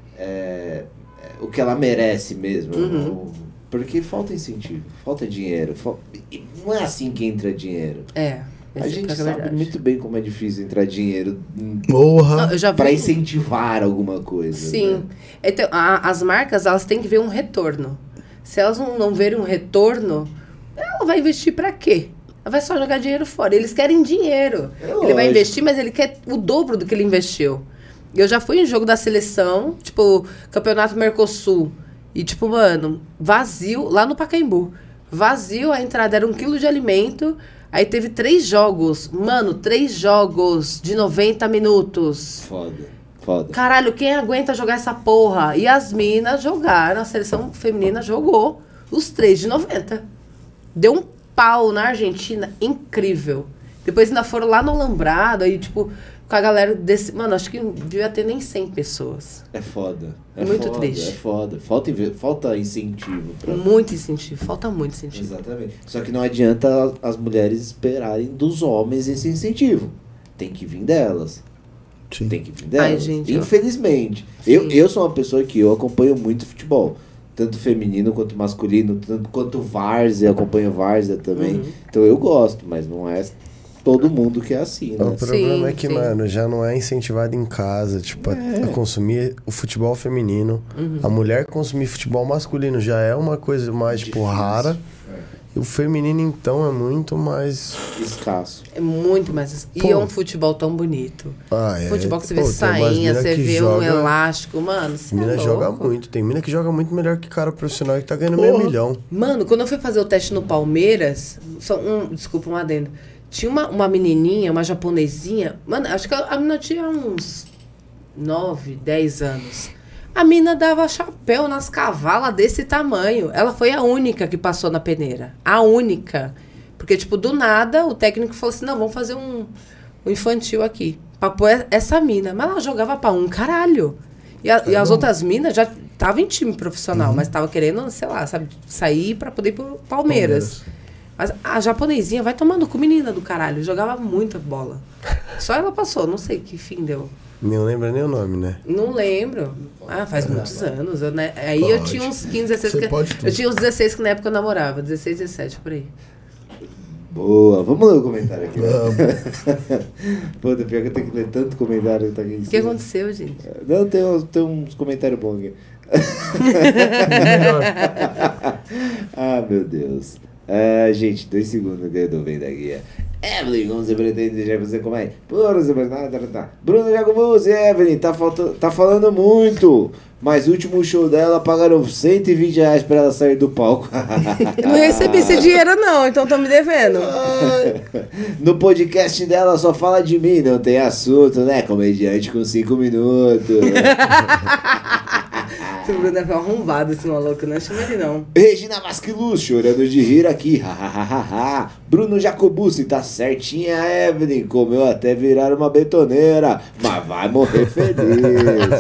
é, o que ela merece mesmo. Uhum. O- Porque falta incentivo, falta dinheiro. fal- e não é assim que entra dinheiro. É. A esse gente pior que é sabe verdade. muito bem como é difícil entrar dinheiro hum, Porra. Não, eu já vi. pra um- incentivar alguma coisa. Sim. né? Então, a- as marcas, elas têm que ver um retorno. Se elas não, não verem um retorno, ela vai investir pra quê? Ela vai só jogar dinheiro fora. Eles querem dinheiro. É Ele lógico. vai investir, mas ele quer o dobro do que ele investiu. Eu já fui em jogo da seleção, tipo, Campeonato Mercosul. E, tipo, mano, vazio, lá no Pacaembu. Vazio, a entrada era um quilo de alimento. Aí teve três jogos. Mano, três jogos de noventa minutos. Foda, foda. Caralho, quem aguenta jogar essa porra? E as minas jogaram, a seleção feminina jogou os três de noventa. Deu um pau na Argentina incrível. Depois ainda foram lá no Alambrado, aí, tipo, com a galera desse. Mano, acho que não devia ter nem cem pessoas. É foda. É Muito foda, triste. É foda. Falta, inve- falta incentivo pra. Muito incentivo, falta muito incentivo. Exatamente. Só que não adianta as mulheres esperarem dos homens esse incentivo. Tem que vir delas. Sim. Tem que vir delas. Ai, gente, eu- Infelizmente. Sim. Eu, eu sou uma pessoa que eu acompanho muito futebol. Tanto feminino quanto masculino, tanto quanto várzea, acompanho várzea também. Uhum. Então eu gosto, mas não é todo mundo que é assim, O né? problema Sim, é que, sim. mano, já não é incentivado em casa, tipo, a- a consumir o futebol feminino. Uhum. A mulher consumir futebol masculino já é uma coisa mais, tipo, Difícil. rara. E o feminino, então, é muito mais... Escasso. É muito mais. E Pô. é um futebol tão bonito. Ah, é. Futebol que você Pô, vê tem umas sainha, mina você que vê joga- um elástico. Mano, você Mina é joga louco. muito. Tem mina que joga muito melhor que cara profissional que tá ganhando Porra. meio milhão. Mano, quando eu fui fazer o teste no Palmeiras, só um, desculpa, um adendo. Tinha uma, uma menininha, uma japonesinha. Mano, acho que a, a menina tinha uns nove, dez anos. A mina dava chapéu nas cavalas desse tamanho. Ela foi a única que passou na peneira. A única. Porque, tipo, do nada, o técnico falou assim, não, vamos fazer um, um infantil aqui. Pra pôr essa mina. Mas ela jogava pra um caralho. E, a- e as outras minas já estavam em time profissional, mas estavam querendo, sei lá, sabe, sair pra poder ir pro Palmeiras. Mas a japonesinha vai tomando com menina do caralho. Jogava muita bola. Só ela passou, não sei que fim deu. Não lembra nem o nome, né? Não lembro. Ah, faz muitos anos. Eu, né? Aí eu Pode. tinha uns quinze, dezesseis. Você que- pode tudo. eu tinha uns dezesseis que na época eu namorava. dezesseis, dezessete, por aí. Boa, vamos ler o comentário aqui. Vamos. Pô, pior que eu tenho que ler tanto comentário que tá aqui em O que cima. aconteceu, gente? Não, tem, uns- tem uns comentários bons aqui. Ah, meu Deus. Ah, gente, dois segundos que eu tô vendo aqui. Evelyn, como você pretende deixar você comer? Bruno, você pretende... Tá, tá, tá. Bruno Jacobus, Evelyn, tá, faltando, tá falando muito. Mas o último show dela pagaram cento e vinte reais pra ela sair do palco. Eu não recebi esse dinheiro, não, então tô me devendo. No podcast dela só fala de mim, não tem assunto, né? Comediante com cinco minutos. O Bruno é arrombado, esse maluco, não chama ele, não. Regina Vasquiluz, chorando de rir aqui. Bruno Jacobussi, tá certinha, Evelyn. Comeu até virar uma betoneira, mas vai morrer feliz.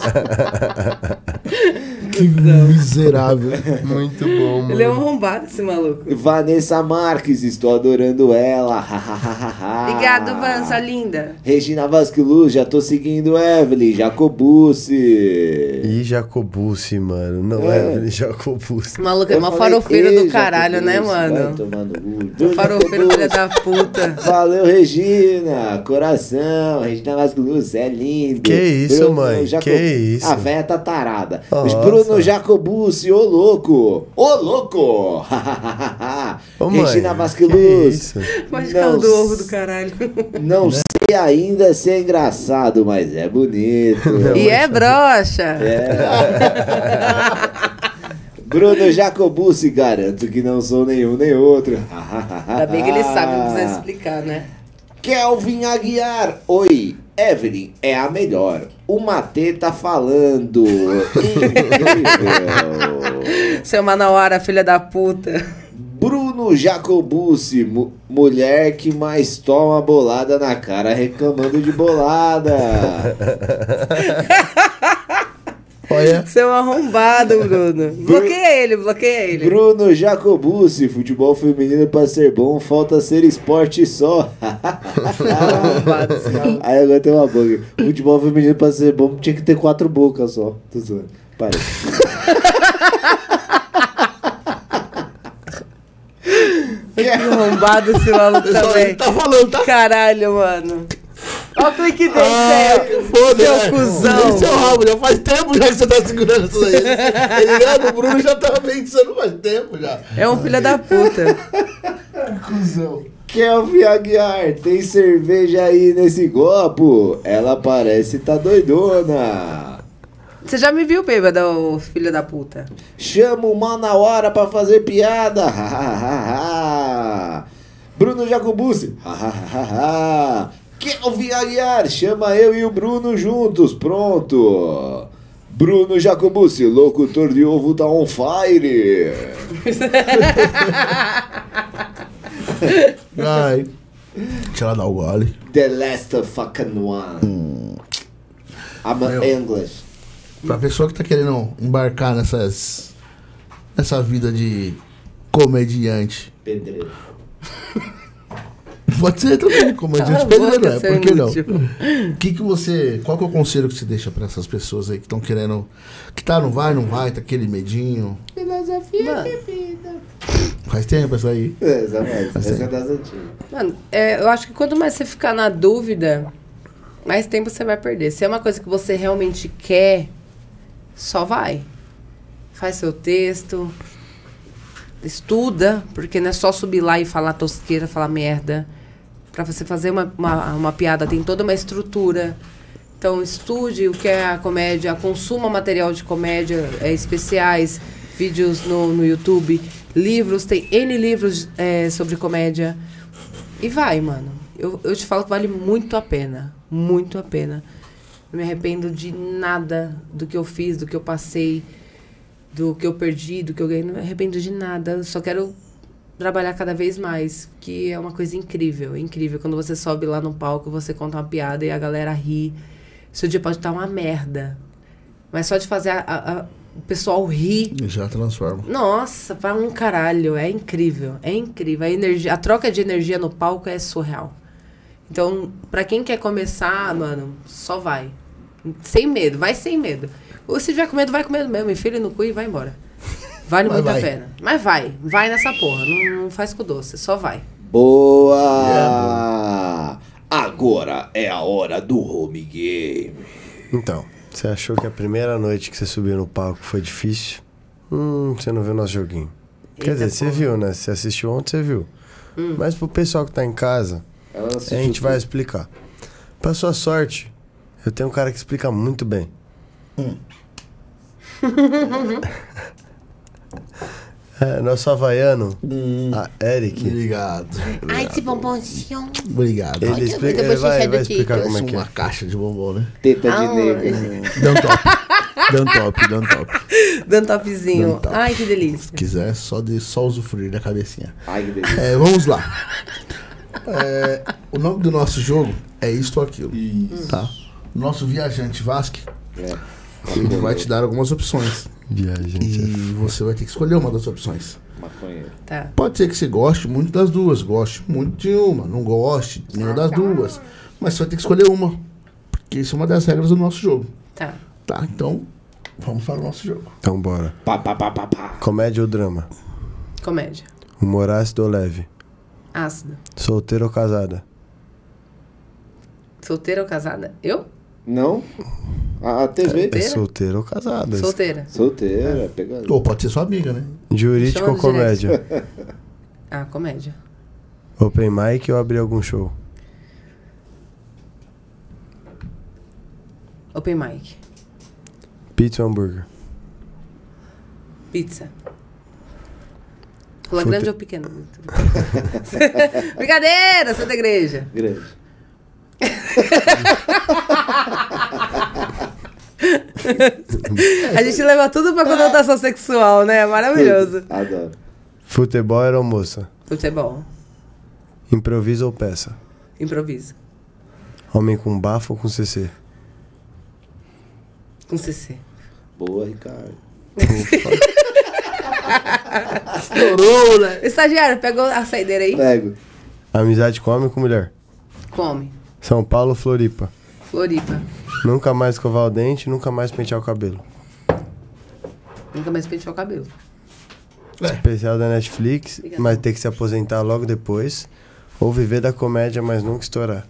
Que miserável. Muito bom, mano. Ele é um arrombado, esse maluco. Vanessa Marques, estou adorando ela. Obrigado, Van, sua linda. Regina Vasquiluz, já tô seguindo Evelyn Jacobussi. E Jacobussi, mano. Não É. é Evelyn Jacobussi. O maluco é Eu mó falei, farofeiro "Ei, do caralho, né, Jacobussi, vai mano? tomar no cu." O Bruno farofeiro, filha Jacobussi. da puta. Valeu, Regina. Coração. Regina Vasquiluz, é lindo. Que isso, mãe? Jacob- Que isso? A véia tá tarada. Mas Nossa. Bruno Jacobussi, ô louco. Ô louco. Ô, mãe, Regina que Vasquiluz. isso? Pode Não ficar do ovo do caralho. Não sei ainda se é engraçado, mas é bonito. E é broxa. É. Bruno Jacobucci, garanto que não sou nenhum nem outro. Ainda bem que ele sabe, não precisa explicar, né? Kelvin Aguiar, oi, Evelyn é a melhor. O Matê tá falando. Incrível. Seu Manauara, filha da puta. Bruno Jacobucci, mu- mulher que mais toma bolada na cara reclamando de bolada. Olha. Seu arrombado, Bruno. Bloqueia ele, bloqueia ele. Bruno Jacobucci, futebol feminino pra ser bom, falta ser esporte só. Arrombado, esse maluco. Aí agora tem uma boca. Futebol feminino pra ser bom tinha que ter quatro bocas só. Tô zoando. Parei. Que arrombado esse maluco Pessoal, também. ele tá falando, tá? Caralho, mano. Olha o clique dele, Ah, seu. que foda, Seu né? cuzão. Seu rabo, já faz tempo já que você tá segurando isso aí. Ele, ele ah, o Bruno já tava pensando faz tempo já. É um filho da puta. Cusão. Kelvin Aguiar, tem cerveja aí nesse copo? Ela parece tá doidona. Você já me viu, bêbada, ô filho da puta? Chama o Manauara pra fazer piada. Bruno Jacobucci. Kelvin Aguiar, chama eu e o Bruno juntos. Pronto. Bruno Jacobucci, locutor de ovo tá on fire. Ai. Deixa ela dar o gole. The last fucking one. I'm Meu. English. Pra pessoa que tá querendo embarcar nessas. Nessa vida de comediante. Pedreiro. Pode ser também, comediante Cala a boca, pedreiro, é, seu por que não? inútil. O que que você. Qual que é o conselho que você deixa pra essas pessoas aí que estão querendo. Que tá, não vai, não vai, tá aquele medinho. Filosofia Mano. de vida. Faz tempo essa aí. É, exatamente. Assim. Essa é das antigas. Mano, é, eu acho que quanto mais você ficar na dúvida, mais tempo você vai perder. Se é uma coisa que você realmente quer, só vai. Faz seu texto, estuda, porque não é só subir lá e falar tosqueira, falar merda. Pra você fazer uma, uma, uma piada tem toda uma estrutura. Então estude o que é a comédia, consuma material de comédia, é, especiais, vídeos no, no YouTube, livros, tem N livros é, sobre comédia. E vai, mano. Eu, eu te falo que vale muito a pena. Muito a pena. Não me arrependo de nada do que eu fiz, do que eu passei, do que eu perdi, do que eu ganhei. Não me arrependo de nada. Eu só quero trabalhar cada vez mais, que é uma coisa incrível, incrível. Quando você sobe lá no palco, você conta uma piada e a galera ri. Seu dia pode estar uma merda. Mas só de fazer a, a, a, o pessoal rir, Já transforma. nossa, para um caralho, é incrível, é incrível. A energia, a troca de energia no palco é surreal. Então, pra quem quer começar, mano, só vai. Sem medo, vai sem medo. Ou se tiver com medo, vai com medo mesmo, enfia ele no cu e vai embora. Vale Mas muito vai. a pena. Mas vai, vai nessa porra, não, não faz com doce, só vai. Boa! Agora é a hora do home game. Então, você achou que a primeira noite que você subiu no palco foi difícil? Hum, você não viu nosso joguinho. Quer Eita dizer, você porra. viu, né? Você assistiu ontem, você viu. Hum. Mas pro pessoal que tá em casa, Ela a assistiu gente vai tudo. explicar. Pra sua sorte, eu tenho um cara que explica muito bem. É, nosso havaiano, a Eric, Obrigado. Ai, esse bombonzinho. Obrigado. ele, Olha, explica, eu ele vou vai, xixi vai do explicar Tito. como é Parece que uma é. caixa de bombom, né? Teta de Ah, negro. Dão top. Dão top, dão top. Dando topzinho. Dando top. Ai, que delícia. Se quiser, só, de, só usufruir da cabecinha. Ai, que delícia. É, vamos lá. É, o nome do nosso jogo é Isto ou Aquilo. Tá? O nosso viajante Vasque É. ele vai te dar algumas opções. Viagem. E você vai ter que escolher uma das opções. Maconheiro. Tá. Pode ser que você goste muito das duas, goste muito de uma, não goste de nenhuma das duas. Mas você vai ter que escolher uma. Porque isso é uma das regras do nosso jogo. Tá. Tá? Então, vamos para o nosso jogo. Então bora. Pá, pá, pá, pá, pá. Comédia ou drama? Comédia. Humor ácido ou leve? Ácido. Solteira ou casada? Solteira ou casada? Eu? Não? A, a T V. É Solteira? solteira ou casada? Solteira. Solteira, pegando. Ou pode ser sua amiga, né? Jurídico Chama ou no comédia? Ah, comédia. Open mic ou abrir algum show? Open mic. Pizza ou hambúrguer? Pizza. Rua Fute- grande ou pequena? Brincadeira, Santa Igreja. Grande. A gente leva tudo pra conotação sexual, né? Maravilhoso. Adoro. Futebol era moça. Futebol. Improviso ou peça? Improviso. Homem com bafo ou com C C? Com C C. Boa, Ricardo. Estourou, né? Estagiário, pegou a saideira aí? Pego. Amizade com homem ou com mulher? Come. São Paulo ou Floripa? Floripa. Nunca mais escovar o dente, nunca mais pentear o cabelo. Nunca mais penteou o cabelo. Especial da Netflix, Obrigada. mas ter que se aposentar logo depois. Ou viver da comédia, mas nunca estourar.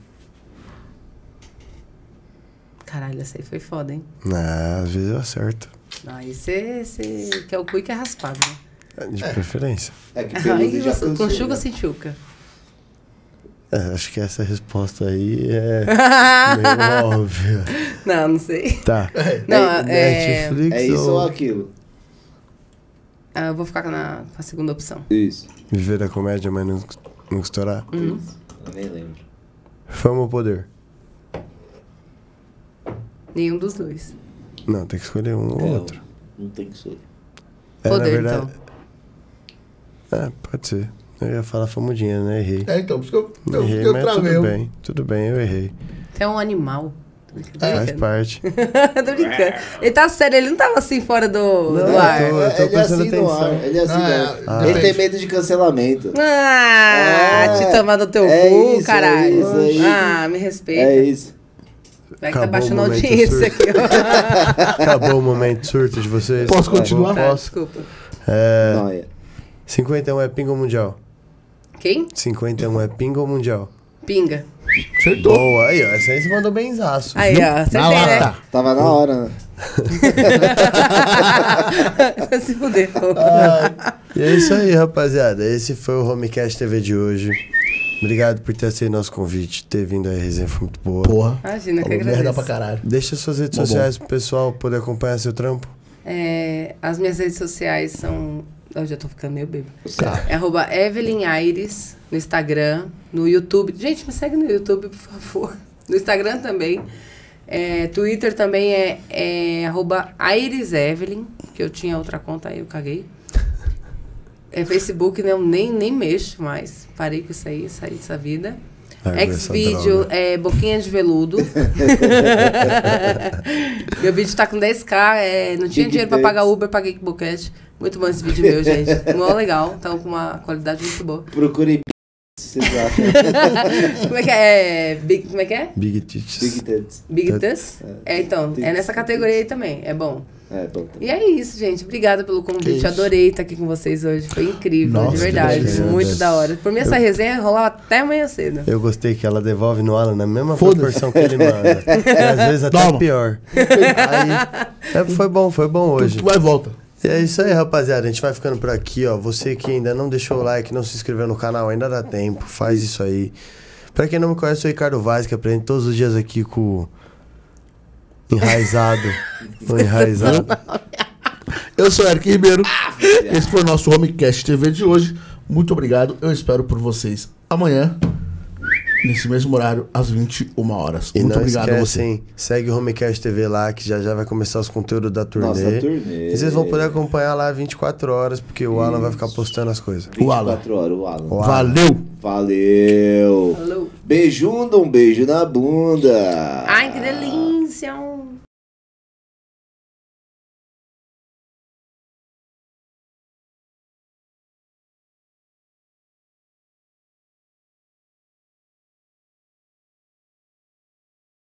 Caralho, essa aí foi foda, hein? Ah, às vezes eu acerto. Aí você quer o cu e quer raspado, né? De preferência. É que peludo Aí já você, cansou, com chuca né? sem chuca. É, acho que essa resposta aí é meio óbvia. Não, não sei. Tá. Não, é... Netflix É isso ou ou aquilo? Ah, eu vou ficar na, com a segunda opção. Isso. viver da comédia, mas nunca, nunca estourar? Uhum. Eu nem lembro. Fama ou poder? Nenhum dos dois. Não, tem que escolher um ou É, outro. Não tem que ser. É, na Poder, verdade... É, pode ser. Eu ia falar fama ou dinheiro, né? Errei. É, então, por isso que eu, eu, Errei, eu mas travei. tudo eu- bem. Tudo bem, eu errei. Você é um animal. Tô brincando. Faz parte. Tô brincando. Ele tá sério, ele não tava assim fora do, Não, do ar. eu tô- É, ele é prestando assim no atenção. ar. Ele é assim Ah, no é, ar. ah, Ele depende. tem medo de cancelamento. Ah, É, te tomar do teu é cu, isso, caralho. é isso, é isso. Ah, me respeita. É isso. Vai que tá Acabou baixando o a momento audiência surto. aqui, ó. Acabou o momento surto de vocês? Posso continuar? Acabou? Tá, Posso. desculpa. É, Noia. cinquenta e um é pinga ou mundial? Quem? cinquenta e um é pinga ou mundial? Pinga. Acertou. Boa, aí, ó. Essa aí você mandou benzaço. Aí, ó. Acertei, Na né? lata. Tava na hora, né? Se fudeu. E é isso aí, rapaziada. Esse foi o Homecast T V de hoje. Obrigado por ter aceito nosso convite, ter vindo aí, a resenha foi muito boa. Porra. Imagina, que Falou merda agradeço. pra caralho. Deixa suas redes Bom, bom. sociais pro pessoal poder acompanhar seu trampo. É, as minhas redes sociais são... Eu já tô ficando meio bêbado. Tá. É arroba Evelyn Aires no Instagram, no YouTube. Gente, me segue no YouTube, por favor. No Instagram também. É, Twitter também é, é arroba Aires Evelyn, que eu tinha outra conta aí, eu caguei. É Facebook, né, eu nem, nem mexo mais. Parei com isso aí, saí dessa vida. Largou essa Xvideo droga. é Boquinha de Veludo. Meu vídeo tá com dez k, é, não tinha Big dinheiro pra Tits. pagar Uber, paguei com boquete. Muito bom esse vídeo meu, gente. Mó legal, então com uma qualidade muito boa. Procurem se vocês acham. Como é que é? É, Big, como é que é? Big Tits. Big Tits. Big Tits. Tits? É, então, é nessa categoria aí também, é bom. É, bom. E é isso, gente. Obrigada pelo Que convite. isso. Adorei estar aqui com vocês hoje. Foi incrível, Nossa, de que verdade. beleza. Muito da hora. Por mim, essa resenha rolava até amanhã cedo. Eu gostei que ela devolve no Alan na mesma Foda-se. proporção que ele manda. E às vezes até Toma. pior. Aí, é, foi bom, foi bom hoje. Tu vai e volta. E é isso aí, rapaziada. A gente vai ficando por aqui, ó. Você que ainda não deixou o like, não se inscreveu no canal, ainda dá tempo. Faz isso aí. Pra quem não me conhece, eu sou o Ricardo Vaz, que aprende todos os dias aqui com o Enraizado. O Enraizado. Eu sou o Eric Ribeiro. Esse foi o nosso Homecast T V de hoje. Muito obrigado. Eu espero por vocês amanhã, nesse mesmo horário, às vinte e uma horas. E Muito não obrigado a você. esquecem, segue o Homecast T V lá, que já já vai começar os conteúdos da turnê. Nossa turnê. E vocês vão poder acompanhar lá vinte e quatro horas, porque o Alan vai ficar postando as coisas. O Alan. vinte e quatro horas, o Alan. O Alan. Valeu! Valeu. Falou. Beijunda, um beijo na bunda. Ai, que delícia.